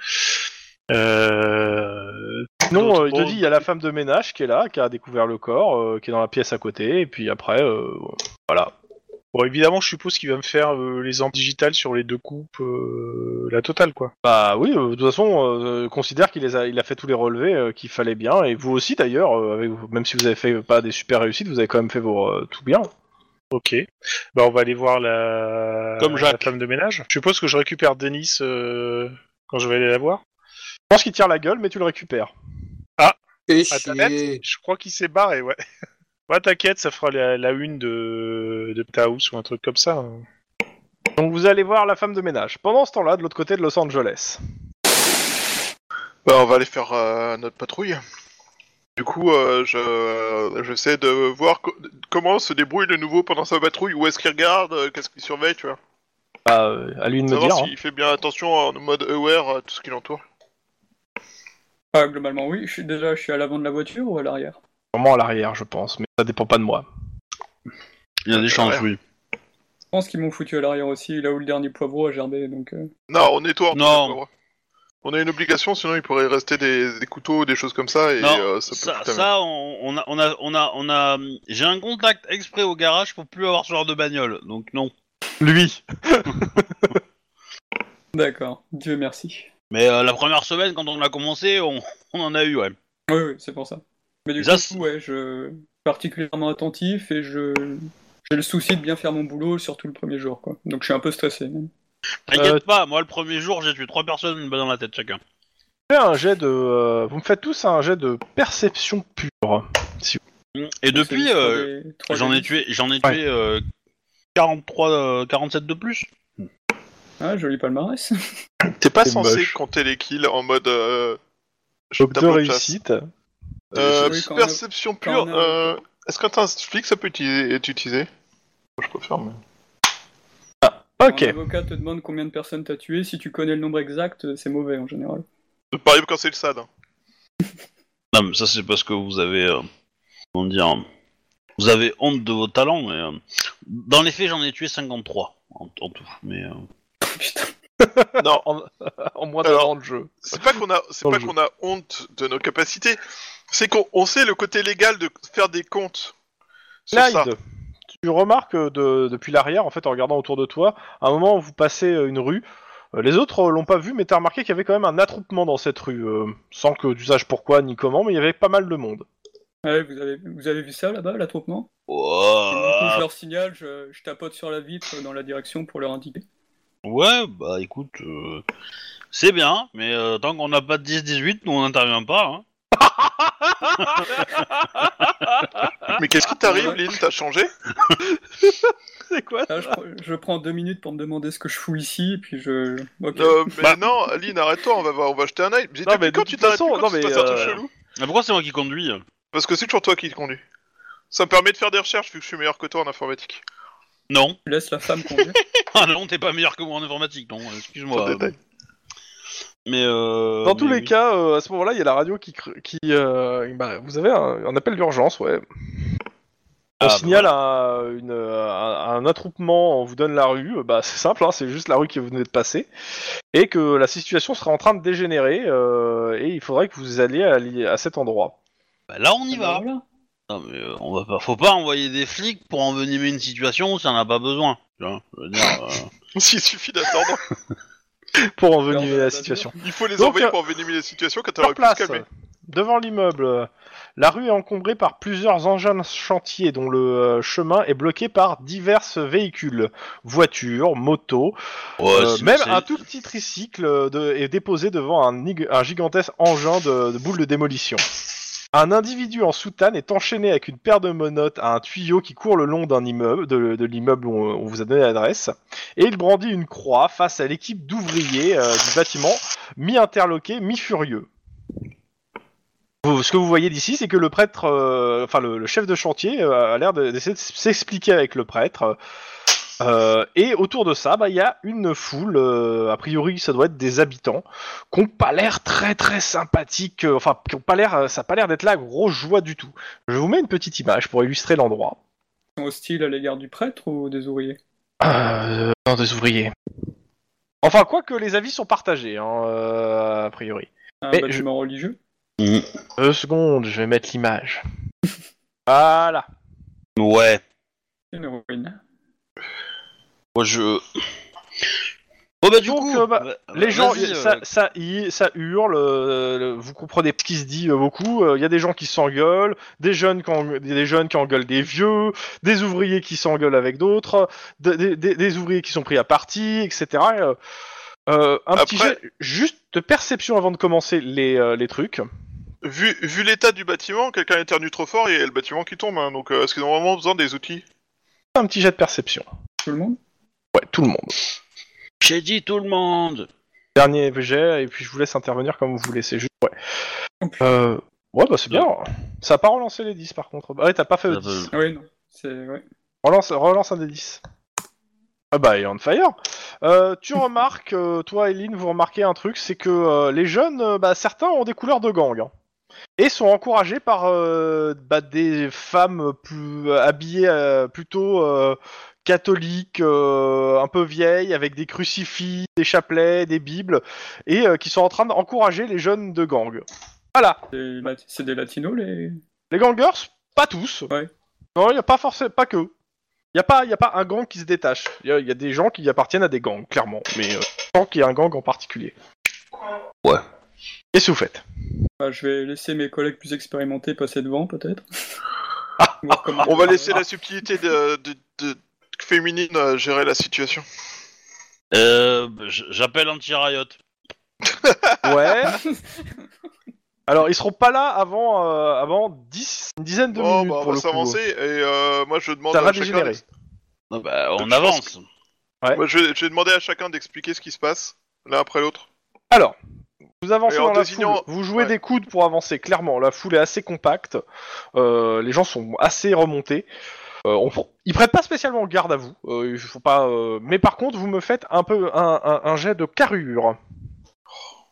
Sinon, il te dit, il y a la femme de ménage qui est là, qui a découvert le corps, qui est dans la pièce à côté, et puis après, voilà. Bon, évidemment, je suppose qu'il va me faire les empreintes digitales sur les deux coupes, la totale, quoi. Bah oui, de toute façon, considère qu'il il a fait tous les relevés qu'il fallait bien, et vous aussi d'ailleurs, même si vous avez fait pas des super réussites, vous avez quand même fait vos tout bien. Ok. Bah, on va aller voir Comme Jacques. la femme de ménage. Je suppose que je récupère Denis quand je vais aller la voir. Je pense qu'il tire la gueule, mais tu le récupères. Fais À ta tête, chier. je crois qu'il s'est barré, ouais. Ouais, t'inquiète, ça fera la une de Taos ou un truc comme ça. Hein. Donc vous allez voir la femme de ménage. Pendant ce temps-là, de l'autre côté de Los Angeles. On va aller faire notre patrouille. Du coup, j'essaie de voir comment se débrouille le nouveau pendant sa patrouille, où est-ce qu'il regarde, qu'est-ce qu'il surveille, tu vois. À lui de me Savoir dire. s'il fait bien attention en mode aware à tout ce qui l'entoure. Globalement, oui. Je suis à l'avant de la voiture ou à l'arrière? Sûrement à l'arrière, je pense, mais ça dépend pas de moi. Il y a des chances, Ouais. oui. Je pense qu'ils m'ont foutu à l'arrière aussi, là où le dernier poivreau a gerbé, donc... Non, on nettoie. Non. On a une obligation, sinon il pourrait rester des couteaux, des choses comme ça, et Non, ça peut ça, foutre la merde. ça, on a. J'ai un contact exprès au garage pour plus avoir ce genre de bagnole, donc non. Lui. D'accord, Dieu merci. Mais la première semaine, quand on a commencé, on en a eu, ouais. Oui, c'est pour ça. Mais du Ça, coup, ouais, je suis particulièrement attentif et j'ai le souci de bien faire mon boulot, surtout le premier jour, quoi. Donc je suis un peu stressé. Même. T'inquiète pas, moi le premier jour, j'ai tué 3 personnes, une balle dans la tête chacun. Vous me faites tous un jet de perception pure. Et depuis, j'en ai tué 47 de plus. Ah, joli palmarès. T'es pas C'est censé moche. compter les kills en mode... Donc deux tableau de chasse. réussites. Oui, quand Perception quand pure, on a- est-ce qu'un flic ça peut être utilisé? Je préfère, mais... Ok. Quand un avocat te demande combien de personnes t'as tué, si tu connais le nombre exact, c'est mauvais en général. Pas arrive quand c'est le SAD. Hein. Non, mais ça c'est parce que vous avez, comment dire, vous avez honte de vos talents. Mais dans les faits, j'en ai tué 53 en tout. Mais Putain. Non, en moins d'un an de jeu. C'est pas qu'on a honte de nos capacités, c'est qu'on sait le côté légal de faire des comptes. Sur ça. Clyde, tu remarques depuis l'arrière, en fait, en regardant autour de toi, à un moment où vous passez une rue, les autres l'ont pas vu, mais t'as remarqué qu'il y avait quand même un attroupement dans cette rue, sans que tu saches pourquoi ni comment, mais il y avait pas mal de monde. Ouais, vous avez vu ça là-bas, l'attroupement? oh, Et du coup, je leur signale, je tapote sur la vitre dans la direction pour leur indiquer. ouais, bah écoute, c'est bien, mais tant qu'on n'a pas de 10-18, nous on n'intervient pas. Hein. Mais qu'est-ce qui t'arrive, Lynn? T'as changé? C'est quoi Là, je prends 2 minutes pour me demander ce que je fous ici, et puis je... Ok. Mais non, Lynn, arrête-toi, on va jeter un œil. Non, mais Quand de tu toute t'arrêtes façon, quand non, il se mais, passe un truc chelou? Mais pourquoi c'est moi qui conduis? Parce que c'est toujours toi qui conduis. Ça me permet de faire des recherches vu que je suis meilleur que toi en informatique. Non. Tu laisses la femme conduire. Ah non, t'es pas meilleur que moi en informatique, non, excuse-moi. Trop de détails. Mais Dans tous les cas, à ce moment-là, il y a la radio qui vous avez un appel d'urgence, ouais. On signale un attroupement, on vous donne la rue, c'est simple, hein, c'est juste la rue que vous venez de passer, et que la situation sera en train de dégénérer, et il faudrait que vous alliez à cet endroit. Bah, là on y va. Voilà. Non mais on va pas, faut pas envoyer des flics pour envenimer une situation si on n'a pas besoin. Tu vois, je veux dire, S'il suffit d'attendre. Pour envenimer la situation. Il faut les Donc, envoyer pour envenimer la situation quand elle Sur aurait pu se place, calmer. devant l'immeuble, la rue est encombrée par plusieurs engins de chantier dont le chemin est bloqué par divers véhicules, voitures, motos, même un tout petit tricycle est déposé devant un gigantesque engin de boules de démolition. Un individu en soutane est enchaîné avec une paire de menottes à un tuyau qui court le long d'un immeuble, de l'immeuble où on vous a donné l'adresse, et il brandit une croix face à l'équipe d'ouvriers du bâtiment, mi-interloqué, mi-furieux. Ce que vous voyez d'ici, c'est que le prêtre, le chef de chantier a l'air d'essayer de s'expliquer avec le prêtre. Et autour de ça, il y a une foule, a priori ça doit être des habitants, qui n'ont pas l'air très très sympathiques, qui ont pas l'air, ça n'a pas l'air d'être la grosse joie du tout. Je vous mets une petite image pour illustrer l'endroit. Ils sont hostiles à l'égard du prêtre ou des ouvriers? Non, des ouvriers. Enfin, quoi que les avis sont partagés, a priori. Un Mais bâtiment religieux? 2 secondes, je vais mettre l'image. Voilà. Ouais. Une ruine. Moi je. Oh bah du Donc, coup, les gens, vas-y, ça hurle, vous comprenez ce qui se dit beaucoup. Il y a des gens qui s'engueulent, des jeunes qui engueulent des vieux, des ouvriers qui s'engueulent avec d'autres, des ouvriers qui sont pris à partie, etc. Petit jet juste de perception avant de commencer les trucs. Vu l'état du bâtiment, quelqu'un éternue trop fort et il y a le bâtiment qui tombe. Hein, donc est-ce qu'ils ont vraiment besoin des outils? Un petit jet de perception. Tout le monde? Ouais, tout le monde. j'ai dit tout le monde. Dernier jet, et puis je vous laisse intervenir comme vous voulez, c'est juste... Ouais, ouais c'est bien. Ça a pas relancé les 10 par contre. Ouais, t'as pas fait le 10. Oui, non. Ouais. Relance un des 10. Ah bah, il est on fire. Tu remarques, toi Eileen, vous remarquez un truc, c'est que les jeunes, certains ont des couleurs de gang. Hein, et sont encouragés par des femmes habillées plutôt catholiques, un peu vieilles, avec des crucifix, des chapelets, des bibles, et qui sont en train d'encourager les jeunes de gang. Voilà. C'est des latinos, les... Les gangers, pas tous. Ouais. Non, il n'y a pas forcément, pas que. Il n'y a pas un gang qui se détache. Il y a des gens qui appartiennent à des gangs, clairement. Mais sans qu'il y ait un gang en particulier. Ouais. Qu'est-ce que vous faites? Je vais laisser mes collègues plus expérimentés passer devant, peut-être. On va laisser la subtilité de féminine gérer la situation. J'appelle anti-riot. Ouais. Alors, ils seront pas là avant une dizaine de minutes on pour va le coup. s'avancer et moi je demande Ça va à chacun. dégénérer. Non, bah, on Je avance. Ouais. Moi, je vais demander à chacun d'expliquer ce qui se passe l'un après l'autre. Alors, vous avancez Et en dans la désignant- foule. Vous jouez ouais. des coudes pour avancer, clairement. La foule est assez compacte. Les gens sont assez remontés. Ils prêtent pas spécialement garde à vous. Il faut pas. Mais par contre, vous me faites un peu un jet de carrure.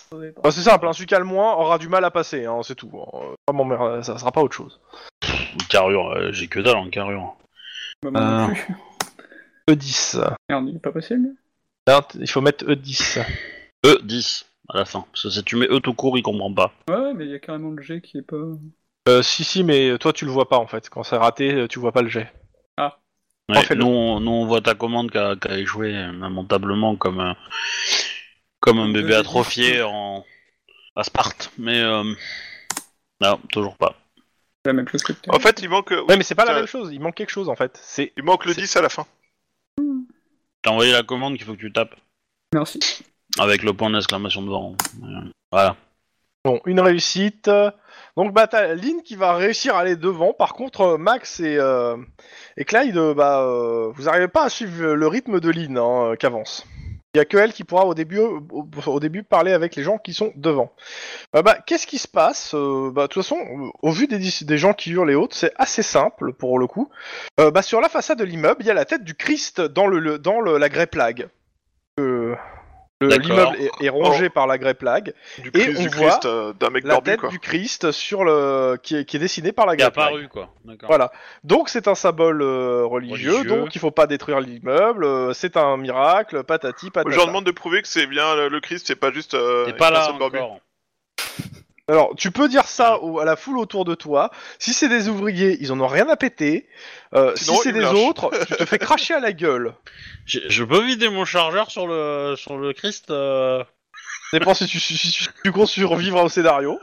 Bah, c'est simple, celui qui a le moins aura du mal à passer, hein, c'est tout. Vraiment, mais ça sera pas autre chose. Carrure, j'ai que dalle en carrure. Bah, moi non plus. E10. Merde, il est pas possible. Là, il faut mettre E10. E10 à la fin. Parce que si tu mets E tout court, il comprend pas. Ouais, mais il y a carrément le G qui est pas... Si, mais toi tu le vois pas en fait. Quand c'est raté, tu vois pas le jet. Ouais, Refais-le. nous, on voit ta commande qui a échoué lamentablement comme un bébé atrophié à Sparte. Mais non, toujours pas. C'est la même chose que tout à En l'heure. fait, il manque. Ouais, mais c'est pas la ça- même chose, il manque quelque chose en fait. Il manque le 10 à la fin. T'as envoyé la commande qu'il faut que tu tapes. Merci. Avec le point d'exclamation devant. Voilà. Bon, une réussite. Donc bah t'as Lynn qui va réussir à aller devant. Par contre, Max et Clyde, vous arrivez pas à suivre le rythme de Lynn qu'avance. Il y a que elle qui pourra au début parler avec les gens qui sont devant. Qu'est-ce qui se passe de toute façon, au vu des gens qui hurlent et autres, c'est assez simple pour le coup. Sur la façade de l'immeuble, il y a la tête du Christ dans la Grey Plague. D'accord. L'immeuble est rongé par la Grey Plague. Du Et Christ, on du voit Christ, d'un mec La barbu, tête quoi. du Christ qui est dessiné par la Il est Grey Plague. apparu quoi. D'accord. Voilà. Donc c'est un symbole religieux, donc il faut pas détruire l'immeuble, c'est un miracle, patati patata. Je leur demande de prouver que c'est bien le Christ, c'est pas juste T'es une pas là personne barbue. encore. Alors, tu peux dire ça à la foule autour de toi. Si c'est des ouvriers, ils en ont rien à péter. Si Sinon, c'est ils me des lâchent. autres, tu te fais cracher à la gueule. Je peux vider mon chargeur sur le Christ. Ça dépend si tu comptes survivre au scénario.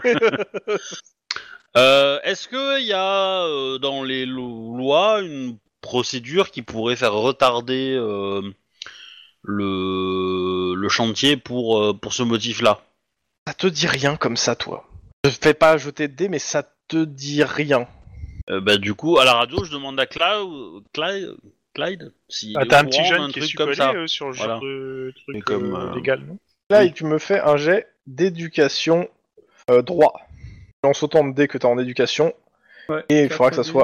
Est-ce qu'il y a dans les lois une procédure qui pourrait faire retarder le chantier pour ce motif-là? Ça te dit rien comme ça, toi. Je fais pas jeter de dés, mais ça te dit rien. Du coup, à la radio, je demande à Clyde si T'as un petit jeune qui est comme super ça. sur le Voilà. genre de truc Mais comme, légal, non? Là, tu me fais un jet d'éducation droit. En sautant de dés que t'as en éducation, Ouais, et il faudra que ça soit...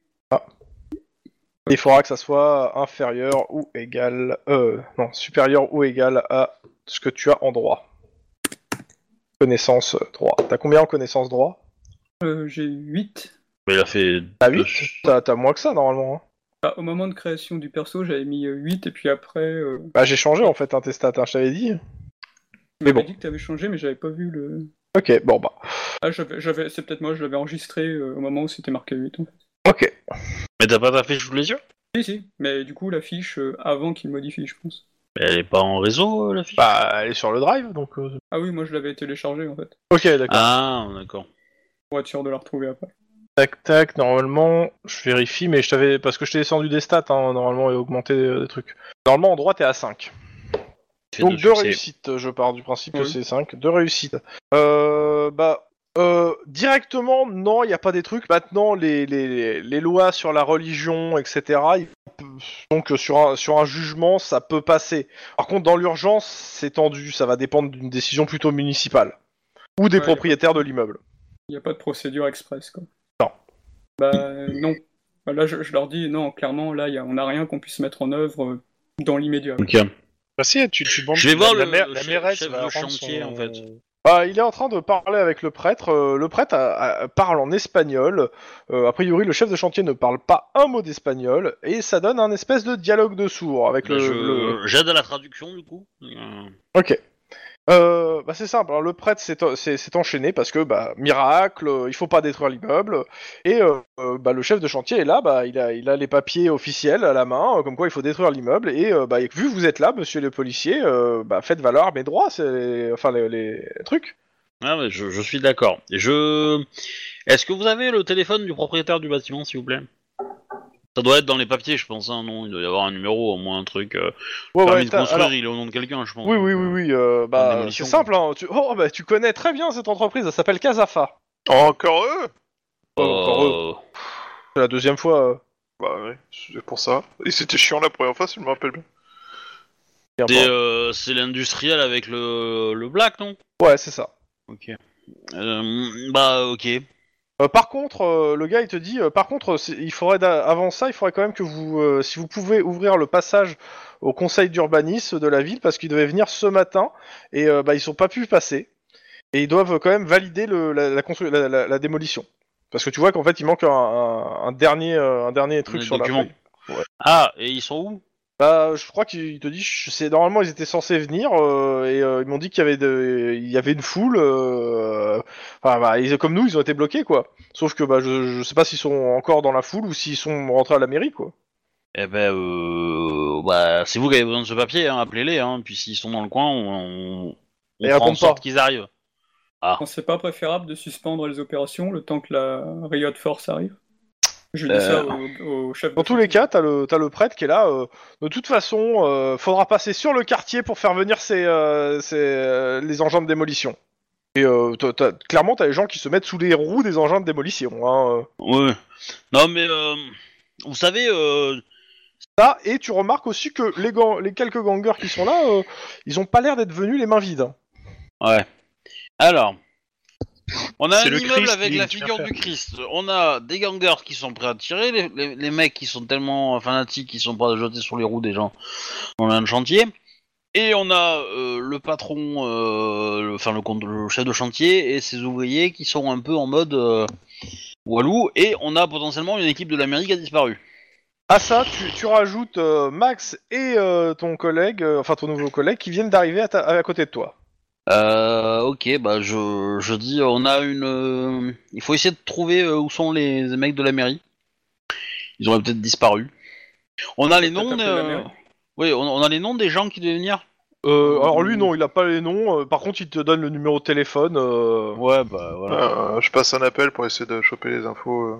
Il faudra que ça soit inférieur ou égal... supérieur ou égal à ce que tu as en droit. Connaissance droit. T'as combien en connaissance droit? J'ai 8. Mais il a fait. T'as 8? T'as moins que ça, normalement. Hein. Bah, au moment de création du perso, j'avais mis 8, et puis après... J'ai changé, en fait, tes stats, je t'avais dit. Tu Mais m'avais bon. dit que t'avais changé, mais j'avais pas vu le... Ok, Ah, c'est peut-être moi, je l'avais enregistré au moment où c'était marqué 8, en fait. Ok. Mais t'as pas ta fiche sous les yeux? Si, mais du coup, la fiche, avant qu'il modifie, je pense. Mais elle est pas en réseau, la fiche? Elle est sur le drive, donc... Ah oui, moi je l'avais téléchargé, en fait, Ok, d'accord. Ah, d'accord. pour être sûr de la retrouver après. Tac, normalement, je vérifie, mais parce que je t'ai descendu des stats, normalement, et augmenté des trucs. Normalement, en droit, t'es à 5. Fait Donc de 2 succès. réussites, je pars du principe que Oui. c'est 5. 2 réussites. Directement, non, il n'y a pas des trucs. Maintenant, les lois sur la religion, etc., donc sur un jugement, ça peut passer. Par contre, dans l'urgence, c'est tendu, ça va dépendre d'une décision plutôt municipale. Ou des Ouais, propriétaires de l'immeuble. Il n'y a pas de procédure express, quoi. Non. Non. Bah, là, je leur dis, non, clairement, là, on n'a rien qu'on puisse mettre en œuvre dans l'immédiat. Ok. Bah si, tu demandes... Je vais voir la le mairesse chef va de rendre chantier, en fait. Il est en train de parler avec le prêtre. Le prêtre parle en espagnol. A priori, le chef de chantier ne parle pas un mot d'espagnol. Et ça donne un espèce de dialogue de sourds avec J'aide à la traduction, du coup. Ok. C'est simple. Alors, le prêtre s'est enchaîné parce que, miracle, il faut pas détruire l'immeuble. Et le chef de chantier est là. Il a les papiers officiels à la main, comme quoi il faut détruire l'immeuble. Et vu que vous êtes là, monsieur le policier, faites valoir mes droits, les trucs. Ah, mais je suis d'accord. Est-ce que vous avez le téléphone du propriétaire du bâtiment, s'il vous plaît? Ça doit être dans les papiers, je pense, hein, non? Il doit y avoir un numéro, au moins un truc. Permis de construire, alors- il est au nom de quelqu'un, je pense. Oui. En démolition, C'est simple. Hein. Tu connais très bien cette entreprise. Elle s'appelle Casafa. Encore eux Encore C'est la deuxième fois. Bah ouais, c'est pour ça. Et c'était chiant la première fois, si je me rappelle bien. C'est l'industriel avec le black, non? Ouais, c'est ça. Ok. Ok. Par contre, le gars il te dit, par contre, il faudrait avant ça, il faudrait quand même que vous, si vous pouvez ouvrir le passage au conseil d'urbanisme de la ville, parce qu'ils devaient venir ce matin et ils sont pas pu passer et ils doivent quand même valider la démolition. Parce que tu vois qu'en fait il manque un dernier truc sur document. la feuille. Ouais. Ah, et ils sont où? Bah, je crois qu'il te dit, normalement ils étaient censés venir et ils m'ont dit qu'il y avait une foule. Comme nous, ils ont été bloqués quoi. Sauf que je sais pas s'ils sont encore dans la foule ou s'ils sont rentrés à la mairie quoi. Eh ben, c'est vous qui avez besoin de ce papier, hein, appelez-les, hein. Puis s'ils sont dans le coin, on fera en sorte qu'ils arrivent. C'est pas préférable de suspendre les opérations le temps que la Riot Force arrive? Je dis ça au chef. Dans tous les cas, t'as le prêtre qui est là. De toute façon, faudra passer sur le quartier pour faire venir les engins de démolition. Et clairement, t'as les gens qui se mettent sous les roues des engins de démolition. Hein. Ouais. Non mais vous savez. Ça, et tu remarques aussi que les quelques gangers qui sont là, ils ont pas l'air d'être venus les mains vides. Ouais. Alors. On a C'est un le immeuble Christ, avec la tu figure viens du Christ. On a des gangers qui sont prêts à tirer, les mecs qui sont tellement fanatiques qu'ils sont prêts à jeter sur les roues des gens dans un chantier. Et on a le patron, le chef de chantier et ses ouvriers qui sont un peu en mode walou. Et on a potentiellement une équipe de la mairie qui a disparu. À ça, tu rajoutes Max et ton collègue, ton nouveau collègue, qui viennent d'arriver à côté de toi. Ok, je dis, on a une. Il faut essayer de trouver où sont les mecs de la mairie. Ils auraient peut-être disparu. On a les noms. Oui, on a les noms des gens qui devaient venir. Alors lui non, il a pas les noms. Par contre, il te donne le numéro de téléphone. Ouais, voilà. Je passe un appel pour essayer de choper les infos.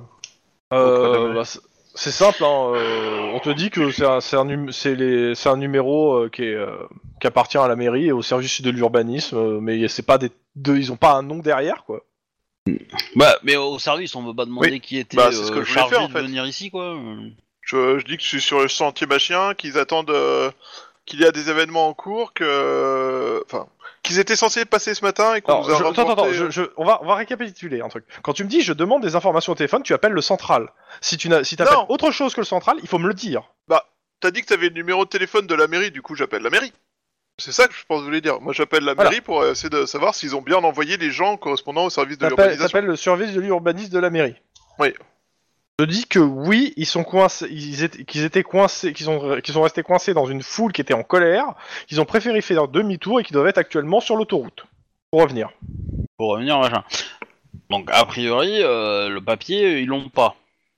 C'est simple. Hein, on te dit que c'est un numéro qui appartient à la mairie et au service de l'urbanisme, mais c'est pas ils ont pas un nom derrière quoi. Mais au service, on veut pas demander qui était c'est ce que je chargé faire, en de fait. venir ici, quoi. Je dis que je suis sur le chantier machin, qu'ils attendent qu'il y a des événements en cours, qu'ils étaient censés passer ce matin et qu'on nous a on va récapituler un truc. Quand tu me dis je demande des informations au téléphone, tu appelles le central. Si t'appelles autre chose que le central, il faut me le dire. T'as dit que t'avais le numéro de téléphone de la mairie, du coup j'appelle la mairie. C'est ça que je pense que vous voulez dire. Moi j'appelle la mairie pour essayer de savoir s'ils ont bien envoyé les gens correspondant au service de l'urbanisation. T'appelles le service de l'urbanisme de la mairie. Oui. Je dis que oui, ils sont coincés, qu'ils étaient coincés, qu'ils sont restés coincés dans une foule qui était en colère, qu'ils ont préféré faire demi-tour et qu'ils doivent être actuellement sur l'autoroute pour revenir. Machin. Donc a priori, le papier, ils l'ont pas.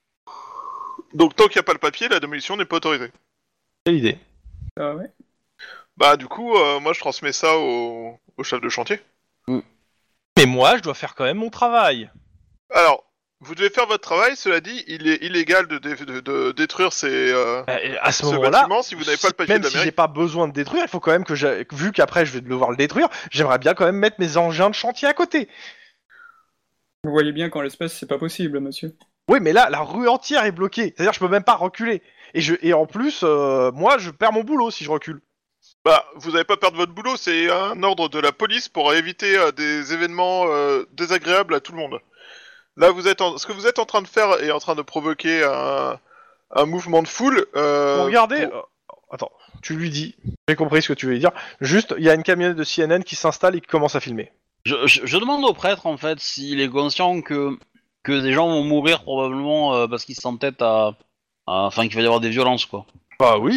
Donc tant qu'il n'y a pas le papier, la démolition n'est pas autorisée. C'est l'idée. Ah ouais. Du coup, moi je transmets ça au chef de chantier. Mais moi, je dois faire quand même mon travail. Alors, vous devez faire votre travail, cela dit, il est illégal de détruire à ce ce moment-là, bâtiment si vous n'avez pas le papier même de la si mairie. j'ai pas besoin de détruire, il faut quand même que vu qu'après je vais devoir le détruire, j'aimerais bien quand même mettre mes engins de chantier à côté. Vous voyez bien qu'en l'espèce, c'est pas possible, monsieur. Oui, mais là, la rue entière est bloquée. C'est-à-dire, je peux même pas reculer. Et en plus, moi, je perds mon boulot si je recule. Vous n'allez pas perdre votre boulot, c'est un ordre de la police pour éviter des événements désagréables à tout le monde. Là, ce que vous êtes en train de faire est en train de provoquer un mouvement de foule. Regardez. Attends, tu lui dis. J'ai compris ce que tu veux dire. Juste, il y a une camionnette de CNN qui s'installe et qui commence à filmer. Je demande au prêtre en fait s'il est conscient que des gens vont mourir probablement parce qu'ils s'entêtent qu'il va y avoir des violences quoi. Bah oui,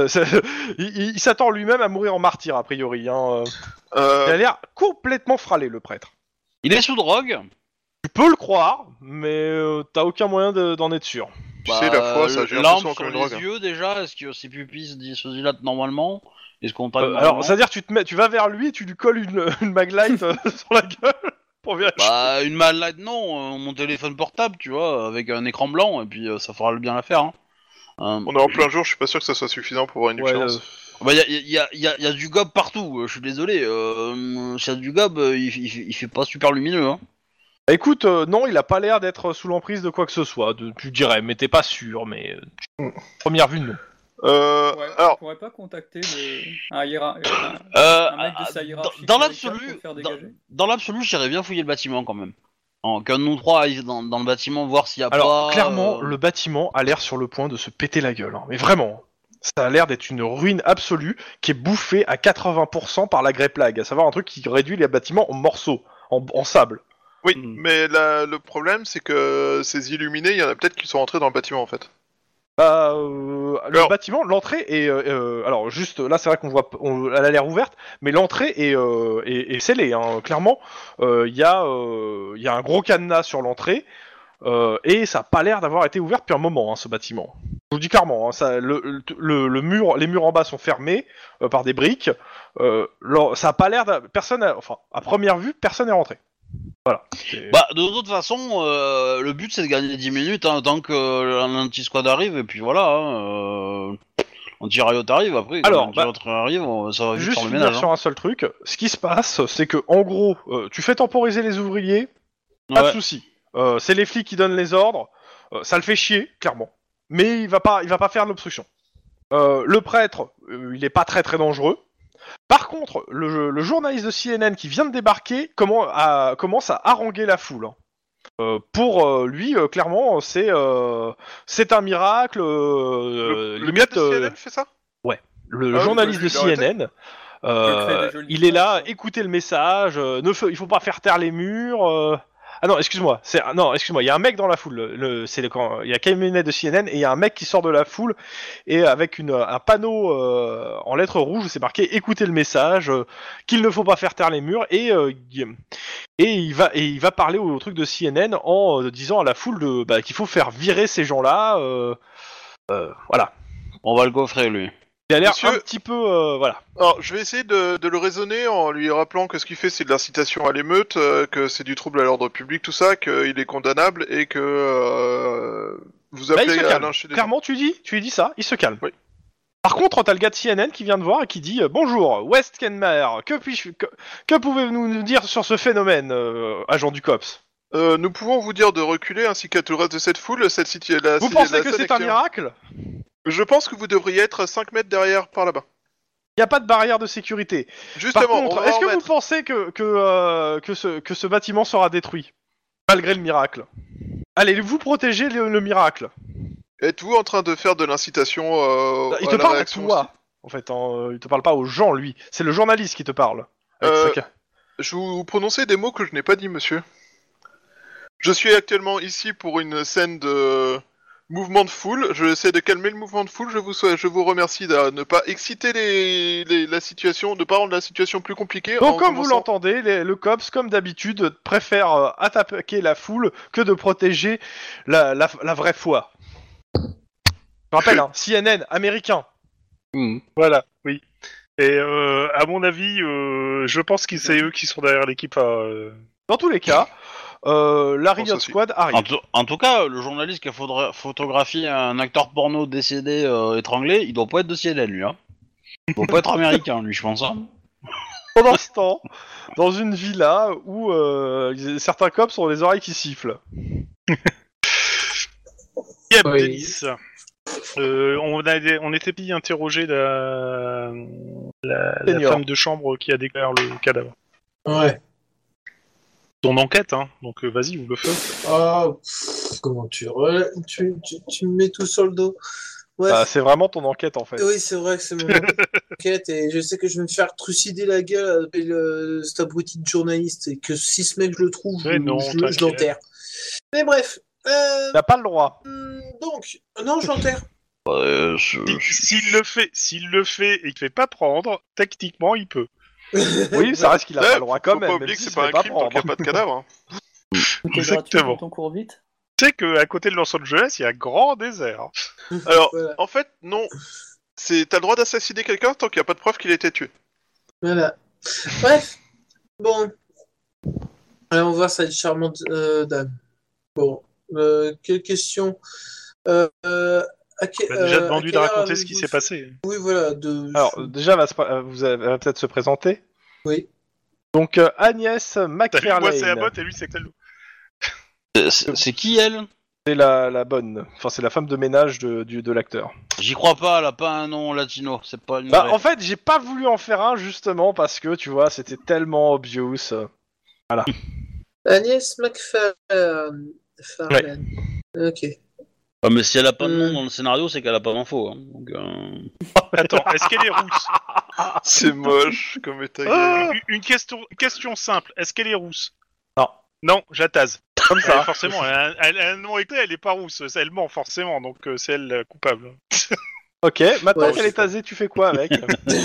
il s'attend lui-même à mourir en martyr a priori. Hein. Il a l'air complètement fralé le prêtre. Il est sous drogue. Tu peux le croire, mais t'as aucun moyen d'en être sûr. Tu sais, la foi, ça j'ai lampe l'impression sur comme les une drogue. yeux déjà, est-ce que ses pupilles se dilatent normalement? Est-ce qu'on parle alors, c'est-à-dire tu vas vers lui et tu lui colles une maglite sur la gueule pour vérifier. Une maglite non, mon téléphone portable, tu vois, avec un écran blanc, et puis ça fera bien l'affaire. Hein. On est en plein jour, je suis pas sûr que ça soit suffisant pour voir une différence. Y a du gob partout, je suis désolé. S'il y a du gob, il fait pas super lumineux. Hein. Écoute, non, il a pas l'air d'être sous l'emprise de quoi que ce soit. Tu dirais, mais t'es pas sûr, mais première vue, non. Alors, on pourrait pas contacter un mec de sa hiérarchie dans pour faire dégager. l'absolu, j'irais bien fouiller le bâtiment quand même. qu'un de nous trois aille dans le bâtiment voir s'il y a Alors, pas... clairement, le bâtiment a l'air sur le point de se péter la gueule. Mais vraiment, ça a l'air d'être une ruine absolue qui est bouffée à 80% par la Grey Plague, à savoir un truc qui réduit les bâtiments en morceaux, en sable. Oui, mais le problème, c'est que ces illuminés, il y en a peut-être qui sont rentrés dans le bâtiment, en fait. Le bâtiment, l'entrée est... alors, juste, là, c'est vrai qu'on voit... elle a l'air ouverte, mais l'entrée est scellée, hein. Clairement, il y a un gros cadenas sur l'entrée, et ça n'a pas l'air d'avoir été ouvert depuis un moment, hein, ce bâtiment. Je vous dis clairement, hein, le mur, les murs en bas sont fermés par des briques. Ça n'a pas l'air... Enfin, à première vue, personne n'est rentré. Voilà. Bah, de toute façon, le but c'est de gagner 10 minutes, hein, tant que l'anti-squad arrive, et puis voilà, hein, anti-riot arrive, après, quand l'anti-riot arrive, ça va vite juste faire le ménage. Juste sur un seul truc, ce qui se passe, c'est que, en gros, tu fais temporiser les ouvriers, pas de soucis. C'est les flics qui donnent les ordres, ça le fait chier, clairement. Mais il va pas faire de l'obstruction. Le prêtre, il est pas très très dangereux. Par contre, le journaliste de CNN qui vient de débarquer commence à haranguer la foule. Pour lui, clairement, c'est un miracle. Le gars de CNN fait ça ? Ouais. Le journaliste de CNN, il est là, écoutez le message. Il faut pas faire taire les murs. Ah non, excuse-moi. Il y a un mec dans la foule. Il y a camionnette de CNN et il y a un mec qui sort de la foule et avec un panneau en lettres rouges, c'est marqué "Écoutez le message", qu'il ne faut pas faire taire les murs et il va parler au truc de CNN en disant à la foule qu'il faut faire virer ces gens-là. Voilà. On va le gaufrer, lui. Il a l'air un petit peu... voilà. Alors, je vais essayer de le raisonner en lui rappelant que ce qu'il fait, c'est de l'incitation à l'émeute, que c'est du trouble à l'ordre public, tout ça, qu'il est condamnable et que vous appelez à lyncher des... Clairement, tu lui dis ça, il se calme. Oui. Par contre, t'as le gars de CNN qui vient de voir et qui dit bonjour, West Kenmare, que pouvez-vous nous dire sur ce phénomène, agent du COPS ? Nous pouvons vous dire de reculer ainsi qu'à tout le reste de cette foule. Vous pensez que c'est un miracle ? Je pense que vous devriez être 5 mètres derrière par là-bas. Il n'y a pas de barrière de sécurité. Justement, par contre, est-ce que vous pensez que ce bâtiment sera détruit malgré le miracle ? Allez, vous protégez le miracle. Êtes-vous en train de faire de l'incitation Il te parle à toi, en fait. Il te parle pas aux gens, lui. C'est le journaliste qui te parle. Je vous prononcer des mots que je n'ai pas dit, monsieur. Je suis actuellement ici pour une scène de mouvement de foule. Je essaie de calmer le mouvement de foule. Je vous remercie de ne pas exciter la situation, de ne pas rendre la situation plus compliquée. Donc, comme vous l'entendez, le COPS, comme d'habitude, préfère attaquer la foule que de protéger la vraie foi. Je rappelle, hein, CNN, américain. Voilà, oui. Et à mon avis, je pense que c'est eux qui sont derrière l'équipe. Dans tous les cas, la Riot Squad arrive. En tout cas, le journaliste qui a photographié un acteur porno décédé étranglé, il doit pas être de CNN, lui. Hein. Il doit pas être américain, lui, je pense. Hein. Pendant ce temps, dans une villa où certains cops ont les oreilles qui sifflent. Yep, oui. Denis. On était pris interroger la femme de chambre qui a déclaré le cadavre. Ouais. Ton enquête, hein. Donc vas-y, ouvre le feu. Oh, comment tu me mets tout sur le dos. Ouais. C'est vraiment ton enquête, en fait. Oui, c'est vrai que c'est mon enquête, et je sais que je vais me faire trucider la gueule avec cet abruti de journaliste, et que si ce mec je le trouve, je l'enterre. Mais bref. T'as pas le droit. Donc, non, je l'enterre. S'il le fait et qu'il fait pas prendre, techniquement, il peut. Oui, ça reste qu'il a pas le droit quand même. Faut pas oublier que c'est pas un crime tant qu'il n'y a pas de cadavre. Hein. Exactement. On court vite. Tu sais qu'à côté de Los Angeles, il y a un grand désert. Alors, voilà. En fait, non. T'as le droit d'assassiner quelqu'un tant qu'il n'y a pas de preuve qu'il a été tué. Voilà. Bref. Bon. Allons voir cette charmante dame. Bon. Quelle question déjà demandé de raconter ce qui s'est passé. Oui, voilà. Alors, déjà, vous allez peut-être se présenter. Oui. Donc, Agnès McFarlane. Moi, c'est Abbott et lui, c'est Clello. C'est qui, elle ? C'est la bonne. Enfin, c'est la femme de ménage de l'acteur. J'y crois pas, elle a pas un nom latino. C'est pas une vraie. En fait, j'ai pas voulu en faire un, justement, parce que, tu vois, c'était tellement obvious. Voilà. Agnès McFarlane. Farlane. Ok. Ah, mais si elle a pas de nom dans le scénario, c'est qu'elle a pas d'infos. Hein. Donc, Attends, est-ce qu'elle est rousse? C'est moche comme état. Une question simple, est-ce qu'elle est rousse? Non. Non, j'attase. Comme ça. Forcément, elle a un nom écrit, elle est pas rousse, elle ment forcément, donc c'est elle la coupable. Ok, maintenant Ouais, qu'elle est tasée, tu fais quoi avec?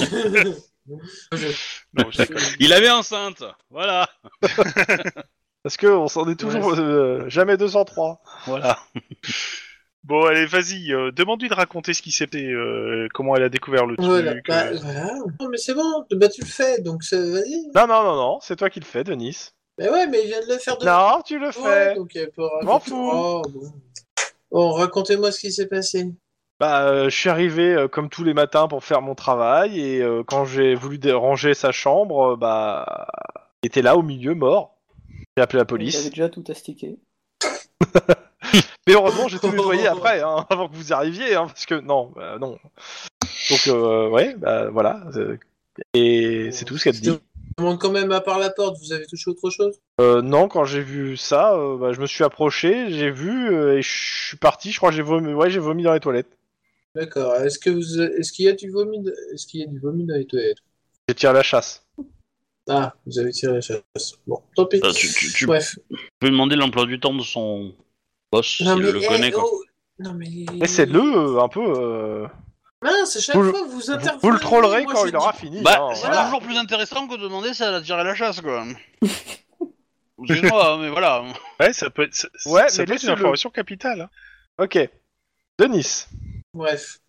Non, je déconne. il avait enceinte. Voilà. Parce que on s'en est toujours jamais 203. Voilà. Bon, allez, vas-y, demande-lui de raconter ce qui s'est passé, comment elle a découvert le Voilà. truc. Voilà. Non, mais c'est bon, bah, tu le fais, donc vas-y. Non, c'est toi qui le fais, Denis. Mais ouais, mais il vient de le faire de Non, tu le Ouais, fais. donc elle peut raconter. M'en fous. Oh, bon. Bon, racontez-moi ce qui s'est passé. Bah, je suis arrivé comme tous les matins pour faire mon travail et quand j'ai voulu ranger sa chambre, bah, il était là au milieu, mort. J'ai appelé la Il police. avait déjà tout astiqué. Mais heureusement, j'ai tout nettoyé après, hein, avant que vous arriviez, hein, parce que non. Donc, ouais, bah voilà. Et c'est tout ce qu'elle te dit. Je demande quand même à part la porte, vous avez touché autre chose? Non, quand j'ai vu ça, bah, je me suis approché, j'ai vu et je suis parti. Je crois que j'ai vomi. Ouais, j'ai vomi dans les toilettes. D'accord. Est-ce qu'il y a du vomi Est-ce qu'il y a du vomi dans les toilettes? J'ai tiré la chasse. Ah, vous avez tiré la chasse. Bon, tant pis. Tu Bref. peux demander l'emploi du temps de son boss Non, s'il mais, le connaît. Quoi. oh, non, mais... Mais c'est un peu. Mince, à chaque Vous le- fois vous intervenez. Vous le trollerez moi, quand je il aura dis- fini. Bah, hein, c'est voilà. toujours plus intéressant que de demander si elle a tiré la chasse, quoi. Excuse-moi, mais voilà. Ouais, ça peut être, Ouais, ça mais peut être une laissez-le. information capitale. Hein. Ok. Denis. Bref.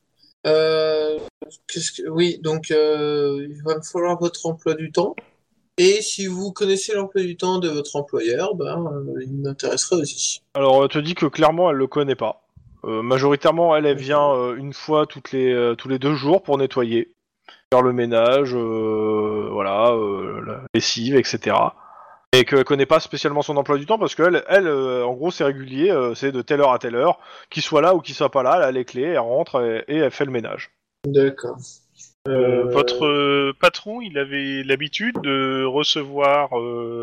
Oui, donc il va me falloir votre emploi du temps. Et si vous connaissez l'emploi du temps de votre employeur, il m'intéresserait aussi. Alors, elle te dit que clairement, elle le connaît pas. Majoritairement, elle vient une fois tous les 2 jours pour nettoyer, faire le ménage, voilà, la lessive, etc. Et qu'elle connaît pas spécialement son emploi du temps parce qu'elle, en gros, c'est régulier, c'est de telle heure à telle heure, qu'il soit là ou qu'il soit pas là, elle a les clés, elle rentre et elle fait le ménage. D'accord. Votre patron, il avait l'habitude de recevoir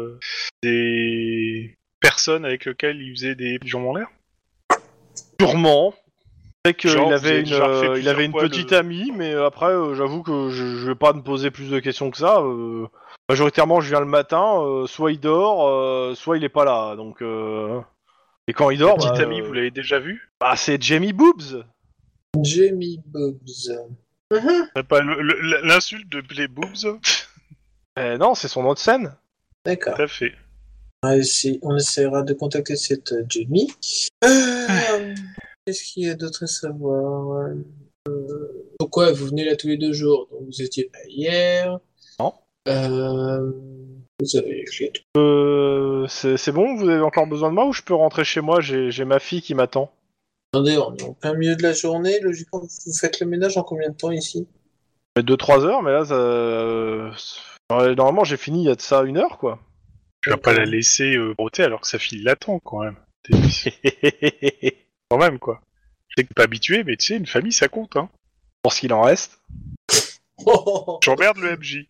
des personnes avec lesquelles il faisait des pigeons en l'air. Sûrement. C'est qu'il Genre, vous avait avez déjà fait il plusieurs avait une fois petite amie, mais après, j'avoue que je vais pas me poser plus de questions que ça. Majoritairement, je viens le matin, soit il dort, soit il est pas là. Donc, et quand il La dort, petite amie, vous l'avez déjà vue? bah, c'est Jamie Boobs. Jamie Boobs. C'est pas l'insulte de les boobs? Non, c'est son nom de scène. D'accord. Tout à fait. On essaiera de contacter cette Jamie. Qu'est-ce qu'il y a d'autre à savoir? Pourquoi vous venez là tous les 2 jours? Donc vous étiez pas hier. Non. Vous avez les clés. C'est bon, vous avez encore besoin de moi ou je peux rentrer chez moi? J'ai ma fille qui m'attend. Attendez, on est en plein milieu de la journée. Logiquement, vous faites le ménage en combien de temps ici? 2-3 heures, mais là, normalement, j'ai fini il y a de ça 1 heure, quoi. Tu vas pas la laisser broter alors que sa fille l'attend quand même. Quand même quoi. Je sais que t'es pas habitué, mais tu sais, une famille ça compte hein. Pour ce qu'il en reste. J'emmerde le MJ.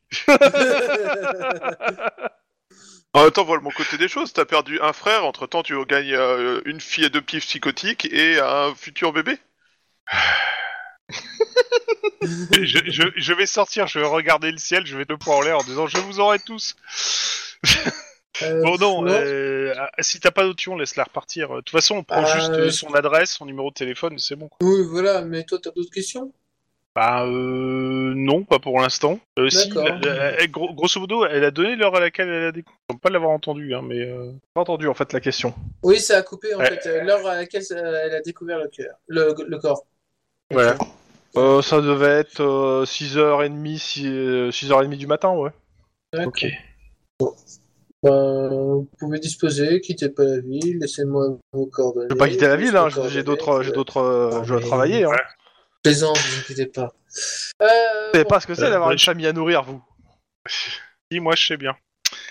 En même temps, vois le bon côté des choses. T'as perdu un frère, entre-temps tu gagnes une fille adoptive psychotique et un futur bébé. je vais sortir, je vais regarder le ciel, je vais te poing en l'air en disant je vous aurai tous. Bon non, si t'as pas d'option, laisse-la repartir. De toute façon, on prend juste son adresse, son numéro de téléphone, c'est bon. Oui, voilà, mais toi, t'as d'autres questions? Bah non, pas pour l'instant. Si, grosso modo, elle a donné l'heure à laquelle elle a découvert. Je ne peux pas l'avoir entendu, hein, mais... Pas entendu, en fait, la question. Oui, ça a coupé, en fait, l'heure à laquelle elle a découvert le corps. Voilà. Ça devait être 6h30, 6h30 du matin, ouais. D'accord. Ok. Vous pouvez disposer, quittez pas la ville, laissez-moi vos coordonnées. Je vais pas quitter la ville, hein, j'ai d'autres, je dois travailler. Hein. Plaisant, ne vous inquiétez pas. Vous savez pas ce que c'est d'avoir une famille à nourrir, vous. Si, moi je sais bien.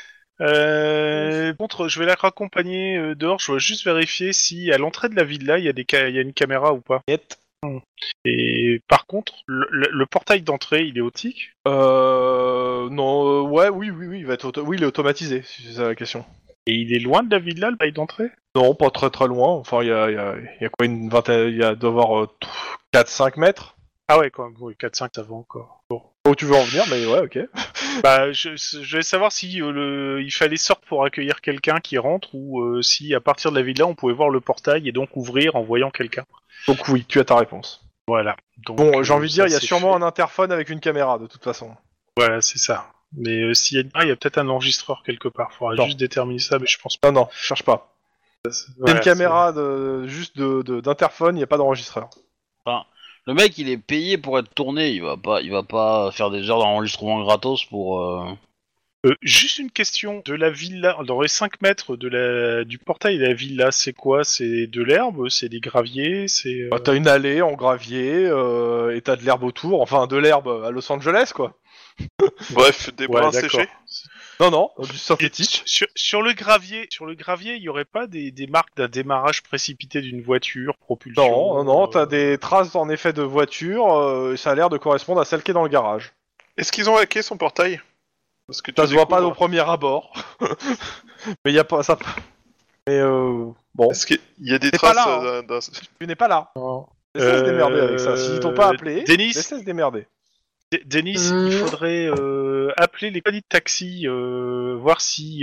Contre, je vais la raccompagner dehors, je dois juste vérifier si à l'entrée de la villa, il y a une caméra ou pas. Et par contre, le portail d'entrée, il est optique? Non, ouais, oui, il va être il est automatisé, si c'est ça la question. Et il est loin de la villa, le bail d'entrée? Non, pas très très loin. Enfin, il y a quoi, une vingtaine, il doit y avoir 4-5 mètres. Ah ouais, quand même, oui, 4-5, ça va encore. Bon. Où tu veux en venir, mais ouais, ok. Bah, je vais savoir si il fallait sortir pour accueillir quelqu'un qui rentre ou si à partir de la villa on pouvait voir le portail et donc ouvrir en voyant quelqu'un. Donc oui, tu as ta réponse. Voilà. Donc, Bon, j'ai envie de dire, il y a c'est sûrement fait. un interphone avec une caméra, de toute façon. Voilà, c'est ça. Mais s'il y a il y a peut-être un enregistreur quelque part. Faudra Non. juste déterminer ça, mais je pense pas. Non, cherche pas. C'est Voilà, une caméra d'interphone, il n'y a pas d'enregistreur. Enfin, le mec, il est payé pour être tourné. Il va pas faire des heures d'enregistrement gratos pour. juste une question. De la villa, dans les 5 mètres du portail de la villa, c'est quoi? C'est de l'herbe? C'est des graviers? C'est. T'as une allée en gravier, et t'as de l'herbe autour, enfin de l'herbe à Los Angeles, quoi. Bref, des Ouais, brins d'accord. séchés. Non, du synthétique. Sur le gravier, il y aurait pas des marques d'un démarrage précipité d'une voiture, propulsion? Non, t'as des traces en effet de voiture, ça a l'air de correspondre à celle qui est dans le garage. Est-ce qu'ils ont hacké son portail? Parce que tu Ça se voit pas au découvres. premier abord. Mais y a pas ça. Mais bon, Est-ce qu'il y a des C'est pas traces là, d'un... tu n'es pas là. Laisse-les se démerder avec ça. S'ils t'ont pas appelé, Denis, laisse-les se démerder. Denis, il faudrait appeler les compagnies de taxi, voir si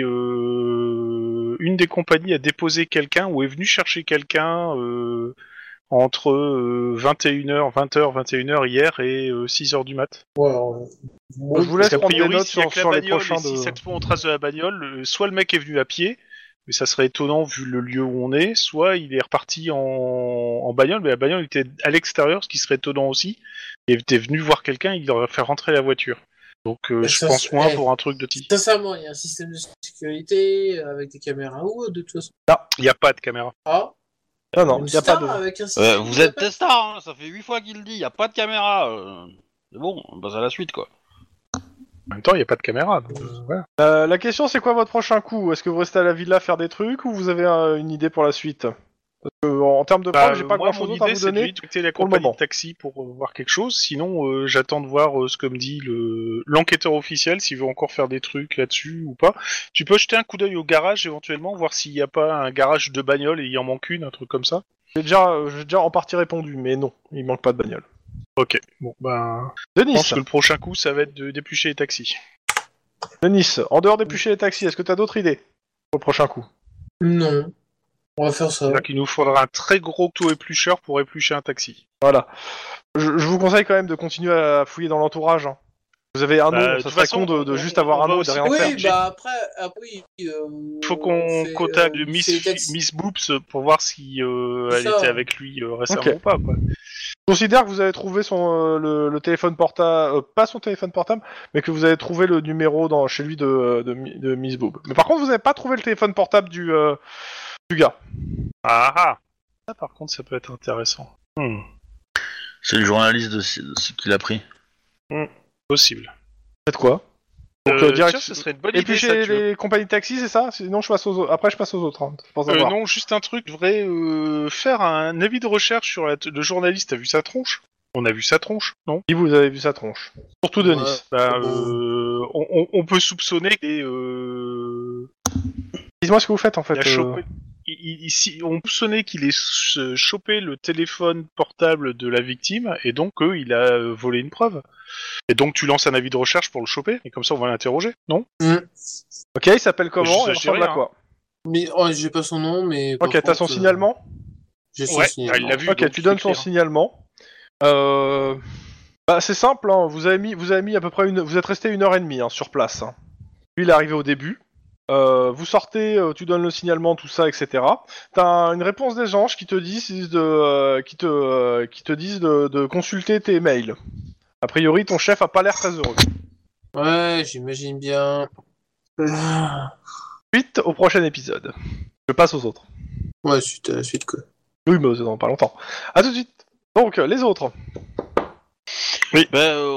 une des compagnies a déposé quelqu'un ou est venue chercher quelqu'un entre 21h, 20h, 21h hier et 6h du mat. Ouais, Je vous laisse Parce qu'a prendre des priori, notes s'il y a que la sur les bagnole prochains et si de... ça correspond aux traces de la bagnole, soit le mec est venu à pied, mais ça serait étonnant vu le lieu où on est, soit il est reparti en bagnole, mais la bagnole était à l'extérieur, ce qui serait étonnant aussi. Il était venu voir quelqu'un, il aurait fait rentrer la voiture. Donc je ça, pense moins eh, pour un truc de type. Sincèrement, il y a un système de sécurité avec des caméras ou de toute façon. Il n'y a pas de caméra. Ah, Non, une il y a pas star de... avec un système Vous de êtes testard, hein, ça fait 8 fois qu'il le dit. Y a pas de caméra. C'est bon, on passe à la suite, quoi. En même temps, il n'y a pas de caméra. Donc, voilà. La question, c'est quoi votre prochain coup? Est-ce que vous restez à la villa faire des trucs ou vous avez une idée pour la suite? Parce que en termes de preuves, j'ai pas moi, grand-chose mon d'autre à idée, vous c'est de donner. lui contacter la pour le compagnie moment. de taxi pour voir quelque chose. Sinon, j'attends de voir ce que me dit l'enquêteur officiel, s'il veut encore faire des trucs là-dessus ou pas. Tu peux jeter un coup d'œil au garage éventuellement, voir s'il n'y a pas un garage de bagnole et il en manque une, un truc comme ça. J'ai déjà en partie répondu, mais non, il manque pas de bagnole. Ok, bon, ben... Denis, Je pense que le prochain coup, ça va être de déplucher les taxis. Denis, en dehors d'éplucher les taxis, est-ce que t'as d'autres idées pour le prochain coup? Non. On va faire ça. C'est-à-dire qu'il nous faudra un très gros couteau éplucheur pour éplucher un taxi. Voilà. Je vous conseille quand même de continuer à fouiller dans l'entourage. Hein. Vous avez un Bah, mot, de ça toute serait façon, con de on- juste on avoir un va mot et aussi- de rien Oui, faire. bah après, Il faut qu'on contacte Miss Boops pour voir si C'est elle ça. était avec lui récemment Ok. ou pas, quoi. Je considère que vous avez trouvé le téléphone portable, pas son téléphone portable, mais que vous avez trouvé le numéro chez lui de Miss Boob. Mais par contre, vous n'avez pas trouvé le téléphone portable du gars. Ah. Ça, par contre, ça peut être intéressant. C'est le journaliste de ce qu'il a pris. Possible. Faites quoi? Donc, Tiens, direct, ce serait une bonne idée, éplucher ça, tu veux. les compagnies de taxi, c'est ça? Sinon, je passe aux autres. Après, je passe aux autres. Hein. C'est pour savoir. Non, juste un truc. Je devrais faire un avis de recherche sur le journaliste. T'as vu sa tronche? On a vu sa tronche, non? Si vous avez vu sa tronche. Surtout Denis. Bah, on peut soupçonner qu'il est... Dites-moi ce que vous faites en fait. Il a chopé... on soupçonnait qu'il ait chopé le téléphone portable de la victime et donc il a volé une preuve. Et donc tu lances un avis de recherche pour le choper et comme ça on va l'interroger, non? Ok, il s'appelle comment? Je Il ressemble à rien, quoi? Mais j'ai pas son nom, mais. par Ok, t'as son contre, signalement? J'ai son Ouais, signalement. il l'a vu. Ok, donc tu il donnes fait son clair. signalement. Bah, c'est simple, hein. Vous avez mis à peu près vous êtes resté 1h30 hein, sur place. Hein. Lui, il est arrivé au début. Vous sortez, tu donnes le signalement, tout ça, etc. T'as une réponse des anges qui te disent de consulter tes mails. A priori, ton chef a pas l'air très heureux. Ouais, j'imagine bien. Suite au prochain épisode. Je passe aux autres. Ouais, suite à la suite, quoi. Oui, mais dans pas longtemps. À tout de suite. Donc, les autres. Ouais.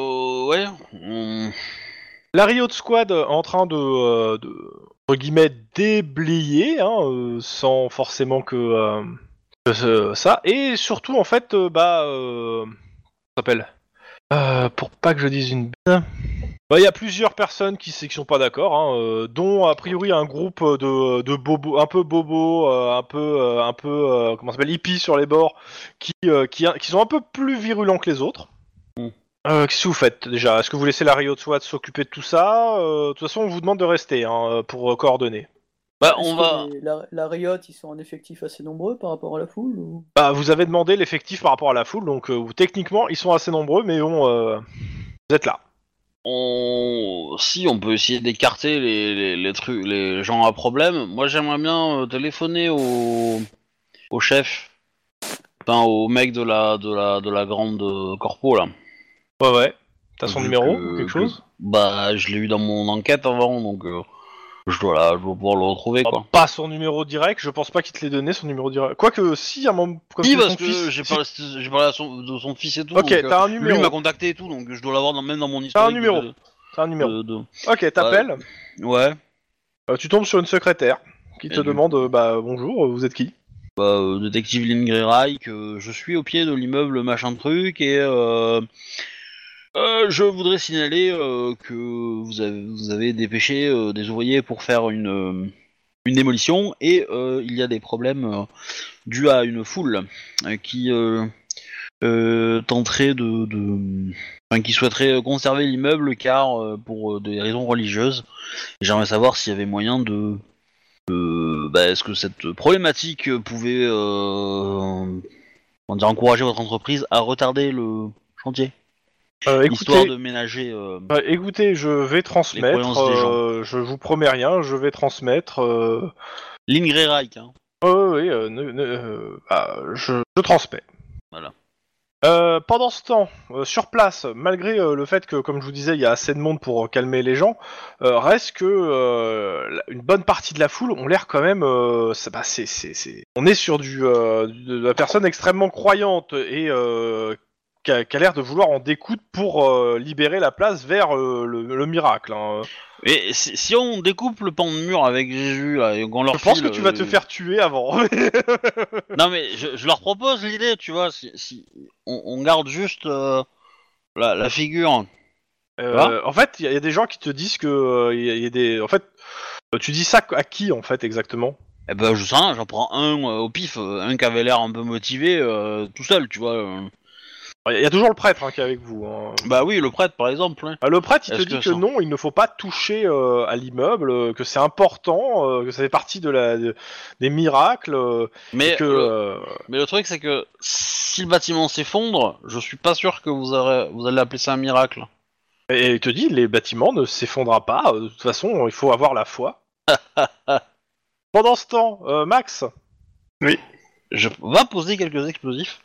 La Riot Squad en train de entre guillemets déblayer, hein, sans forcément que ça, et surtout en fait, ça s'appelle, pour pas que je dise une bêtise, Bah, il y a plusieurs personnes qui sont pas d'accord, dont a priori un groupe de bobos, un peu bobos, comment ça s'appelle, hippies sur les bords, qui sont un peu plus virulents que les autres. Qu'est-ce que vous faites déjà? Est-ce que vous laissez la Riot SWAT s'occuper de tout ça? De toute façon, on vous demande de rester pour coordonner. Bah, Est-ce on que va. la Riot, ils sont en effectif assez nombreux par rapport à la foule ou... Bah, vous avez demandé l'effectif par rapport à la foule, donc techniquement, ils sont assez nombreux, mais vous êtes là. Si on peut essayer d'écarter les trucs, les gens à problème. Moi, j'aimerais bien téléphoner au chef, enfin au mec de la grande corpo là. Ouais. T'as son Vu numéro que- ou quelque chose? Bah, je l'ai eu dans mon enquête avant, donc je dois pouvoir le retrouver quoi. Pas son numéro direct, je pense pas qu'il te l'ait donné, son numéro direct. Quoique, si, à un moment... comme Oui, c'est parce son que fils, j'ai si- parlé de son fils et tout. Ok, donc, t'as un lui numéro. m'a contacté et tout, donc je dois l'avoir même dans mon T'as historique. un numéro. T'as un numéro. Ok, t'appelles. Ouais. Tu tombes sur une secrétaire qui te Et du demande bonjour, vous êtes qui? Détective Lindgren Reich, je suis au pied de l'immeuble machin truc et je voudrais signaler que vous avez dépêché des ouvriers pour faire une démolition et il y a des problèmes dus à une foule qui tenterait enfin, qui souhaiterait conserver l'immeuble car pour des raisons religieuses. Et j'aimerais savoir s'il y avait moyen de est-ce que cette problématique pouvait encourager votre entreprise à retarder le chantier, histoire de ménager Écoutez, je vais transmettre. croyances des gens. Je vous promets rien, je vais transmettre. Lindgren Reich. Hein. Oui, je transmets. Voilà. Pendant ce temps, sur place, malgré le fait que, comme je vous disais, il y a assez de monde pour calmer les gens, reste que une bonne partie de la foule ont l'air quand même. On est sur de la personne extrêmement croyante et qui a l'air de vouloir en découdre pour libérer la place vers le miracle. Hein. Et si on découpe le pan de mur avec Jésus là, et qu'on leur Je pense file, que tu vas te faire tuer avant. Non mais je leur propose l'idée, tu vois, si on garde juste la figure. En fait, il y a des gens qui te disent que il y a des. En fait, tu dis ça à qui en fait exactement? Eh ben je sais rien, j'en prends un au pif, un qui avait l'air un peu motivé tout seul, tu vois. Il y a toujours le prêtre qui est avec vous. Hein. Bah oui, le prêtre par exemple. Hein. Le prêtre, il te Est-ce dit que que ça- non, il ne faut pas toucher à l'immeuble, que c'est important, que ça fait partie des miracles, Mais et que. Mais le truc, c'est que si le bâtiment s'effondre, je suis pas sûr que vous allez appeler ça un miracle. Et il te dit, les bâtiments ne s'effondrent pas. De toute façon, il faut avoir la foi. Pendant ce temps, Max. Je vais poser quelques explosifs.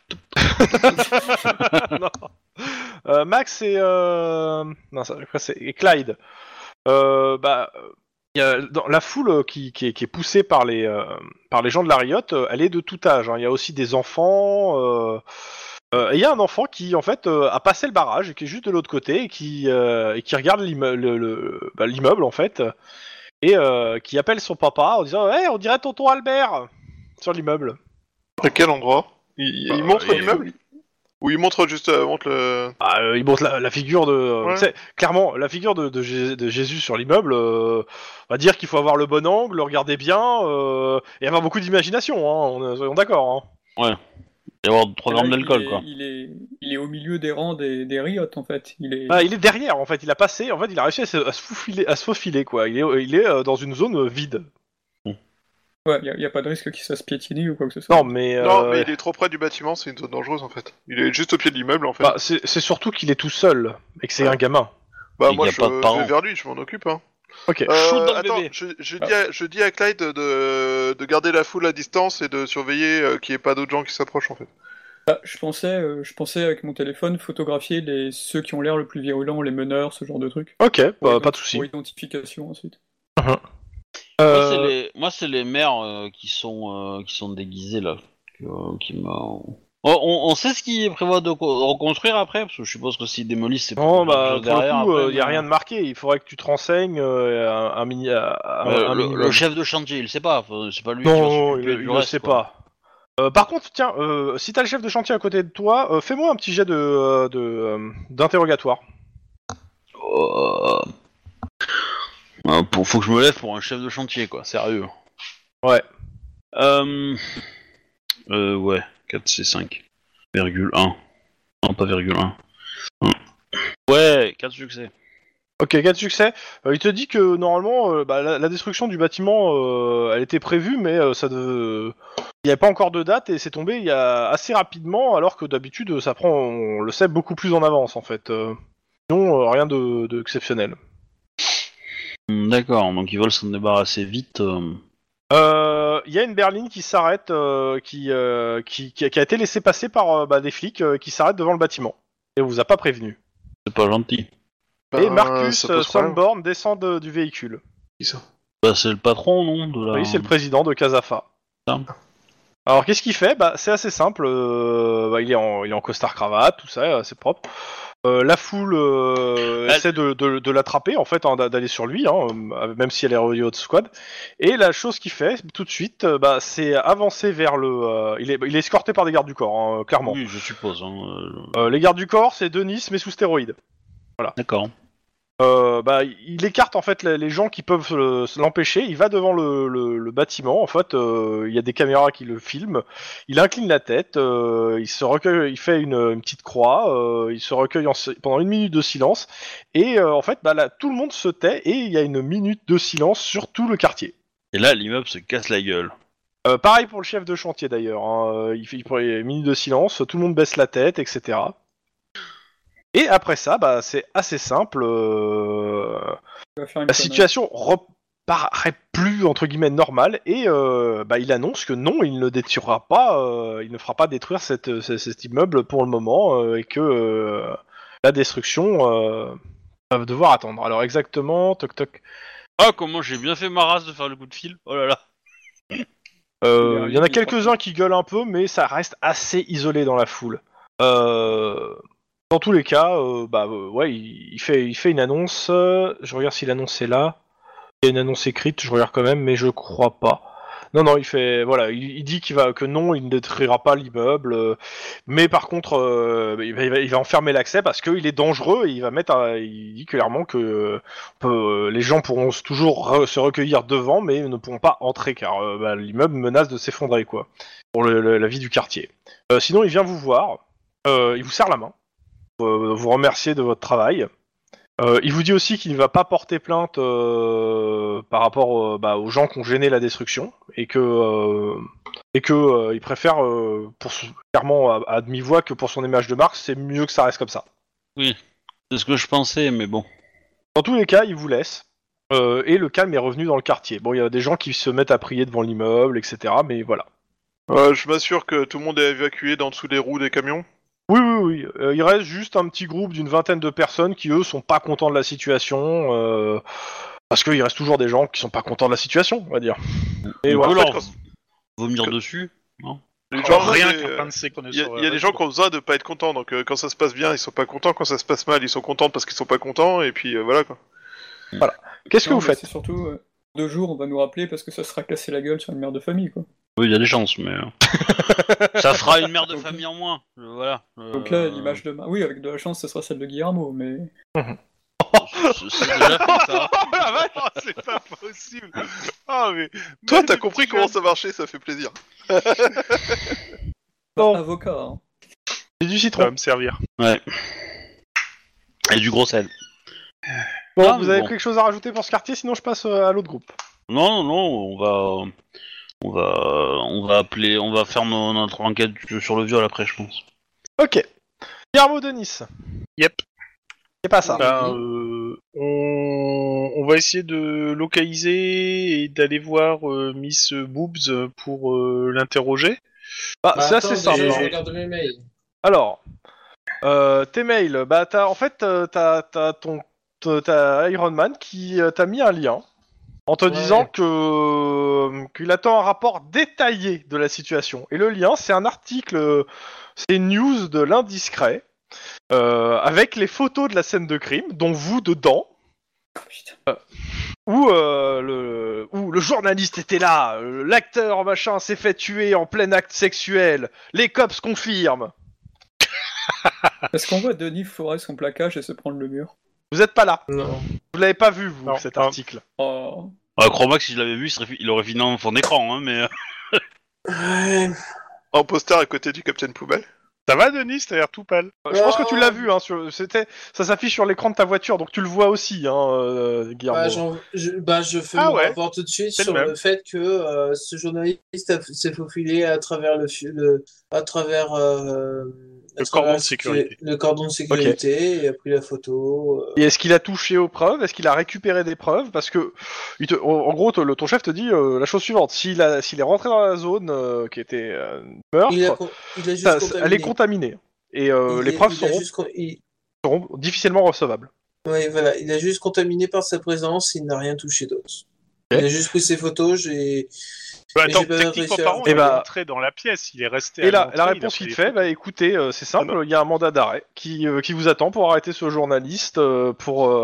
Non. Max et non, et Clyde. Il y a, dans la foule qui est poussée par les gens de la Riot, elle est de tout âge. Hein. Il y a aussi des enfants. Et il y a un enfant qui en fait a passé le barrage et qui est juste de l'autre côté et qui regarde l'immeuble en fait et qui appelle son papa en disant hey, on dirait tonton Albert sur l'immeuble. À quel endroit il montre il- l'immeuble? Ou il montre juste montre le... Il montre la figure de... Ouais. tu sais, clairement, la figure de Jésus sur l'immeuble, on va dire qu'il faut avoir le bon angle, le regarder bien, et avoir beaucoup d'imagination, soyons d'accord. Hein. Et avoir 3 Là, grammes d'alcool, quoi. Il est au milieu des rangs des Riot, en fait. Il est... Il est derrière, en fait, il a passé, en fait, il a réussi à se faufiler, quoi. Il est dans une zone vide. Ouais, il n'y a pas de risque qu'il se fasse piétiner ou quoi que ce soit. Non, mais... Non, mais il est trop près du bâtiment, c'est une zone dangereuse en fait. Il est juste au pied de l'immeuble en fait. c'est surtout qu'il est tout seul, et que c'est un gamin. Bah et moi qu'il y a pas de je parents. vais vers lui, je m'en occupe. Hein. Ok. Shoot dans le Attends, bébé. je dis à Clyde de garder la foule à distance et de surveiller qu'il n'y ait pas d'autres gens qui s'approchent en fait. Bah, je pensais avec mon téléphone photographier ceux qui ont l'air le plus virulents, les meneurs, ce genre de trucs. Ok, Pour pas de soucis. Pour identification ensuite. Moi, c'est les mères qui sont déguisées, là. Qui me... on sait ce qu'ils prévoient de reconstruire après, parce que je suppose que s'ils démolissent, c'est Non, pour pour derrière. le coup, après, il n'y a mais- rien de marqué. Il faudrait que tu te renseignes un minimum. le chef de chantier, il sait pas, enfin, c'est pas lui qui va Non, s'occuper il du le reste, sait quoi. pas. Par contre, tiens, si t'as le chef de chantier à côté de toi, fais-moi un petit jet d'interrogatoire. faut que je me lève pour un chef de chantier, quoi, sérieux. Ouais. Ouais, 4C5,1. Non, pas virgule 1. Ouais, 4 succès. Ok, 4 succès. Il te dit que normalement, la destruction du bâtiment, elle était prévue, mais il n'y avait pas encore de date et c'est tombé il y a assez rapidement, alors que d'habitude, ça prend, on le sait, beaucoup plus en avance en fait. Sinon, rien de exceptionnel. D'accord, donc ils veulent s'en débarrasser vite. Il y a une berline qui s'arrête, qui a été laissée passer par des flics qui s'arrêtent devant le bâtiment. Et on vous a pas prévenu. C'est pas gentil. Et Marcus ça pose problème. Sonborn descend du véhicule. Qui ça? Bah, c'est le patron, non de la... Oui, c'est le président de Casafa. Ah. Alors, qu'est-ce qu'il fait ? C'est assez simple. Il est en costard-cravate, tout ça, c'est propre. La foule essaie de l'attraper, en fait, d'aller sur lui, même si elle est reliée au squad. Et la chose qu'il fait, tout de suite, c'est avancer vers le... il est escorté par des gardes du corps, clairement. Oui, je suppose. Les gardes du corps, c'est Denis, mais sous stéroïdes. Voilà. D'accord. Il écarte en fait les gens qui peuvent l'empêcher. Il va devant le bâtiment. En fait, il y a des caméras qui le filment. Il incline la tête. Il se recueille. Il fait une petite croix. Il se recueille pendant 1 minute de silence. Et en fait, là, tout le monde se tait et il y a 1 minute de silence sur tout le quartier. Et là, l'immeuble se casse la gueule. Pareil pour le chef de chantier d'ailleurs. Il prend 1 minute de silence. Tout le monde baisse la tête, etc. Et après ça, c'est assez simple. La situation reparaît plus entre guillemets normale et il annonce que non, il ne détruira pas, il ne fera pas détruire cet immeuble pour le moment et que la destruction va devoir attendre. Alors exactement, toc toc. Ah, comment j'ai bien fait ma race de faire le coup de fil. Oh là là. Il y en a quelques-uns qui gueulent un peu, mais ça reste assez isolé dans la foule. Dans tous les cas, il fait une annonce. Je regarde si l'annonce est là. Il y a une annonce écrite, je regarde quand même, mais je crois pas. Non, il fait, il dit que non, il ne détruira pas l'immeuble, mais par contre, il va enfermer l'accès parce qu'il est dangereux et il dit clairement que les gens pourront toujours se recueillir devant, mais ne pourront pas entrer car l'immeuble menace de s'effondrer quoi, pour la vie du quartier. Sinon, il vient vous voir, il vous serre la main. Vous remercier de votre travail. Il vous dit aussi qu'il ne va pas porter plainte par rapport aux gens qui ont gêné la destruction et que il préfère clairement à demi-voix que pour son image de marque, c'est mieux que ça reste comme ça. Oui, c'est ce que je pensais, mais bon. Dans tous les cas, il vous laisse et le calme est revenu dans le quartier. Bon, il y a des gens qui se mettent à prier devant l'immeuble, etc. Mais voilà. Je m'assure que tout le monde est évacué dans dessous des roues des camions. Oui. Il reste juste un petit groupe d'une 20aine de personnes qui, eux, sont pas contents de la situation. Parce qu'il reste toujours des gens qui sont pas contents de la situation, on va dire. Et voilà. leur vomir dessus, non ? Les gens, rien c'est, qu'un de ces Il y connaisseurs. a des gens qui ont besoin de pas être contents, donc quand ça se passe bien, ils sont pas contents, quand ça se passe mal, ils sont contents parce qu'ils sont pas contents, et puis voilà quoi. Voilà. Qu'est-ce que vous faites ? C'est surtout 2 jours, on va nous rappeler parce que ça sera cassé la gueule sur une mère de famille quoi. Oui, il y a des chances, mais ça fera une mère de famille en moins. Voilà. Donc là, l'image de oui, avec de la chance, ce sera celle de Guillermo, mais. C'est déjà fait ça. Oh la vache, c'est pas possible. Ah mais toi, t'as compris comment ça marchait, ça fait plaisir. Bon. Avocat. Hein. C'est du Ça citron. va me servir. Ouais. Et du gros sel. Bon, Ah, vous avez bon. quelque chose à rajouter pour ce quartier, sinon je passe à l'autre groupe. Non, on va faire notre enquête sur le viol après, je pense. Ok. Guillermo de Nice. Yep. C'est pas ça. On va essayer de localiser et d'aller voir Miss Boobs pour l'interroger. C'est assez simple. Je hein. regarde mes mails. Alors, tes mails, t'as Iron Man qui t'a mis un lien en te disant qu'il attend un rapport détaillé de la situation. Et le lien, c'est un article, c'est une news de l'Indiscret, avec les photos de la scène de crime, dont vous dedans. Où le journaliste était là, l'acteur machin s'est fait tuer en plein acte sexuel, les cops confirment. Est-ce qu'on voit Denis fourrer son plaquage et se prendre le mur ? Vous êtes pas là. Non. Vous l'avez pas vu, vous, Non. cet article. Oh. Chromax, si je l'avais vu, il aurait fini en fond d'écran, hein, mais... Ouais. En poster à côté du Capitaine Poubelle. Ça va, Denis? T'as l'air tout pâle. Je pense que tu l'as vu, hein, ça s'affiche sur l'écran de ta voiture, donc tu le vois aussi, hein, Guillermo. Je fais Ah mon ouais. rapport tout de suite C'est sur le même. le fait que ce journaliste s'est faufilé à travers à travers Le cordon de sécurité. le cordon de sécurité et a pris la photo. Et est-ce qu'il a touché aux preuves? Est-ce qu'il a récupéré des preuves? Parce que, en gros, ton chef te dit la chose suivante. S'il est rentré dans la zone qui était meurtre, Il a juste contaminé. elle est contaminée. Et les preuves seront difficilement recevables. Oui, voilà, il a juste contaminé par sa présence, il n'a rien touché d'autre. Ok. Il a juste pris ses photos, Bah, attends, j'ai pas techniquement réussi à- parlant, Eh il est bah- entré dans la pièce, il est resté à Et la l'entrée, il a réponse pris qu'il des fait, photos. bah écoutez, c'est simple, il y a un mandat d'arrêt qui vous attend pour arrêter ce journaliste pour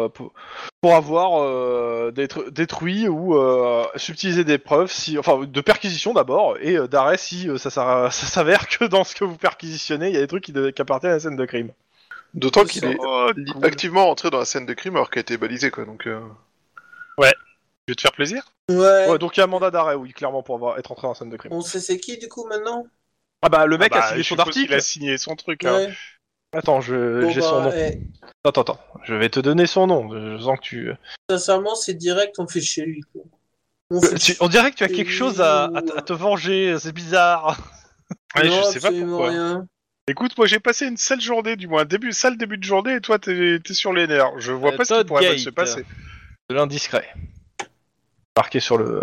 avoir détruit ou subtilisé des preuves, de perquisition d'abord, et d'arrêt si ça s'avère que dans ce que vous perquisitionnez, il y a des trucs qui appartiennent à la scène de crime. D'autant qu'il est Oh, cool. activement rentré dans la scène de crime alors qu'elle a été balisée, quoi. Donc, Je vais te faire plaisir? Ouais. Ouais, donc il y a un mandat d'arrêt, oui, clairement, pour être entré dans la scène de crime. On sait c'est qui du coup maintenant? Ah bah le mec Ah bah, a signé je son suppose article. qu'il a signé son truc. Hein. Ouais. Attends, j'ai son nom. Attends, je vais te donner son nom. Je sens que tu... Sincèrement, c'est direct, on fait chez lui. Quoi. On On dirait que tu as quelque chose à te venger, c'est bizarre. Ouais, Non, je sais pas absolument pourquoi. rien. Écoute, moi j'ai passé une sale journée, du moins sale début de journée, et toi t'es sur les nerfs. Je vois pas ce qui Todd pourrait mal Gate. se passer. De l'indiscret. Marqué sur le...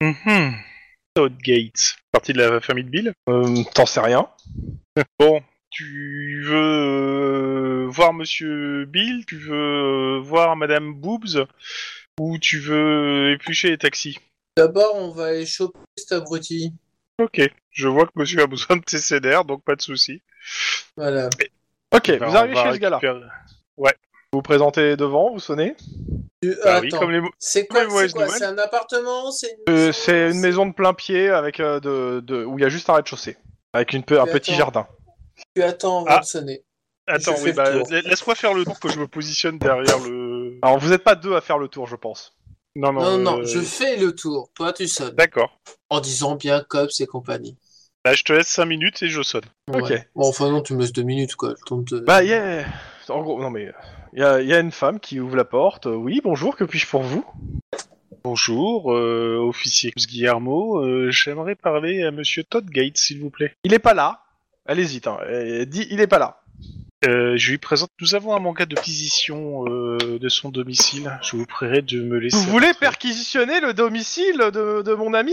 Todd Gates, partie de la famille de Bill. T'en sais rien. Bon, tu veux voir Monsieur Bill, tu veux voir Madame Boobs, ou tu veux éplucher les taxis? D'abord, on va aller choper cet abruti. Ok, je vois que Monsieur a besoin de TCDR, donc pas de souci. Voilà. Ok, Ben, vous arrivez on va chez ce gars-là. récupérer- Vous vous présentez devant, vous sonnez. Bah oui, Attends, comme les... c'est comme les quoi? mauvaises C'est quoi? nouvelles. C'est un appartement? C'est une maison, C'est une maison de plein pied avec où il y a juste un rez-de-chaussée. Avec un petit Attends. jardin. Tu attends avant de sonner. Attends, Je oui, fais le tour. laisse-moi faire le tour que je me positionne derrière le... Alors vous n'êtes pas deux à faire le tour, je pense. Non, Non, je fais le tour. Toi, tu sonnes. D'accord. En disant bien Cops et compagnie. Bah, je te laisse 5 minutes et je sonne. Ok. Ouais. Bon, enfin non, tu me laisses 2 minutes, quoi. Le temps de... Bah yeah. En gros, non mais... Il y a une femme qui ouvre la porte. Oui, bonjour, que puis-je pour vous? Bonjour, officier Guillermo, j'aimerais parler à Monsieur Todd Gates, s'il vous plaît. Il est pas là. Elle hésite, hein. Elle dit il est pas là. Je lui présente, nous avons un mandat de perquisition de son domicile. Je vous prierai de me laisser... Vous voulez rentrer. perquisitionner le domicile de mon ami?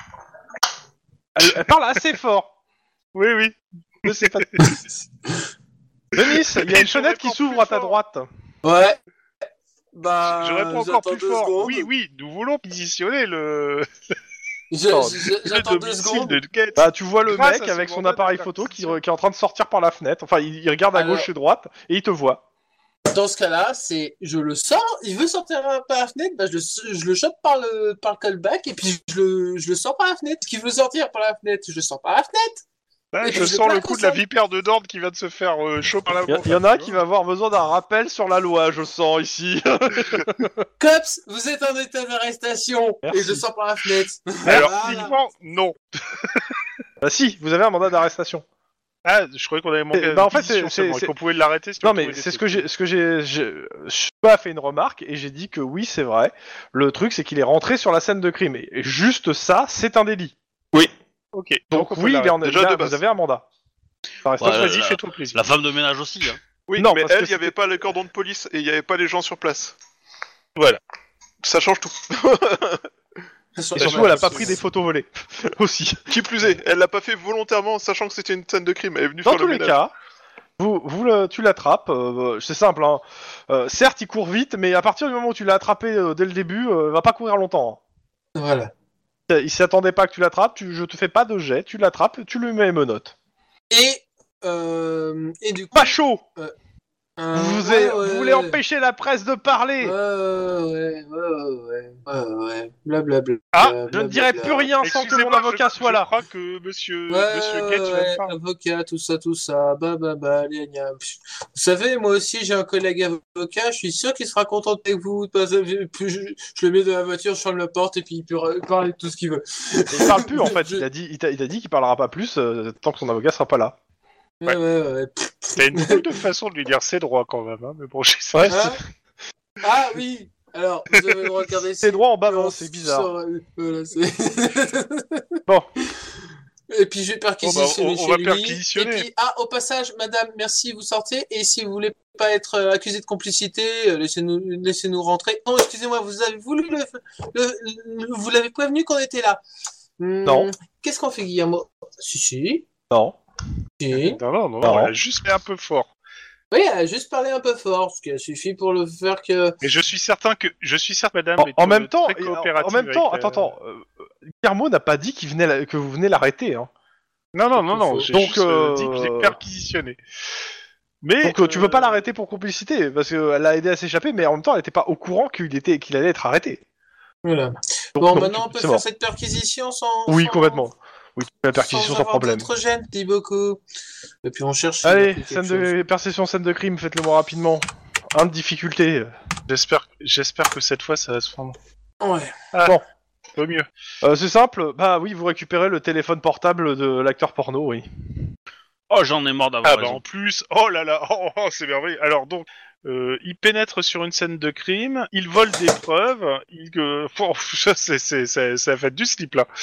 Elle parle assez fort. Oui, oui. Je sais pas. Denis, il y a une fenêtre qui s'ouvre à ta droite. Ouais. Bah, Je réponds encore j'attends plus 2 fort. secondes. Oui, nous voulons perquisitionner le J'attends 2 domicile secondes. de Gates. Bah, tu vois le Grâce mec à avec ce son mandat appareil de photo qui perquisition. est en train de sortir par la fenêtre. Enfin, il regarde à Alors- gauche et droite et il te voit. Dans ce cas-là, c'est je le sors, il veut sortir par la fenêtre, bah je le chope par le callback et puis je le sors par la fenêtre. Qui veut sortir par la fenêtre, je le sors par la fenêtre. Ah, Et je puis, sens le plaque coup au de la sol. vipère de Dorne qui vient de se faire choper par la Il y en a un qui va avoir besoin d'un rappel sur la loi, je sens ici. Cops, vous êtes en état d'arrestation Merci. et je le sors par la fenêtre. Alors, Voilà. techniquement, non. Bah si, vous avez un mandat d'arrestation. Ah, je croyais qu'on avait manqué Bah, la en fait, définition c'est- seulement, c'est- et qu'on pouvait l'arrêter si Non on mais trouvait c'est des ce que je pas fait une remarque et j'ai dit que oui c'est vrai. Le truc c'est qu'il est rentré sur la scène de crime et juste ça c'est un délit. Ok, Donc on peut oui il est en Déjà, de base. vous avez un mandat. D'arrestation. Ouais, Vas-y, la- fais-toi plaisir. La femme de ménage aussi, hein. oui, Non, mais parce que elle, il n'y avait pas le cordon de police et il n'y avait pas les gens sur place. Voilà. Ça change tout. Et surtout elle a pas pris des photos volées aussi. Qui plus est, elle l'a pas fait volontairement, sachant que c'était une scène de crime. Elle est venue Dans faire tous le les ménage. cas, tu l'attrapes. C'est simple. Hein. Certes il court vite mais à partir du moment où tu l'as attrapé dès le début, il va pas courir longtemps. Voilà. Hein. Il s'attendait pas que tu l'attrapes. Je te fais pas de jet. Tu l'attrapes. Tu lui mets les menottes. Et du coup, Pas chaud. Vous voulez empêcher la presse de parler. Ouais. Blablabla. Je ne dirai plus rien sans que mon avocat soit là. Je crois que monsieur Gage va me parler. Avocat, tout ça. Allez, vous savez, moi aussi, j'ai un collègue avocat, je suis sûr qu'il sera content avec vous. Je le mets dans la voiture, je ferme la porte et puis il peut parler de tout ce qu'il veut. Il parle plus, en fait. Il a dit qu'il parlera pas plus tant que son avocat sera pas là. Ouais. T'as une drôle de façon de lui dire ses droits quand même, hein, mais bon, je sais. Ouais, Ah oui. Alors, vous avez le droit de regarder ses droits en bavant, c'est bizarre. Voilà, Bon. Et puis je vais perquisitionner on va chez lui. perquisitionner. Et puis, au passage, madame, merci, vous sortez. Et si vous voulez pas être accusé de complicité, laissez-nous rentrer. Non, excusez-moi, vous avez voulu vous l'avez prévenu qu'on était là. Non. Qu'est-ce qu'on fait, Guillermo? Si. Non. Si. Non, elle a juste fait un peu fort. Oui, elle a juste parlé un peu fort, parce qu'il suffit pour le faire que... Mais je suis certain, madame, En même temps, très coopérative attends, Guillermo n'a pas dit que vous venez l'arrêter, hein. Non, j'ai Donc, juste dit que j'ai perquisitionné. Mais donc tu veux pas l'arrêter pour complicité, parce qu'elle l'a aidé à s'échapper, mais en même temps elle était pas au courant qu'il allait être arrêté. Voilà. Donc, bon, non, maintenant on peut faire cette perquisition sans... Oui, complètement. Oui, la perquisition sans problème. D'autres gènes, dis beaucoup. Et puis on cherche... Allez, scène de crime, faites-le moi rapidement. Un de difficulté. j'espère que cette fois ça va se prendre. Ouais. Bon. Au mieux. C'est simple, oui, vous récupérez le téléphone portable de l'acteur porno, oui. Oh, j'en ai marre d'avoir raison. En plus, oh là là, c'est merveilleux. Alors donc, il pénètre sur une scène de crime, il vole des preuves, ça fait du slip là.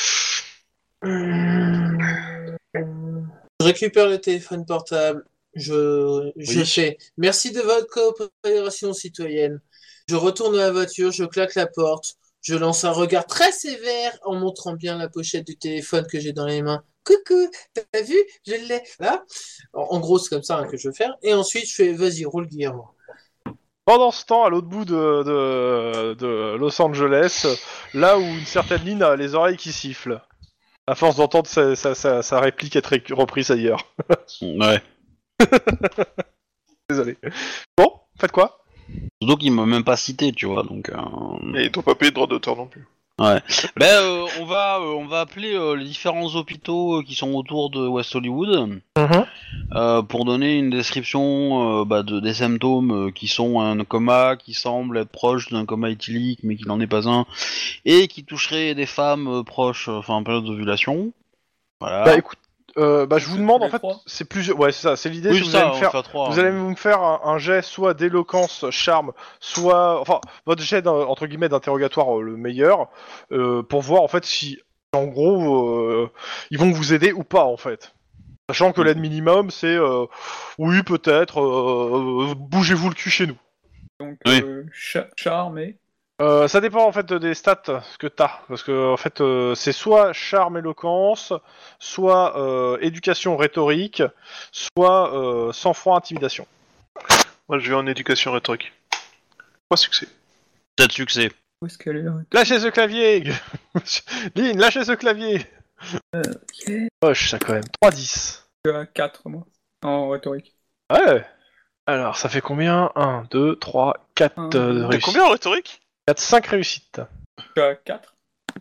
Je récupère le téléphone portable. Je fais. Merci de votre coopération citoyenne. Je retourne à la voiture, je claque la porte. Je lance un regard très sévère en montrant bien la pochette du téléphone que j'ai dans les mains. Coucou, t'as vu? Je l'ai. Là. En gros, c'est comme ça que je veux faire. Et ensuite, je fais, vas-y, roule Guillermo. Pendant ce temps, à l'autre bout de Los Angeles, là où une certaine ligne a les oreilles qui sifflent, à force d'entendre sa réplique être reprise ailleurs. Ouais. Désolé. Bon, faites quoi? Surtout qu'il m'a même pas cité, tu vois, donc... Et ils t'ont pas payé de droit d'auteur non plus. Ouais. On va appeler les différents hôpitaux qui sont autour de West Hollywood pour donner une description des symptômes qui sont un coma qui semble être proche d'un coma éthylique mais qui n'en est pas un et qui toucherait des femmes proches, en période d'ovulation. Voilà. Bah écoute, je vous demande en fait, c'est plusieurs. Ouais, c'est ça, c'est l'idée. Oui, Vous allez me faire un jet soit d'éloquence, charme, soit, votre jet entre guillemets d'interrogatoire le meilleur, pour voir en fait si, en gros, ils vont vous aider ou pas en fait. Sachant que l'aide minimum c'est, oui peut-être, bougez-vous le cul chez nous. Donc Oui. charme et... Ça dépend en fait des stats que t'as, parce que en fait c'est soit charme éloquence, soit éducation rhétorique, soit sang-froid intimidation. Moi je vais en éducation rhétorique. 3 succès. 7 succès. Où est-ce qu'elle est? Lâchez ce clavier. Lynn, lâchez ce clavier. Ok. Poche ça quand même. 3-10. Je suis à 4 moi, en rhétorique. Ouais. Alors ça fait combien 1, 2, 3, 4 T'as réussites. Combien en rhétorique? 4, 5 réussites. Je suis à 4.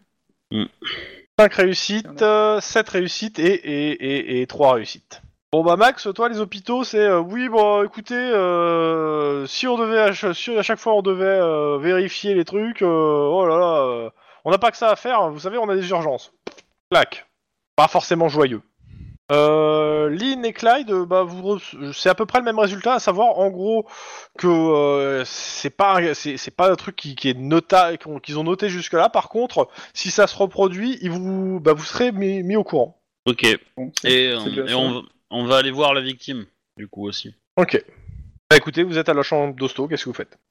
5 réussites, 7 réussites et 3 réussites. Bon bah Max, toi les hôpitaux c'est oui bon écoutez si on devait à chaque fois on devait vérifier les trucs oh là là on n'a pas que ça à faire, vous savez on a des urgences. Clac. Pas forcément joyeux. Lynn et Clyde, c'est à peu près le même résultat, à savoir en gros que c'est pas un truc qui est qu'ils ont noté jusque là. Par contre, si ça se reproduit, vous serez mis au courant. Ok. Bon, Et déjà on va aller voir la victime, du coup, aussi. Ok. Bah écoutez, vous êtes à la chambre d'hosto, qu'est-ce que vous faites?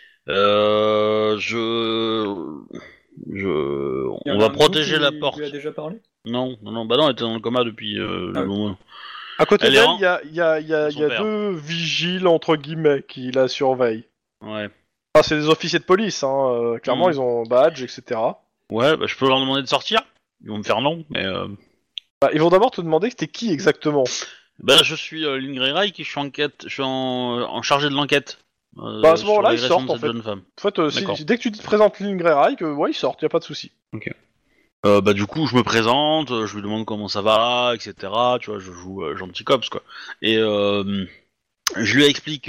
On va protéger la porte. Tu lui as déjà parlé? Non, elle était dans le coma depuis le moment. À côté Elle d'elle, est il y a son père. 2 vigiles entre guillemets qui la surveillent. Ouais. Ah, c'est des officiers de police, hein. Clairement ils ont badge, etc. Ouais, je peux leur demander de sortir. Ils vont me faire non, mais... Ils vont d'abord te demander c'était qui exactement. Bah, je suis Lingray Reich et je suis en chargé de l'enquête. À ce moment-là, ils sur sortent, l'agression en de fait. cette jeune femme. En fait, D'accord. dès que tu te présentes Lingray Reich, ouais, ils sortent, y a pas de souci. Bah, du coup, je me présente, je lui demande comment ça va, etc. Tu vois, je joue gentil cops, quoi. Et je lui explique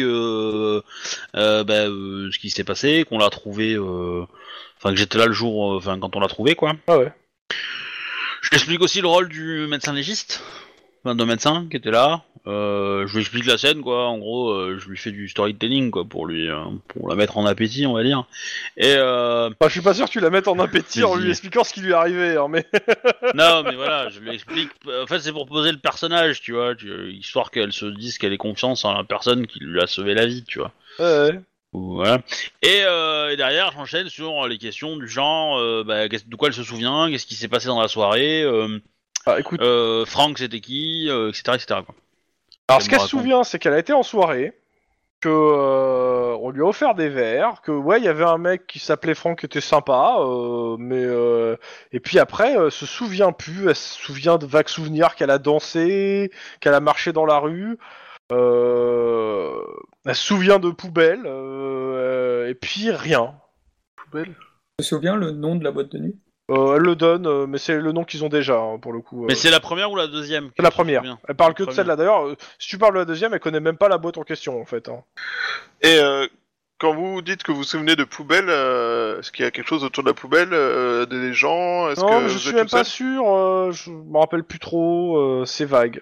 ce qui s'est passé, qu'on l'a trouvé... Enfin, que j'étais là le jour... quand on l'a trouvé, quoi. Ah ouais. Je lui explique aussi le rôle du médecin légiste, enfin de médecin qui était là. Je lui explique la scène, quoi. En gros, je lui fais du storytelling, quoi, pour la mettre en appétit, on va dire. Et Je suis pas sûr que tu la mettes en appétit en Vas-y. lui expliquant ce qui lui est arrivé, hein, mais... non, mais voilà, je lui explique. En fait, c'est pour poser le personnage, tu vois, histoire qu'elle se dise qu'elle ait confiance en la personne qui lui a sauvé la vie, tu vois. Ouais. Voilà. Et derrière, j'enchaîne sur les questions du genre, de quoi elle se souvient, qu'est-ce qui s'est passé dans la soirée, Écoute... Franck c'était qui, etc., etc. Quoi. Alors, ce Elle qu'elle me se raconte. souvient, c'est qu'elle a été en soirée, que on lui a offert des verres, que ouais, il y avait un mec qui s'appelait Franck qui était sympa, et puis après, elle se souvient plus. Elle se souvient de vagues souvenirs qu'elle a dansé, qu'elle a marché dans la rue. Elle se souvient de poubelles, et puis rien. Poubelle. Tu te souviens le nom de la boîte de nuit? Elle le donne, mais c'est le nom qu'ils ont déjà, hein, pour le coup. Mais c'est la première ou la deuxième? C'est la première. Elle parle que de Première. celle-là. D'ailleurs, si tu parles de la deuxième, elle connaît même pas la boîte en question, en fait. Hein. Et quand vous dites que vous vous souvenez de poubelle, est-ce qu'il y a quelque chose autour de la poubelle, des gens? Est-ce Non, que mais je vous suis êtes même tout pas seul sûr. Je me rappelle plus trop. C'est vague.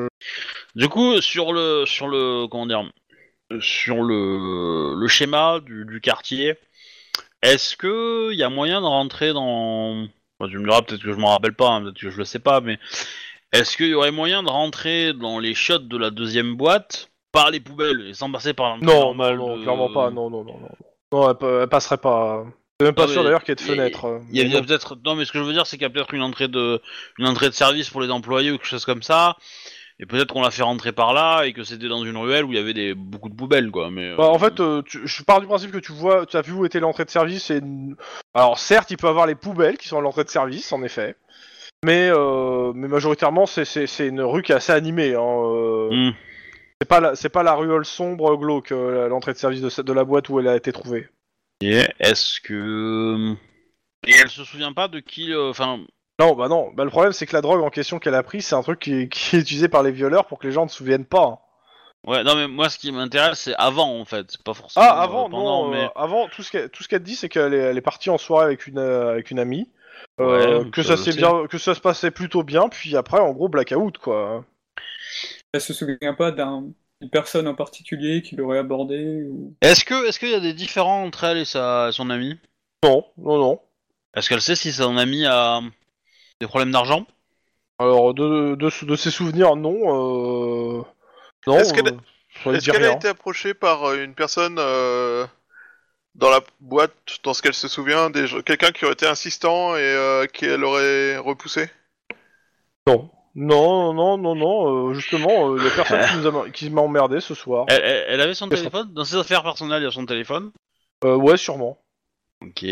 Du coup, sur le comment dire, sur le schéma du quartier, est-ce que il y a moyen de rentrer dans... Enfin, tu me diras peut-être que je m'en rappelle pas, hein, peut-être que je le sais pas, mais est-ce qu'il y aurait moyen de rentrer dans les shots de la deuxième boîte par les poubelles et sans passer par l'entrée Non, normale non, de- clairement pas. Non. Non, elle passerait pas. C'est même pas Non, sûr mais d'ailleurs qu'il y ait de il y a- fenêtres. Il y a mais non. peut-être non, mais ce que je veux dire, c'est qu'il y a peut-être une entrée de service pour les employés ou quelque chose comme ça. Et peut-être qu'on l'a fait rentrer par là et que c'était dans une ruelle où il y avait beaucoup de poubelles, quoi. Mais En fait, je pars du principe que tu as vu où était l'entrée de service. Alors certes, il peut y avoir les poubelles qui sont à l'entrée de service, en effet. Mais majoritairement, c'est une rue qui est assez animée. Hein. C'est pas la ruelle sombre glauque, l'entrée de service de la boîte où elle a été trouvée. Et est-ce que et elle se souvient pas de qui, enfin. Non. Le problème, c'est que la drogue en question qu'elle a pris, c'est un truc qui est utilisé par les violeurs pour que les gens ne se souviennent pas. Hein. Ouais, non, mais moi, ce qui m'intéresse, c'est avant, en fait. C'est pas forcément Avant, pendant, non. mais... Avant, tout ce qu'elle te dit, c'est qu'elle est partie en soirée avec une amie. Ouais, que ça, ça je sais. que ça se passait plutôt bien, puis après, en gros, blackout, quoi. Elle se souvient pas d'une personne en particulier qui l'aurait abordé ou... Est-ce qu'il y a des différends entre elle et son ami? Non. Est-ce qu'elle sait si son ami a des problèmes d'argent? Alors, de ses souvenirs, non. Non. Est-ce qu'elle ça lui Est-ce dit qu'elle a rien. été approchée par une personne dans la boîte, dans ce qu'elle se souvient, quelqu'un qui aurait été insistant et qu'elle aurait repoussé? Non. Justement, il y a personne qui m'a emmerdé ce soir. Elle avait son Qu'est-ce téléphone? Dans ses affaires personnelles, il y a son téléphone? Ouais, sûrement. Ok.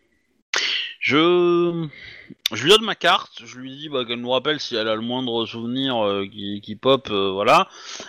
Je lui donne ma carte, je lui dis qu'elle nous rappelle si elle a le moindre souvenir qui pop, voilà,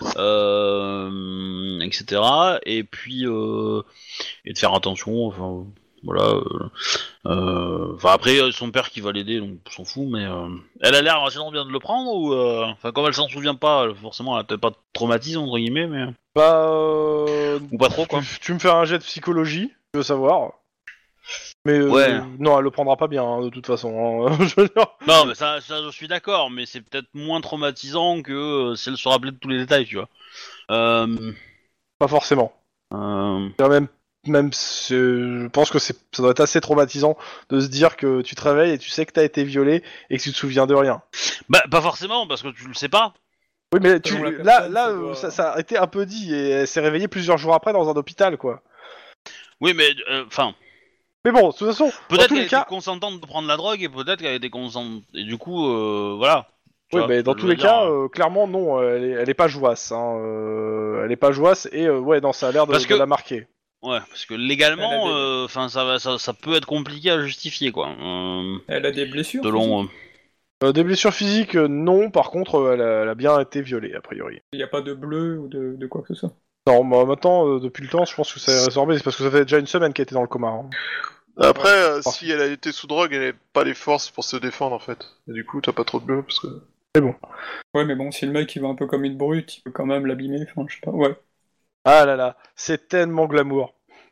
etc. Et puis et de faire attention, enfin voilà. Enfin après son père qui va l'aider, donc on s'en fout, mais elle a l'air vachement bien de le prendre ou enfin comme elle s'en souvient pas, forcément elle a peut-être pas de traumatisme entre guillemets, mais ou pas trop quoi. Tu me fais un jet de psychologie, je veux savoir. Mais Ouais. non, elle le prendra pas bien, hein, de toute façon. Hein. Je veux dire. Non, mais ça je suis d'accord, mais c'est peut-être moins traumatisant que si elle se rappelait de tous les détails, tu vois. Pas forcément. Même je pense que ça doit être assez traumatisant de se dire que tu te réveilles et tu sais que t'as été violé et que tu te souviens de rien. Bah, pas forcément, parce que tu le sais pas. Oui, mais Selon la là, personne, ça a été un peu dit et elle s'est réveillée plusieurs jours après dans un hôpital, quoi. Oui, mais enfin. Mais bon, de toute façon, dans Peut-être tous qu'elle les était cas. consentante de prendre la drogue et peut-être qu'elle était consentante. Et du coup, voilà. Tu Oui, vois, mais dans je tous veux les dire, cas, clairement, non, elle est pas jouasse. Hein, elle est pas jouasse et ouais, non, ça a l'air Parce de que- la marquer. Ouais, parce que légalement, Elle a enfin, ça peut être compliqué à justifier, quoi. Elle a des blessures Selon. physiques Des blessures physiques, non. Par contre, elle a bien été violée, a priori. Il n'y a pas de bleu ou de quoi que ce soit. Non, maintenant, depuis le temps, je pense que ça est résorbé. C'est parce que ça fait déjà une semaine qu'elle était dans le coma. Hein. Après, si elle a été sous drogue, elle n'a pas les forces pour se défendre, en fait. Et du coup, t'as pas trop de bleu, parce que... C'est bon. Ouais, mais bon, si le mec il va un peu comme une brute, il peut quand même l'abîmer, enfin, je sais pas, ouais. Ah là là, c'est tellement glamour.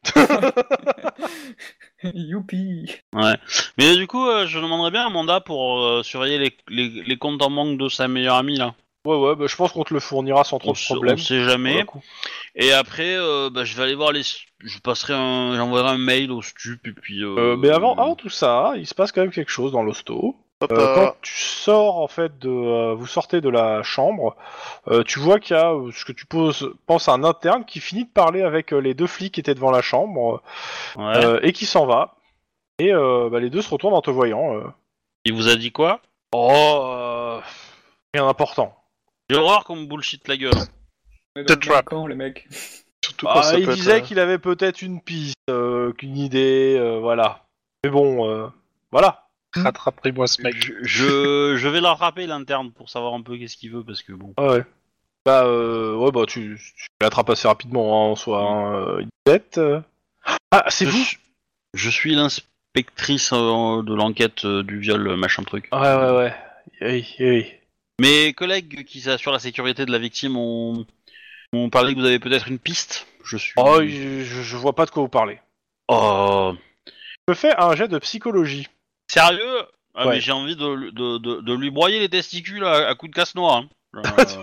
Youpi. Ouais. Mais du coup, je demanderais bien un mandat pour surveiller les comptes en banque de sa meilleure amie, là. Ouais, bah, je pense qu'on te le fournira sans trop de problème. On sait jamais. Et après, je vais aller voir j'enverrai un mail au stup, et puis... Mais avant tout ça, il se passe quand même quelque chose dans l'hosto. Quand tu sors, en fait, vous sortez de la chambre, tu vois qu'il y a ce que tu penses un interne qui finit de parler avec les 2 flics qui étaient devant la chambre, et qui s'en va. Et les 2 se retournent en te voyant. Il vous a dit quoi? Oh, rien d'important. J'ai horreur qu'on me bullshit la gueule. C'est trap. Quand, les mecs. Surtout quand ça Il peut disait être, qu'il avait peut-être une piste, qu'une idée, voilà. Mais bon, voilà. Rattrapez-moi ce mec. Je vais la rattraper l'interne pour savoir un peu qu'est-ce qu'il veut parce que bon. Ah ouais. Bah tu l'attrapes assez rapidement, hein, en soi. Une tête. Ah, c'est vous. Je suis l'inspectrice de l'enquête du viol, machin truc. Ouais. Oui. Mes collègues qui assurent la sécurité de la victime ont parlé que vous avez peut-être une piste. Oh, je vois pas de quoi vous parlez. Oh. Je fais un jet de psychologie. Sérieux? Ah, Ouais. mais j'ai envie de lui broyer les testicules à coups de casse-noix. Hein.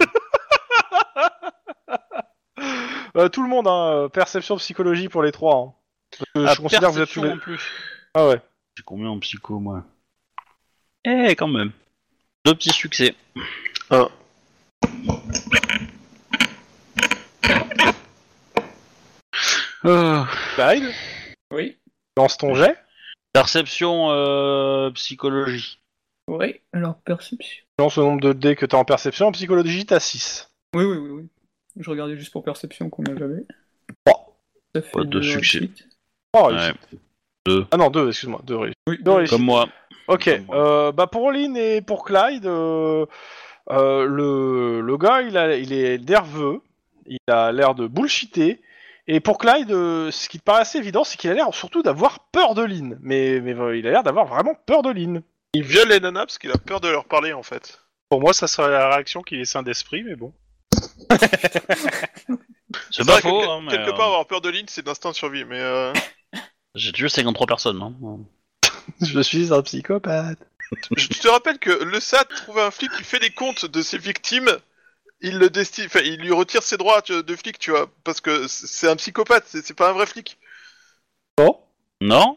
Tout le monde, hein, perception psychologie pour les 3. Hein. Parce que je considère que vous êtes tous les... en plus. Ah ouais. J'ai combien en psycho, moi? Eh, quand même. 2 petits succès. Clyde, Oui. lance ton jet. Perception psychologie. Oui, alors perception. Lance le nombre de dés que t'as en perception. En psychologie, t'as 6. Oui. Je regardais juste pour perception combien j'avais. 3. Ça fait 2 succès. réussites. Oh, Ouais. réussi. 2. Ah non, 2, excuse-moi. 2 réussis. Oui, Deux réussites. Comme moi. Ok, pour Lynn et pour Clyde, le gars, il est nerveux, il a l'air de bullshiter, et pour Clyde, ce qui te paraît assez évident, c'est qu'il a l'air surtout d'avoir peur de Lynn, mais il a l'air d'avoir vraiment peur de Lynn. Il viole les nanas parce qu'il a peur de leur parler, en fait. Pour moi, ça serait la réaction qu'il est sain d'esprit, mais bon. C'est vrai pas faux, que, hein, mais, quelque part, avoir peur de Lynn, c'est d'instinct de survie, mais... j'ai tué 53 personnes. Hein. Je suis un psychopathe. Je te rappelle que le SAT trouve un flic qui fait les comptes de ses victimes, il lui retire ses droits de flic, tu vois, parce que c'est un psychopathe, c'est pas un vrai flic. Bon. Non.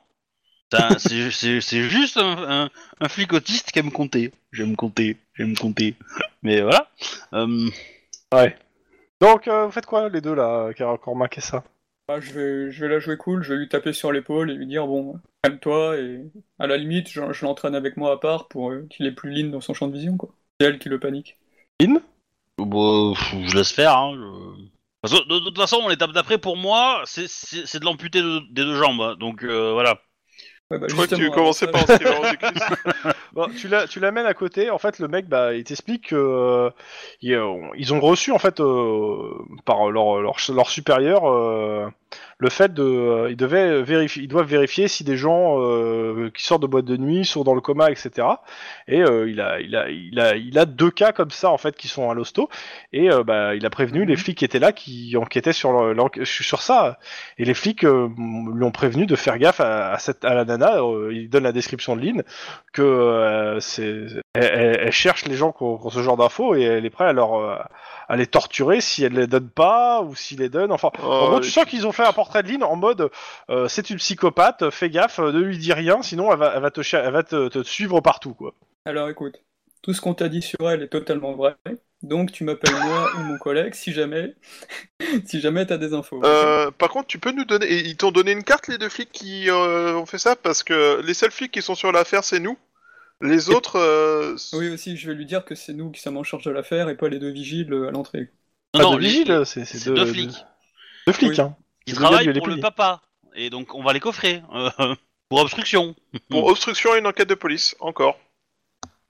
C'est juste un flic autiste qui aime compter. J'aime compter. Mais voilà. Ouais. Donc, vous faites quoi, les deux, là, qui a encore marqué ça? Ah, je vais la jouer cool, je vais lui taper sur l'épaule et lui dire bon, calme-toi, et à la limite, je l'entraîne avec moi à part pour qu'il ait plus Lynn dans son champ de vision, quoi. C'est elle qui le panique. Lynn? Bon, je laisse faire. Hein, Parce que, de toute façon, l'étape d'après, pour moi, c'est de l'amputer des 2 jambes. Hein, donc voilà. Ouais, bah, Je crois que tu justement, commençais par inscrire Jésus Christ. Bon, tu l'amènes à côté. En fait, le mec, il t'explique que ils ont reçu en fait par leur supérieur le fait de, ils doivent vérifier si des gens qui sortent de boîte de nuit sont dans le coma, etc. Et il a 2 cas comme ça en fait qui sont à l'hosto. Et il a prévenu les flics qui étaient là, qui enquêtaient sur ça. Et les flics lui ont prévenu de faire gaffe à la nana. Il donne la description de Lynn que elle cherche les gens qui ont ce genre d'infos et elle est prête à les torturer si elle les donne pas ou s'ils les donnent. Enfin, en gros, tu sens qu'ils ont fait un portrait de Lynn en mode c'est une psychopathe, fais gaffe, ne lui dis rien, sinon elle va te suivre partout, quoi. Alors écoute, tout ce qu'on t'a dit sur elle est totalement vrai, donc tu m'appelles moi ou mon collègue si jamais t'as des infos. Par contre, tu peux nous donner... Et ils t'ont donné une carte, les 2 flics qui ont fait ça? Parce que les seuls flics qui sont sur l'affaire, c'est nous. Les autres... Oui aussi, je vais lui dire que c'est nous qui sommes en charge de l'affaire et pas les 2 vigiles à l'entrée. Non, de vigile, c'est 2 flics. 2 flics, Oui. hein. Ils Deux travaillent gars, pour le papa. Et donc, on va les coffrer. Pour obstruction. Pour obstruction et une enquête de police, encore.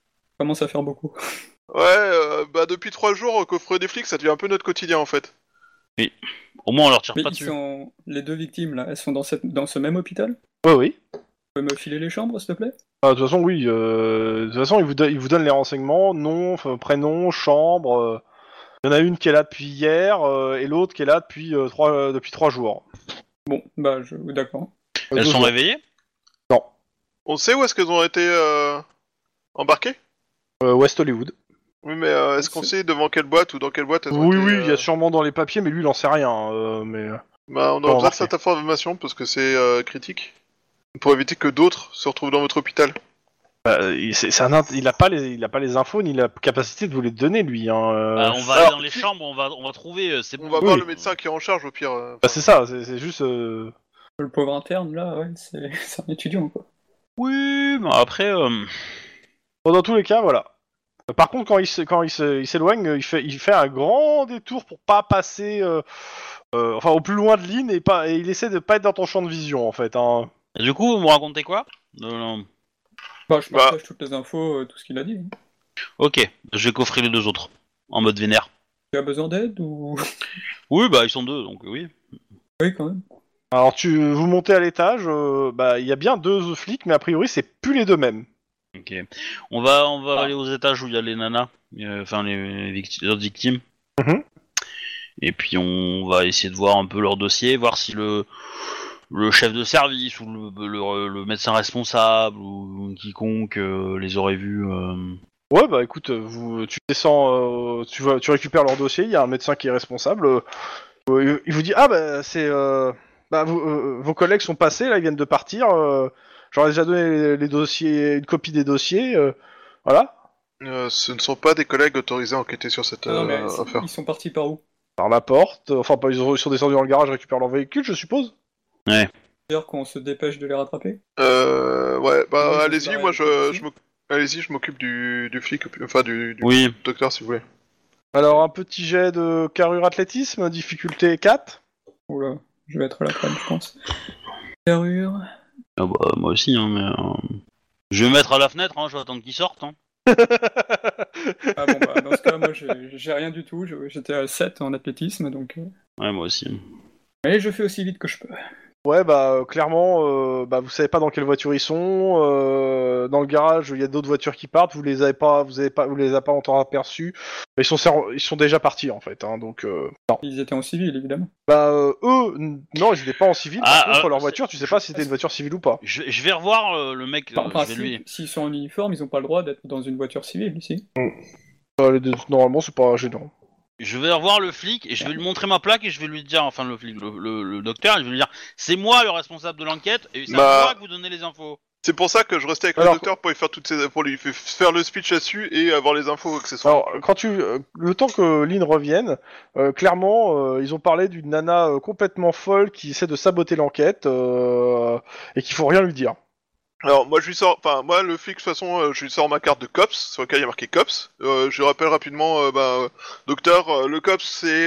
commence à faire beaucoup. Ouais, depuis 3 jours, coffrer des flics, ça devient un peu notre quotidien en fait. Au moins, on leur tire Mais pas ils dessus. les 2 victimes, là, elles sont dans ce même hôpital? Oui. Tu peux me filer les chambres, s'il te plaît? De toute façon, oui. De toute façon, il vous donne les renseignements, nom, prénom, chambre. Il y en a une qui est là depuis hier et l'autre qui est là depuis 3 jours. Bon, d'accord. Elles 2 sont jours. réveillées? On sait où est-ce qu'elles ont été embarquées? West Hollywood. Oui, mais est-ce qu'on sait devant quelle boîte ou dans quelle boîte elles ont Oui, été... il y a sûrement dans les papiers, mais lui, il en sait rien. Mais Bah, on Bon, a besoin de remarquez. cette information parce que c'est critique. Pour éviter que d'autres se retrouvent dans votre hôpital. il a pas les infos ni la capacité de vous les donner, lui. On va aller alors, dans les chambres, on va trouver. C'est On bon. va voir Oui. le médecin qui est en charge au pire. C'est ça. C'est juste. Le pauvre interne, là, ouais, c'est un étudiant, quoi. Oui, mais après. Bon, dans tous les cas, voilà. Par contre, quand il s'éloigne, il fait un grand détour pour pas passer, au plus loin de Lynn et il essaie de pas être dans ton champ de vision en fait. Hein. Et du coup, vous me racontez quoi? Je partage toutes les infos, tout ce qu'il a dit. Ok, je vais coffrer les 2 autres. En mode vénère. Tu as besoin d'aide ou... Oui, ils sont 2, donc oui. Oui, quand même. Alors vous montez à l'étage, il y a bien 2 flics, mais a priori c'est plus les 2 mêmes. Ok. On va aller aux étages où il y a les nanas, les autres victimes. Mhm. Et puis on va essayer de voir un peu leur dossier, voir si le chef de service ou le médecin responsable ou quiconque les aurait vus. Ouais, écoute, tu descends, tu récupères leur dossier, il y a un médecin qui est responsable. Il vous dit c'est vos collègues sont passés là, ils viennent de partir. J'aurais déjà donné les dossiers, une copie des dossiers, voilà. Ce ne sont pas des collègues autorisés à enquêter sur cette Non, mais affaire. ils sont partis par où? Par la porte, ils sont descendus dans le garage récupérer leur véhicule, je suppose. D'ailleurs qu'on se dépêche de les rattraper? Ouais, Oui, allez-y, c'est moi pareil, je m'occupe du flic, enfin du Oui. docteur si vous voulez. Alors un petit jet de carrure athlétisme, difficulté 4. Oula, je vais être là quand même, je pense. Carrure... Ah bah, moi aussi, hein, mais je vais me mettre à la fenêtre, hein, je vais attendre qu'ils sortent. Hein. Ah bon, dans ce cas, moi, j'ai rien du tout. J'étais à 7 en athlétisme, donc... Ouais, moi aussi. Mais je fais aussi vite que je peux. Ouais, clairement, vous savez pas dans quelle voiture ils sont. Dans le garage, il y a d'autres voitures qui partent. Vous les avez pas encore aperçus. Ils sont déjà partis en fait. Hein, donc, non. Ils étaient en civil, évidemment. Eux, non, ils étaient pas en civil. Par contre, leur c'est- voiture, tu sais pas si c'était une voiture civile ou pas. Je vais revoir le mec. En Je vais principe, lui. s'ils sont en uniforme, ils ont pas le droit d'être dans une voiture civile, ici. Normalement, c'est pas gênant. Je vais revoir le flic et je vais lui montrer ma plaque et je vais lui dire, enfin le flic, le docteur, je vais lui dire, c'est moi le responsable de l'enquête et c'est à moi que vous donnez les infos. C'est pour ça que je restais avec Alors, le docteur pour lui faire le speech là-dessus et avoir les infos accessoires. Alors, le temps que Lynn revienne, clairement, ils ont parlé d'une nana complètement folle qui essaie de saboter l'enquête et qu'il faut rien lui dire. Alors moi le flic de toute façon je lui sors ma carte de COPS sur laquelle il y a marqué COPS. Je rappelle rapidement docteur, le COPS c'est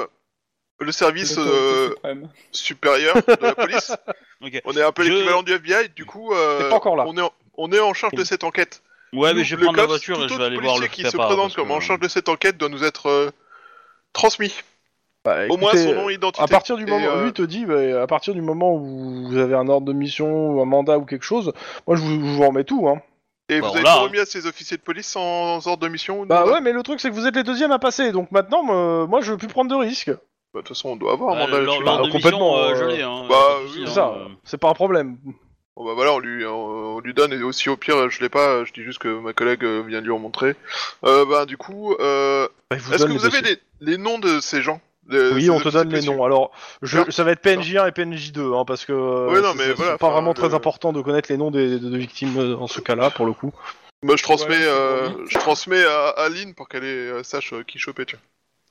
le service L'autorité suprême. supérieur de la police. Ok. On est un peu Je- l'équivalent du FBI, du coup T'es pas encore là. on est en charge de cette enquête. Ouais, mais Nous, je vais le prendre la COPS, voiture et tout je vais autre aller voir le policier qui flic se à part, présente parce comme que- en charge de cette enquête doit nous être transmis. Au moins Écoutez, son nom et identité. à partir du Et, moment, lui te dit, à partir du moment où vous avez un ordre de mission ou un mandat ou quelque chose, moi je vous remets tout. Hein. Et Bah, vous avez là, tout hein. remis à ces officiers de police sans ordre de mission ou Bah mandat ouais, mais le truc c'est que vous êtes les deuxièmes à passer, donc maintenant, moi je veux plus prendre de risques. Bah, de toute façon, on doit avoir un mandat L'ordre là-dessus. Bah, de complètement, mission, euh, je l'ai. Hein, bah, pas de souci, oui, C'est hein, ça, c'est pas un problème. Bon bah voilà, on lui donne, et aussi au pire, je l'ai pas, je dis juste que ma collègue vient de lui remontrer. Du coup, Il vous est-ce donne que les vous avez dossiers. les noms de ces gens Oui, ces on te officiers donne de les police noms. Alors, Super. ça va être PNJ1 et PNJ2, hein, parce que Oui, non, mais c'est voilà, pas enfin, vraiment très important de connaître les noms des victimes dans ce cas-là, pour le coup. Moi, je transmets, Voilà, c'est bon. je transmets à Lynn pour qu'elle sache qui choper, tu vois.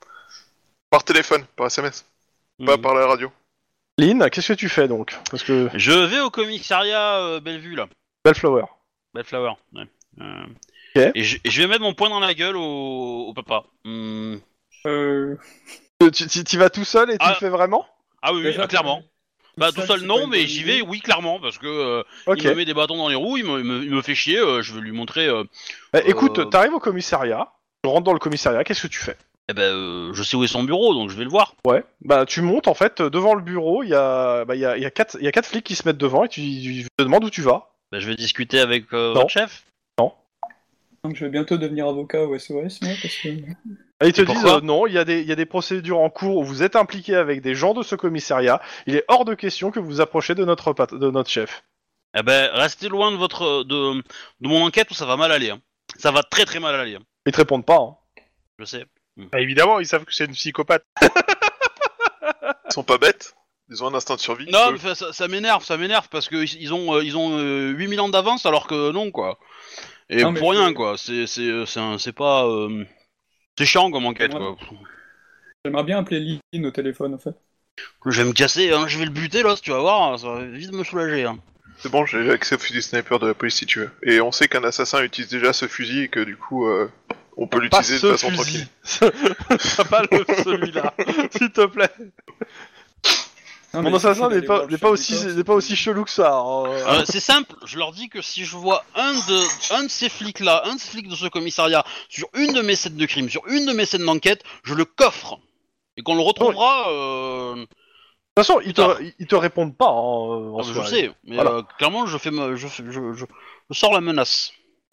Par téléphone, par SMS, pas Mhm. par la radio. Lynn, qu'est-ce que tu fais donc? Parce que Je vais au commissariat Bellevue là. Bellflower. Bellflower. Ouais. Ok. Et je vais mettre mon poing dans la gueule au papa. Euh, Tu vas tout seul et tu Ah. le fais vraiment? Ah oui, déjà, clairement. Bah Ça, tout seul c'est pas non, une mais bonne j'y idée. vais, oui clairement, parce que Ok. il me met des bâtons dans les roues, il me fait chier, je vais lui montrer... Écoute, t'arrives au commissariat, tu rentres dans le commissariat, qu'est-ce que tu fais? je sais où est son bureau, donc je vais le voir. Ouais. Bah tu montes en fait devant le bureau, il y a quatre flics qui se mettent devant et tu te demandes où tu vas. Bah, je vais discuter avec Non. votre chef. Donc, je vais bientôt devenir avocat au SOS, moi, parce que... Et ils te Et disent pourquoi non, il y a des procédures en cours où vous êtes impliqué avec des gens de ce commissariat. Il est hors de question que vous vous approchiez de notre chef. Eh ben, restez loin de mon enquête ou ça va mal aller. Hein. Ça va très très mal aller. Hein. Ils te répondent pas. Hein. Je sais. Bah, évidemment, ils savent que c'est une psychopathe. Ils sont pas bêtes. Ils ont un instinct de survie. Non, mais ça m'énerve parce que ils ont 8000 ans d'avance alors que non quoi. Et Non, mais pour rien c'est- quoi. C'est pas c'est chiant comme enquête Ouais. quoi. J'aimerais bien appeler Lynn au téléphone, en fait. Je vais me casser, hein, je vais le buter là, si tu vas voir, ça va vite me soulager. Hein. C'est bon, j'ai accès au fusil sniper de la police si tu veux. Et on sait qu'un assassin utilise déjà ce fusil et que du coup, on peut Pas l'utiliser ce de façon fusil. tranquille. Pas celui-là, s'il te plaît. Non, Mon mais assassin il n'est suffit d'aller pas voir le chef du corps. n'est pas aussi chelou que ça. Hein. C'est simple, je leur dis que si je vois un de ces flics là, un de ces flics de ce commissariat, sur une de mes scènes de crime, sur une de mes scènes d'enquête, je le coffre. Et qu'on le retrouvera... De toute façon, ils te répondent pas. Hein, en je soi. sais, mais Voilà. clairement je sors la menace.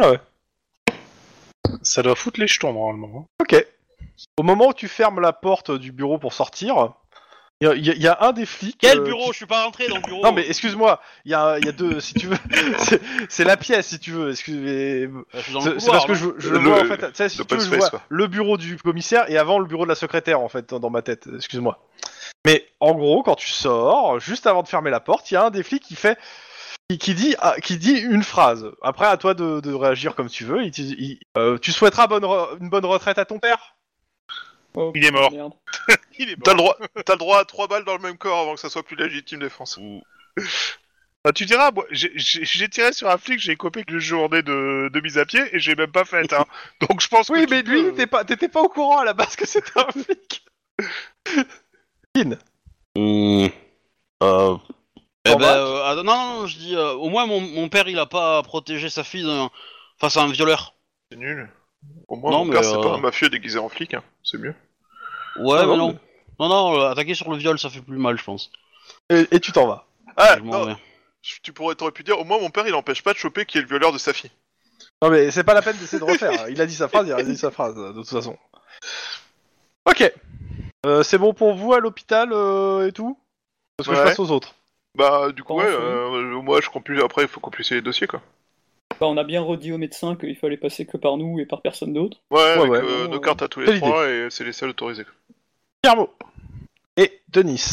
Ça doit foutre les jetons, normalement. Ok. Au moment où tu fermes la porte du bureau pour sortir, il y a un des flics. Quel bureau Je suis pas rentré dans le bureau. Non mais excuse-moi, il y a deux, si tu veux, c'est la pièce si tu veux. Je suis dans le C'est couloir, parce que non je le vois en fait. Tu sais, si tu l'open veux, je space, vois quoi. le bureau du commissaire et avant le bureau de la secrétaire en fait dans ma tête. Excuse-moi. Mais en gros, quand tu sors, juste avant de fermer la porte, il y a un des flics qui dit une phrase. Après, à toi de réagir comme tu veux. Tu souhaiteras une bonne retraite à ton père. Oh, Il est mort. merde. Il est T'as mort. le droit à 3 balles dans le même corps avant que ça soit plus légitime défense. Ah, tu diras, moi, j'ai tiré sur un flic, j'ai copé que le journée de mise à pied et j'ai même pas fait. Hein. Donc je pense Oui, que. mais lui, t'étais pas au courant à la base que c'était un flic. In. Non, je dis, au moins mon père il a pas protégé sa fille face à un violeur. C'est nul. Au moins, Non, mon père, mais, c'est pas un mafieux déguisé en flic, hein. C'est mieux. Ouais, Ah mais non, non. Non, attaquer sur le viol ça fait plus mal, je pense. Et tu t'en vas. Ah, Je m'en non, vais. t'aurais pu dire, au moins, mon père, il empêche pas de choper qui est le violeur de sa fille. Non mais c'est pas la peine d'essayer de refaire. Il a dit sa phrase, il a dit sa phrase de toute façon. Ok. C'est bon pour vous à l'hôpital et tout. Parce que je Ouais. passe aux autres. Bah, du coup, Comment ouais, on fait moi, je compile. Après, il faut compliquer les dossiers, quoi. Bah, on a bien redit au médecin qu'il fallait passer que par nous et par personne d'autre. Ouais, avec ouais. nos cartes à tous C'est les trois, et c'est les seuls autorisés. Guillermo. Et Denis.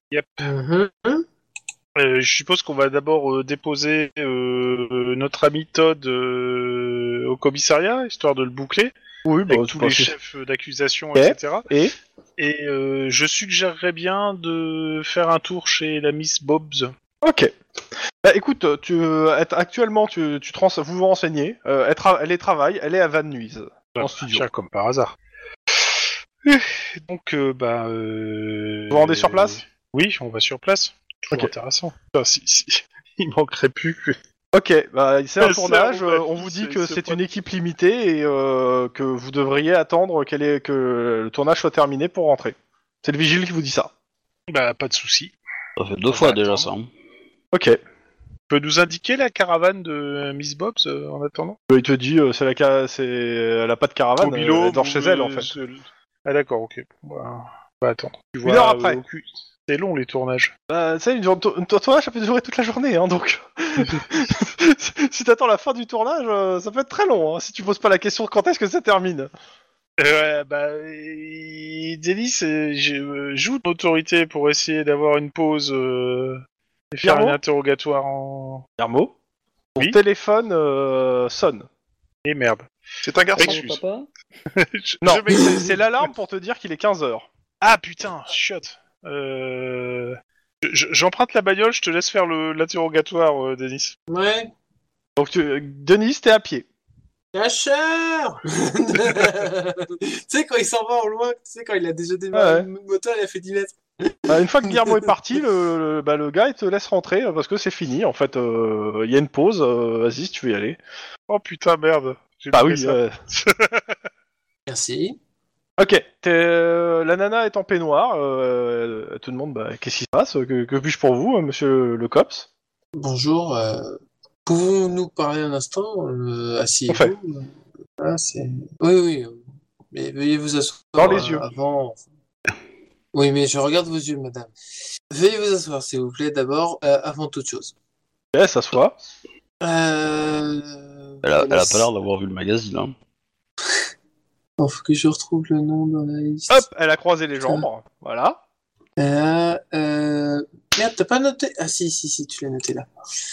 Je suppose qu'on va d'abord déposer notre ami Todd au commissariat, histoire de le boucler, Oui, avec tous les chefs d'accusation, Et etc. Et Et je suggérerais bien de faire un tour chez la Miss Bobs. ok. Bah écoute, actuellement vous vous renseignez. Elle travaille, elle est à Van Nuys en studio. Tiens, comme par hasard. Donc, Vous vous rendez sur place? Oui, on va sur place. Toujours Ok. intéressant. Enfin, si. Il manquerait plus que... Ok, bah c'est un C'est tournage. un bon On avis, vous dit c'est- que c'est c'est pas- une équipe limitée et que vous devriez attendre que le tournage soit terminé pour rentrer. C'est le vigile qui vous dit ça. Bah, pas de souci. Ça fait 2 On fois va déjà attendre. ça. Hein. Ok. Tu peux nous indiquer la caravane de Miss Bobs en attendant? Il te dit, elle a pas de caravane, Mobilo, elle dort chez elle en fait. Ah d'accord, ok. On va attendre. Tu Une heure après. C'est long les tournages. Bah, tu sais, un tournage ça peut durer toute la journée, hein, donc. Si t'attends la fin du tournage, ça peut être très long, hein, si tu poses pas la question quand est-ce que ça termine. Ouais, bah, Denis, joue de l'autorité pour essayer d'avoir une pause et faire Guillermo un interrogatoire en... Guillermo, ton Oui téléphone sonne. Et merde. C'est un garçon. Excuse. Papa Non, Je vais- c'est l'alarme pour te dire qu'il est 15h. Ah putain, chiotte. J'emprunte la bagnole, je te laisse faire l'interrogatoire, Denis. Ouais. Donc, Denis, t'es à pied. Lâcheur Tu sais, quand il s'en va au loin, tu sais, quand il a déjà démarré Ouais. le moteur, il a fait 10 mètres. Une fois que Guillermo est parti, le gars il te laisse rentrer parce que c'est fini. En fait, il y a une pause. Vas-y, si tu veux y aller. Oh putain, merde. J'ai Bah fait oui. ça. Merci. Ok. La nana est en peignoir. Elle te demande qu'est-ce qui se passe. Que puis-je pour vous, monsieur le cops? Bonjour. Pouvons-nous nous parler un instant asseyez-vous. Ah, c'est... Oui, oui. Mais veuillez vous asseoir Dans les yeux. avant. Oui, mais je regarde vos yeux, madame. Veuillez vous asseoir, s'il vous plaît, d'abord, avant toute chose. Ok, s'assoit. Elle a pas l'air d'avoir vu le magazine. Hein. Oh, faut que je retrouve le nom dans la liste. Hop, elle a croisé les jambes. Voilà. Merde, t'as pas noté? Ah si, tu l'as noté là.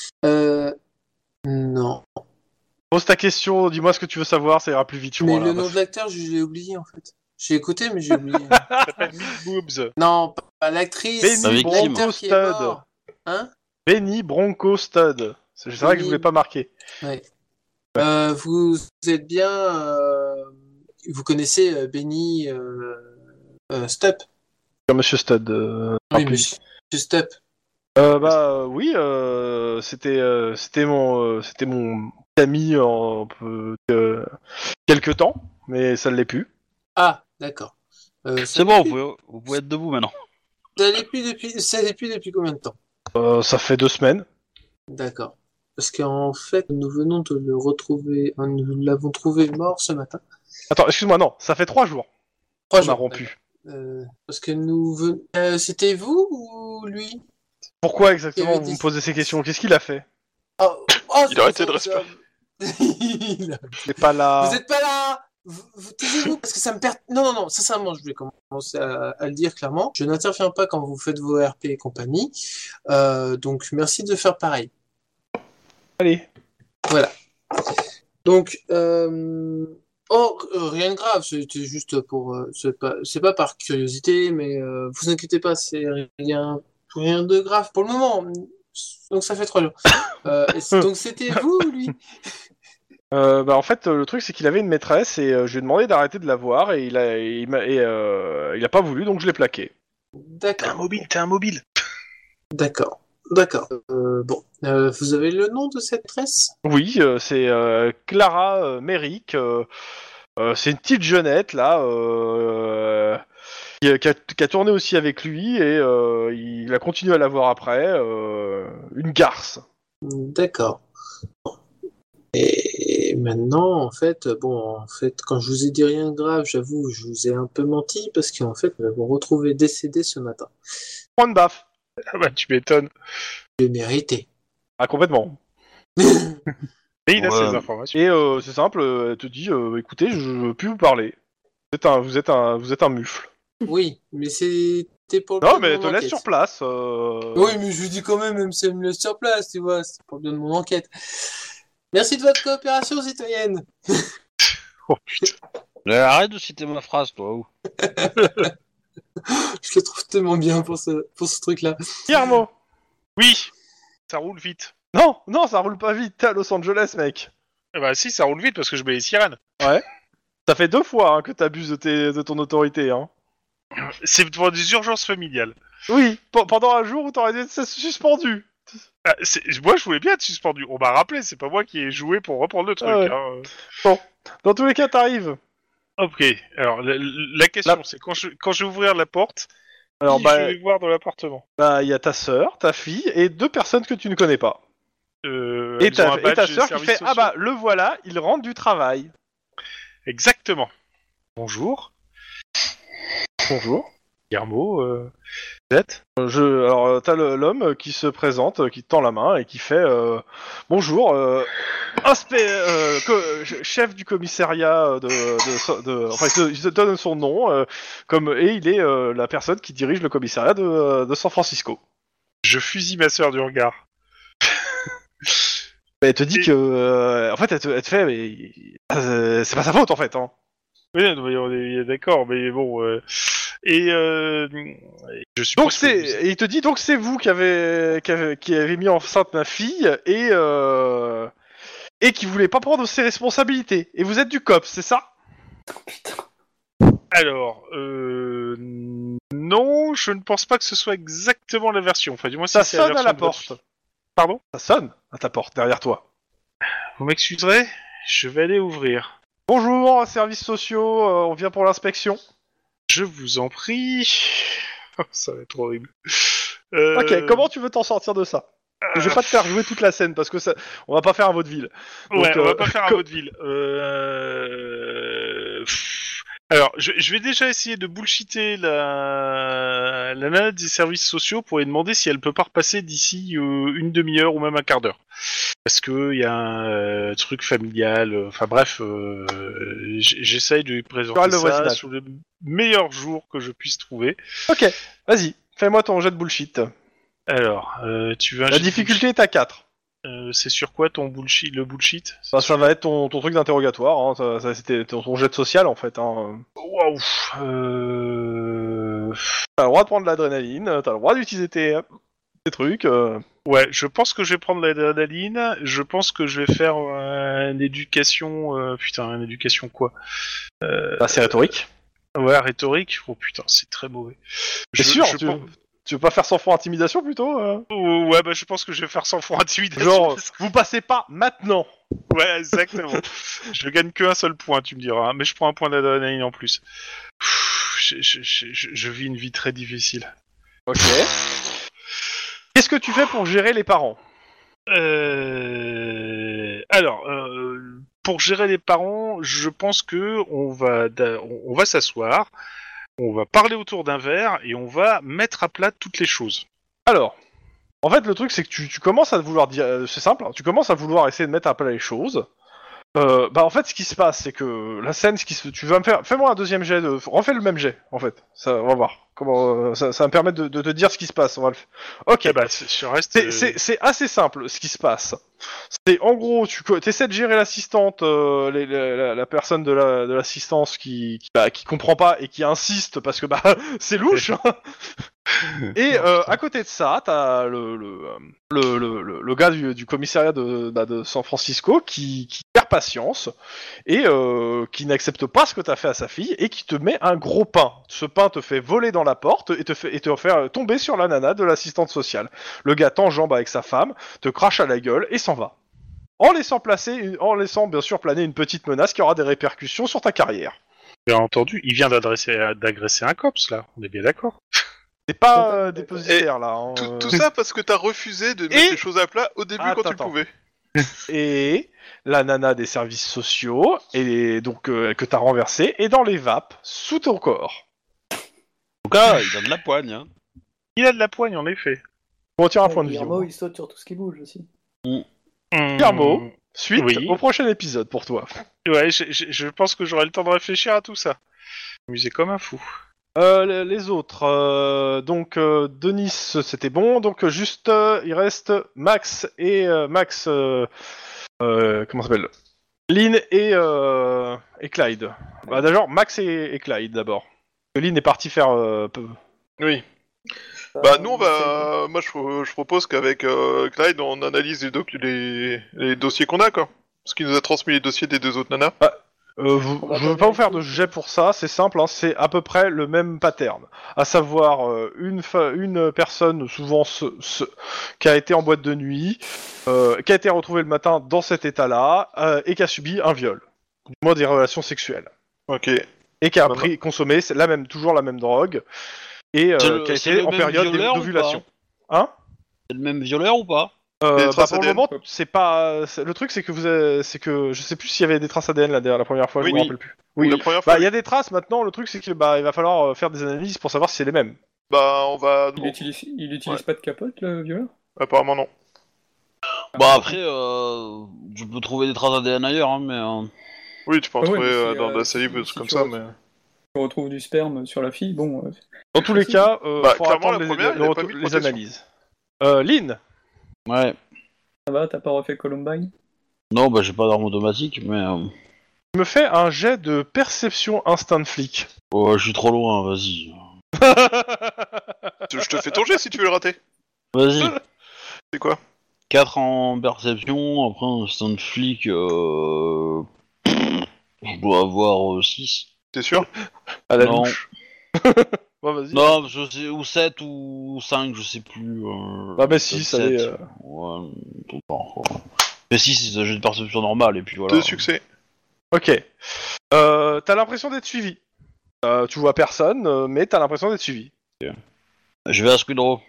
Non. Pose ta question, dis-moi ce que tu veux savoir, ça ira plus vite. Mais le nom de l'acteur, je l'ai oublié en fait. J'ai écouté, mais j'ai oublié. Ça s'appelle Miss Boobs. Non, pas l'actrice. Benny L'acteur qui est Bronco mort. Hein? Benny Bronco Stud. C'est vrai que je voulais pas marquer. Ouais. Vous êtes bien... Vous connaissez Benny Stupp? Monsieur Stud. Oui, monsieur Stupp. Oui, c'était mon ami en quelque temps, mais ça ne l'est plus. Ah, d'accord. C'est bon, vous pouvez être debout maintenant. Ça l'est plus depuis combien de temps? Ça fait 2 semaines. D'accord. Parce qu'en fait, nous venons de le retrouver, nous l'avons trouvé mort ce matin. Attends, excuse-moi, non, ça fait 3 jours. 3 On a jours. rompu. Parce que c'était vous ou lui? Pourquoi exactement avait vous dit- me posez ces questions? Qu'est-ce qu'il a fait? Il a arrêté de respirer. C'est pas là. Vous êtes pas là. Vous taisez-vous parce que ça me perd. Non. Sincèrement, je vais commencer à le dire clairement. Je n'interviens pas quand vous faites vos RP et compagnie. Donc merci de faire pareil. Allez. Voilà. Donc rien de grave. C'était juste pour. C'est pas par curiosité, mais vous inquiétez pas, c'est rien de grave pour le moment. Donc ça fait 3 jours. Donc c'était vous ou lui? En fait, le truc c'est qu'il avait une maîtresse et je lui ai demandé d'arrêter de la voir et il a pas voulu, donc je l'ai plaqué. D'accord. T'es un mobile. D'accord. Bon. Vous avez le nom de cette maîtresse? Oui, c'est Clara Merrick. C'est une petite jeunette là qui a tourné aussi avec lui et il a continué à la voir après. Une garce. D'accord. Et maintenant, en fait, quand je vous ai dit rien de grave, j'avoue, je vous ai un peu menti parce qu'en fait, nous l'avons retrouvé décédé ce matin. Point de baffe. Ah bah tu m'étonnes. Je l'ai mérité. Ah, complètement. Mais il a Ouais. ces informations. Et c'est simple, elle te dit écoutez, je veux plus vous parler. Vous êtes un mufle. Oui, mais c'était pour le Non, bien mais de elle te mon laisse enquête. sur place. Oui, mais je lui dis quand même si elle me laisse sur place, tu vois, c'est pour le bien de mon enquête. Merci de votre coopération, citoyenne. Oh putain. Arrête de citer ma phrase, toi. Ou. Je le trouve tellement bien pour ce truc-là. Guillermo. Oui. Ça roule vite. Non, ça roule pas vite. T'es à Los Angeles, mec. Eh bah si, ça roule vite parce que je mets les sirènes. Ouais. Ça fait 2 fois que t'abuses de ton autorité, hein. C'est pour des urgences familiales. Oui, pendant un jour où t'aurais dû être suspendu. Ah, moi, je voulais bien être suspendu. On m'a rappelé, c'est pas moi qui ai joué pour reprendre le truc. Ah ouais. Hein. Dans tous les cas, t'arrives. Ok. Alors, la question, c'est quand je vais ouvrir la porte, Alors, qui je vais voir dans l'appartement. il y a ta sœur, ta fille et 2 personnes que tu ne connais pas. Et elles ont un ta badge sœur qui service fait sociaux. le voilà, il rentre du travail. Exactement. Bonjour. Bonjour. Guillermo, vous êtes Alors, t'as l'homme qui se présente, qui te tend la main et qui fait bonjour, chef du commissariat enfin, il te donne son nom, et il est la personne qui dirige le commissariat de San Francisco. Je fusille ma sœur du regard. Elle te dit que, en fait, elle te fait, mais c'est pas sa faute en fait. Hein. Oui, non, mais on est d'accord, mais bon. Je suppose Donc et il te dit donc c'est vous qui avez mis enceinte ma fille et qui voulait pas prendre ses responsabilités. Et vous êtes du COPS, c'est ça? Alors, non, je ne pense pas que ce soit exactement la version. Enfin, du moins, Ça si c'est la sonne à version la de porte. votre- Pardon? Ça sonne à ta porte, derrière toi. Vous m'excuserez? Je vais aller ouvrir. Bonjour, services sociaux, on vient pour l'inspection. Je vous en prie. Ça va être horrible. Ok, comment tu veux t'en sortir de ça? Je vais pas te faire jouer toute la scène parce que ça, on va pas faire un vaudeville. Donc, Ouais, on va pas faire un vaudeville. Alors, je vais déjà essayer de bullshiter la nana des services sociaux pour lui demander si elle peut pas repasser d'ici une demi-heure ou même un quart d'heure. Parce que il y a un truc familial. Enfin bref, j'essaye de lui présenter le ça voisinage. sous le meilleur jour que je puisse trouver. Ok, vas-y, fais-moi ton jet de bullshit. Alors, tu veux un La jet de difficulté est à 4. c'est sur quoi ton bullshit, le bullshit? Bah, ça va être ton truc d'interrogatoire, hein. C'était ton jet de social en fait. Hein. Waouh. T'as le droit de prendre de l'adrénaline, t'as le droit d'utiliser tes trucs. Ouais, je pense que je vais prendre l'adrénaline. Je pense que je vais faire une éducation. Une éducation quoi? Bah, c'est rhétorique. Ouais, rhétorique. Oh putain, c'est très mauvais. T'es sûr je pense- tu veux pas faire sans fond intimidation plutôt Ouais, bah je pense que je vais faire sans fond intimidation. Genre, parce que- vous passez pas maintenant. Ouais, exactement. Je gagne qu'un seul point, tu me diras. Mais je prends un point d'adrénaline en plus. Je vis une vie très difficile. Ok. Qu'est-ce que tu fais pour gérer les parents? Alors, pour gérer les parents, je pense que on va s'asseoir, on va parler autour d'un verre et on va mettre à plat toutes les choses. Alors, en fait, le truc, c'est que tu commences à vouloir dire... c'est simple, hein, tu commences à vouloir essayer de mettre à plat les choses. Bah, en fait, ce qui se passe, c'est que la scène, tu vas me faire... Fais-moi un deuxième jet, refais le même jet, en fait. Ça, on va voir. Comment, ça va me permettre de te dire ce qui se passe. On va le... Ok, Eh bah, je reste. c'est assez simple, ce qui se passe. C'est, en gros, tu essaies de gérer l'assistante, la personne de l'assistance qui comprend pas et qui insiste parce que, bah, c'est louche, hein. Et à côté de ça, t'as le gars du commissariat de San Francisco qui perd patience et qui n'accepte pas ce que t'as fait à sa fille et qui te met un gros pain. Ce pain te fait voler dans la porte et te fait tomber sur la nana de l'assistante sociale. Le gars t'enjambe avec sa femme, te crache à la gueule et s'en va. En laissant bien sûr planer une petite menace qui aura des répercussions sur ta carrière. Bien entendu, il vient d'agresser un cops là. On est bien d'accord. C'est pas dépositaire là. Hein. Tout ça parce que t'as refusé de mettre les choses à plat au début quand tu le pouvais. Et la nana des services sociaux, et donc que t'as renversée, est dans les vapes, sous ton corps. En tout cas, il a de la poigne. Hein. Il a de la poigne en effet. On retire un point de vie. Guillermo, il saute sur tout ce qui bouge aussi. Guillermo, suite Oui. au prochain épisode pour toi. Ouais, je pense que j'aurai le temps de réfléchir à tout ça. M'amuser comme un fou. Les autres, donc Denis, c'était bon, donc juste il reste Max et comment ça s'appelle, Lynn et Clyde. Bah d'abord Max et Clyde d'abord. Lynn est parti faire Oui. Bah nous moi je propose qu'avec Clyde on analyse les dossiers qu'on a quoi. Parce qu'il nous a transmis les dossiers des deux autres nanas. je veux pas vous faire de jet pour ça, c'est simple, hein, c'est à peu près le même pattern. À savoir, une personne, souvent qui a été en boîte de nuit, qui a été retrouvée le matin dans cet état-là, et qui a subi un viol. Du moins des relations sexuelles. Ok. Et qui a consommé toujours la même drogue, et qui a été en période d'ovulation. Hein? C'est le même violeur ou pas? Pour ADN. le moment, c'est pas. Le truc, c'est que je sais plus s'il y avait des traces ADN là derrière la première fois. Oui, je me oui. rappelle plus. Oui. La première fois. Bah, il y a des traces maintenant. Le truc, c'est que il va falloir faire des analyses pour savoir si c'est les mêmes. Bah on va. Il utilise pas de capote, le violeur? Apparemment non. Bah après, je peux trouver des traces ADN ailleurs, hein, mais... Oui, tu peux en Ah ouais, trouver mais si, dans la si- salive, des si trucs comme tu ça, re- mais. On retrouve du sperme sur la fille, bon. Dans tous les cas, Bah, faut clairement, attendre la première, il a pas mis de les protection. analyses. Lynn, Ouais. Ça va, t'as pas refait Columbine? Non, bah j'ai pas d'arme automatique, mais... tu me fais un jet de perception instinct de flic. Oh, je suis trop loin, vas-y. Je te fais ton jet si tu veux le rater. Vas-y. C'est quoi? 4 en perception, après un instant de flic, je dois avoir 6. T'es sûr? À la Non. louche. Bon, vas-y. Non, je sais, ou 7 ou 5, je sais plus. Ah bah si, ça peut-être allait... 7. Ouais, tout le temps, quoi. Mais si, c'est un jeu de perception normal, et puis voilà. 2 succès. Ok. T'as l'impression d'être suivi. Tu vois personne, mais t'as l'impression d'être suivi. Je vais à Squidrow.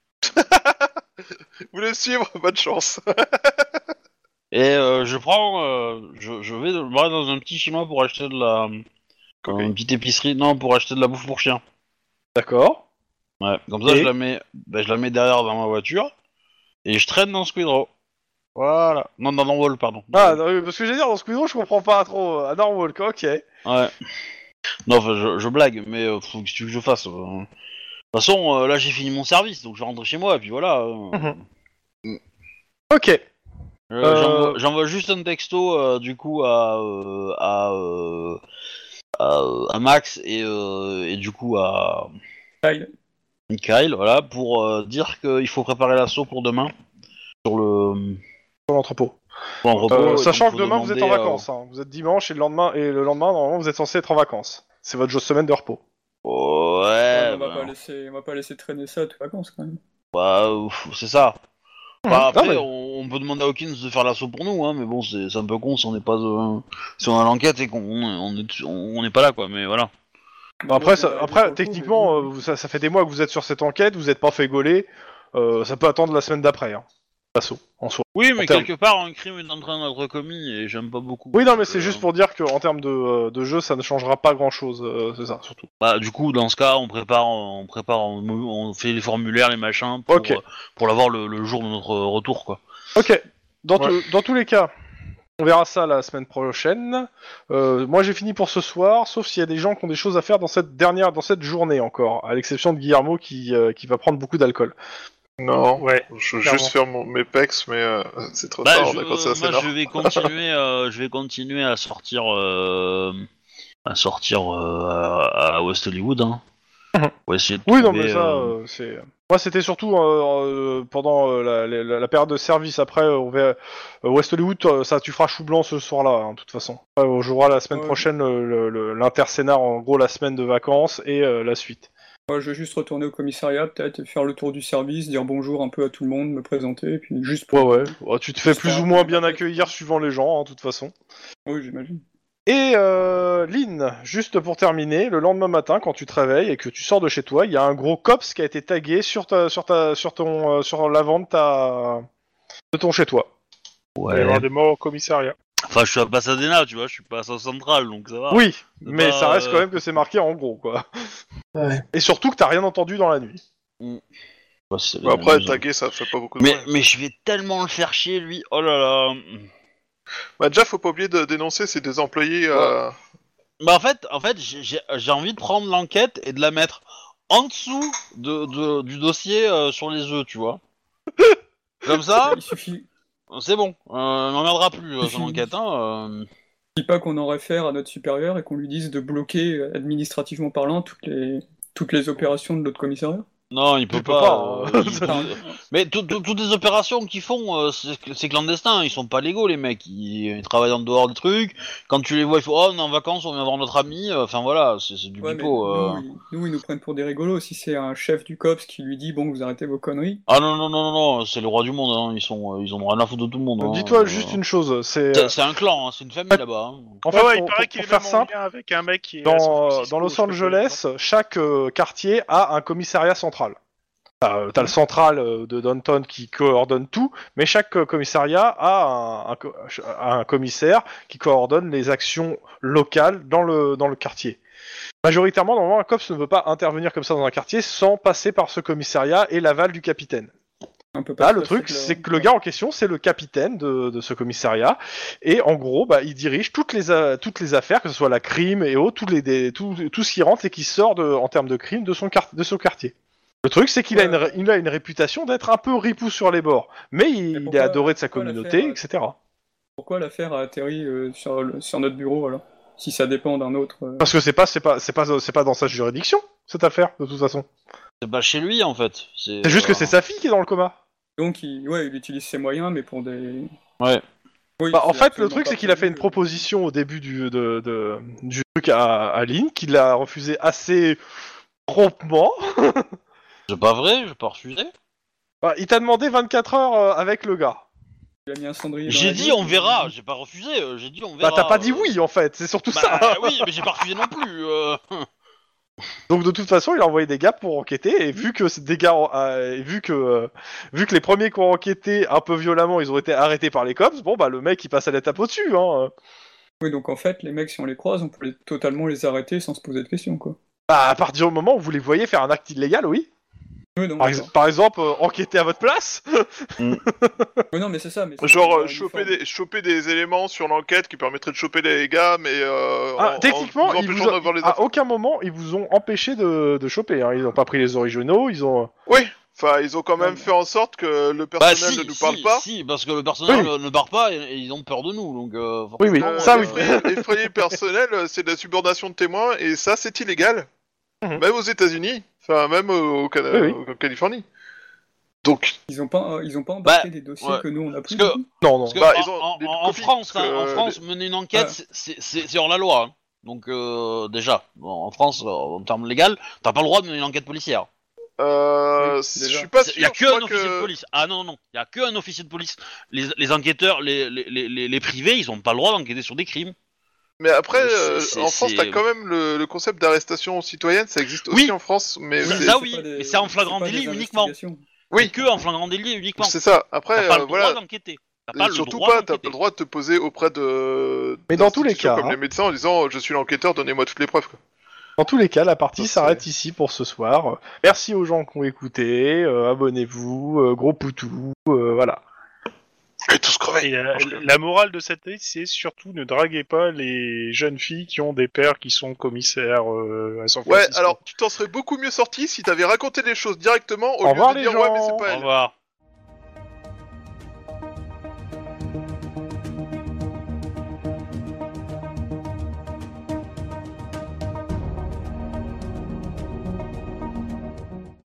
Vous voulez suivre? Bonne chance. Et je prends... je vais me barrer dans un petit chinois pour acheter de la... une petite épicerie, non, pour acheter de la bouffe pour chien. D'accord. Ouais, comme ça Et je la mets derrière dans ma voiture, et je traîne dans Squidrow. Voilà. Non, dans l'envol, pardon. Ah, non, parce que j'allais dire, dans Squidrow, je comprends pas trop. À Norwalk, ok. Ouais. Non, enfin, je blague, mais faut que je fasse. De toute façon, là j'ai fini mon service, donc je rentre chez moi, et puis voilà. Ok. J'envoie juste un texto, du coup, à Max et du coup à Kyle. Mikhail, voilà, pour dire qu'il faut préparer l'assaut pour demain sur Sur l'entrepôt. l'entrepôt. Sachant que Donc, faut demain, vous êtes en demander, vacances. Hein. Vous êtes dimanche et le lendemain, normalement, vous êtes censé être en vacances. C'est votre semaine de repos. Ouais, on va pas laisser traîner ça à toutes vacances quand même. bah, c'est ça. Bah, après, mais- on peut demander à Hawkins de faire l'assaut pour nous, hein, mais bon, c'est un peu con si on n'est pas, si on a l'enquête et qu'on n'est pas là, quoi. Mais voilà. Bon, après, Moi, après techniquement, ça fait des mois que vous êtes sur cette enquête, vous n'êtes pas fait gauler. Ça peut attendre la semaine d'après. Hein. L'assaut, en soi. Oui, mais En termes- quelque part, un crime est en train d'être commis et j'aime pas beaucoup. Oui, non, mais c'est Donc, juste pour dire qu'en termes de jeu, ça ne changera pas grand-chose. C'est ça, surtout. Bah, du coup, dans ce cas, on fait les formulaires, les machins, Ok. pour l'avoir le jour de notre retour, quoi. Ok. Dans Ouais. tous les cas, on verra ça la semaine prochaine. Moi, j'ai fini pour ce soir, sauf s'il y a des gens qui ont des choses à faire dans cette journée encore, à l'exception de Guillermo qui va prendre beaucoup d'alcool. Non, Ouais, je veux clairement. juste faire mes pecs, mais c'est trop Bah, tard, on a commencé assez moi, tard. je vais continuer à sortir, à West Hollywood, hein. Pour essayer de Oui, non, trouver, mais ça, c'est. Moi, c'était surtout pendant la période de service. Après, on va West Hollywood, ça, tu feras chou blanc ce soir-là, hein, de toute façon. Après, on jouera la semaine Ouais. prochaine l'intercénar, en gros, la semaine de vacances et la suite. Moi, je vais juste retourner au commissariat, peut-être, et faire le tour du service, dire bonjour un peu à tout le monde, me présenter, et puis juste pour... Ouais. Ouais, tu te fais plus ou moins bien accueillir suivant les gens, hein, de toute façon. Oui, j'imagine. Et Lynn, juste pour terminer, le lendemain matin, quand tu te réveilles et que tu sors de chez toi, il y a un gros cops qui a été tagué sur l'avant de ton chez toi. Il va y Ouais. avoir des morts au commissariat. Enfin, je suis à Pasadena, tu vois, je suis pas à South Central, donc ça va. Oui, C'est mais pas, ça reste quand même que c'est marqué en gros, quoi. Ouais. Et surtout que t'as rien entendu dans la nuit. Ouais, c'est Bon, après, amusant. taguer, ça fait pas beaucoup de Mais, bruit. mais je vais tellement le faire chier, lui. Oh là là. Bah, déjà, faut pas oublier de dénoncer, c'est des employés... Bah en fait, j'ai envie de prendre l'enquête et de la mettre en dessous du dossier sur les œufs, tu vois. Comme ça, Il suffit c'est bon. On n'emmerdera plus son enquête, hein. pas qu'on en réfère à notre supérieur et qu'on lui dise de bloquer, administrativement parlant, toutes les opérations de l'autre commissariat. Non, il peut Il peut pas. pas, hein. Mais toutes les opérations qu'ils font, c'est clandestin. Ils sont pas légaux, les mecs. Ils travaillent en dehors des trucs. Quand tu les vois, il faut oh, on est en vacances, on vient voir notre ami. Enfin voilà, c'est du Ouais, mais pipeau. nous, ils nous prennent pour des rigolos. Si c'est un chef du COPS qui lui dit, bon, vous arrêtez vos conneries. Ah non, c'est le roi du monde. Hein. Ils ont rien à foutre de tout le monde. Hein. Dis-toi juste une chose, C'est un clan, hein, c'est une famille là-bas. Hein. En fait, Il paraît qu'il pour est faire même en simple, lien avec un mec qui est dans Los Angeles, chaque quartier a un commissariat central. T'as le central de Downton qui coordonne tout, mais chaque commissariat a un commissaire qui coordonne les actions locales dans le quartier. Majoritairement, normalement, un COPS ne veut pas intervenir comme ça dans un quartier sans passer par ce commissariat et l'aval du capitaine. Un peu Là, pas le tout à fait truc, c'est que le gars en question, c'est le capitaine de ce commissariat, et en gros, il dirige toutes les affaires, que ce soit la crime et autres, tout ce qui rentre et qui sort en termes de crime de son quartier. Le truc, c'est qu'il a une réputation d'être un peu ripou sur les bords, mais il est adoré de sa communauté, etc. Pourquoi l'affaire a atterri sur notre bureau alors? Si ça dépend d'un autre. Parce que c'est pas dans sa juridiction cette affaire de toute façon. C'est pas chez lui en fait. C'est juste que c'est sa fille qui est dans le coma. Donc il utilise ses moyens, mais pour des. Ouais. Oui, Bah, en c'est fait, le absolument truc, pas c'est qu'il a fait une prévu. proposition au début du truc à Lynn, qu'il a refusé assez promptement. C'est pas vrai, je vais pas refuser. Bah, il t'a demandé 24 heures avec le gars. Il a mis un cendrier dans J'ai la dit gueule, on verra, j'ai pas refusé, j'ai dit on Bah, verra. t'as pas dit oui, en fait, c'est surtout ça. Bah oui, mais j'ai pas refusé non plus. Donc, de toute façon, il a envoyé des gars pour enquêter, et vu que des gars, et vu que les premiers qui ont enquêté un peu violemment, ils ont été arrêtés par les cops, bon, bah, le mec, il passe à l'étape au-dessus, hein. Oui, donc en fait, les mecs, si on les croise, on peut totalement les arrêter sans se poser de questions, quoi. Bah, à partir du moment où vous les voyez faire un acte illégal, oui. Oui, non, Par exemple, enquêter à votre place. oui, non, mais c'est ça. Mais c'est Genre leur choper uniforme. choper des éléments sur l'enquête qui permettraient de choper les gars, mais Techniquement, en ils empêchant vous d'avoir les à infos. aucun moment, ils vous ont empêché de choper. Hein. Ils n'ont pas pris les originaux, ils ont... Oui, enfin ils ont quand même Ouais, fait en sorte que le Bah personnel si, ne nous parle si, pas. si, parce que le personnel Oui. ne part pas et ils ont peur de nous, donc Oui, oui, forcément, ça, oui. Effrayer le personnel, c'est de la subordination de témoins, et ça c'est illégal. Mhm. Même aux États-Unis, enfin même Oui, en Californie. Donc, Ils ont pas embarqué Bah, des dossiers ouais. que nous on a pris. Parce que- du coup Non, non. Parce que Bah, en, ils ont en- des en copies, France, parce que, en France, mener une enquête, c'est hors la loi. Hein. Donc déjà, en France, en termes légal, t'as pas le droit de mener une enquête policière. Oui, je déjà. suis pas Il sûr. y a je qu'un crois officier que- de police. Ah non, non, il y a qu'un officier de police. Les enquêteurs, les privés, ils ont pas le droit d'enquêter sur des crimes. Mais après, C'est- en France, c'est- t'as quand même le concept d'arrestation citoyenne, ça existe aussi Oui. en France, mais Ça, c'est- ça, c'est oui, pas des- mais c'est en flagrant c'est pas délit des uniquement. investigations. Oui. Que en flagrant délit uniquement. c'est ça. Après, T'as pas le droit voilà. d'enquêter. T'as Et pas le surtout droit pas, t'as d'enquêter. pas le droit de te poser auprès de. Mais dans tous les d'institutions cas, comme hein. les médecins en disant je suis l'enquêteur, donnez-moi toutes les preuves. Quoi. Dans tous les cas, la partie Ça, s'arrête ici pour ce soir. Merci aux gens qui ont écouté, abonnez-vous, gros poutou, voilà. Et tous crever. Et la morale de cette liste, c'est surtout ne draguez pas les jeunes filles qui ont des pères qui sont commissaires à San Ouais, Francisco. alors tu t'en serais beaucoup mieux sorti si t'avais raconté les choses directement au Au lieu revoir, de les dire gens. ouais mais c'est pas Au elle. revoir.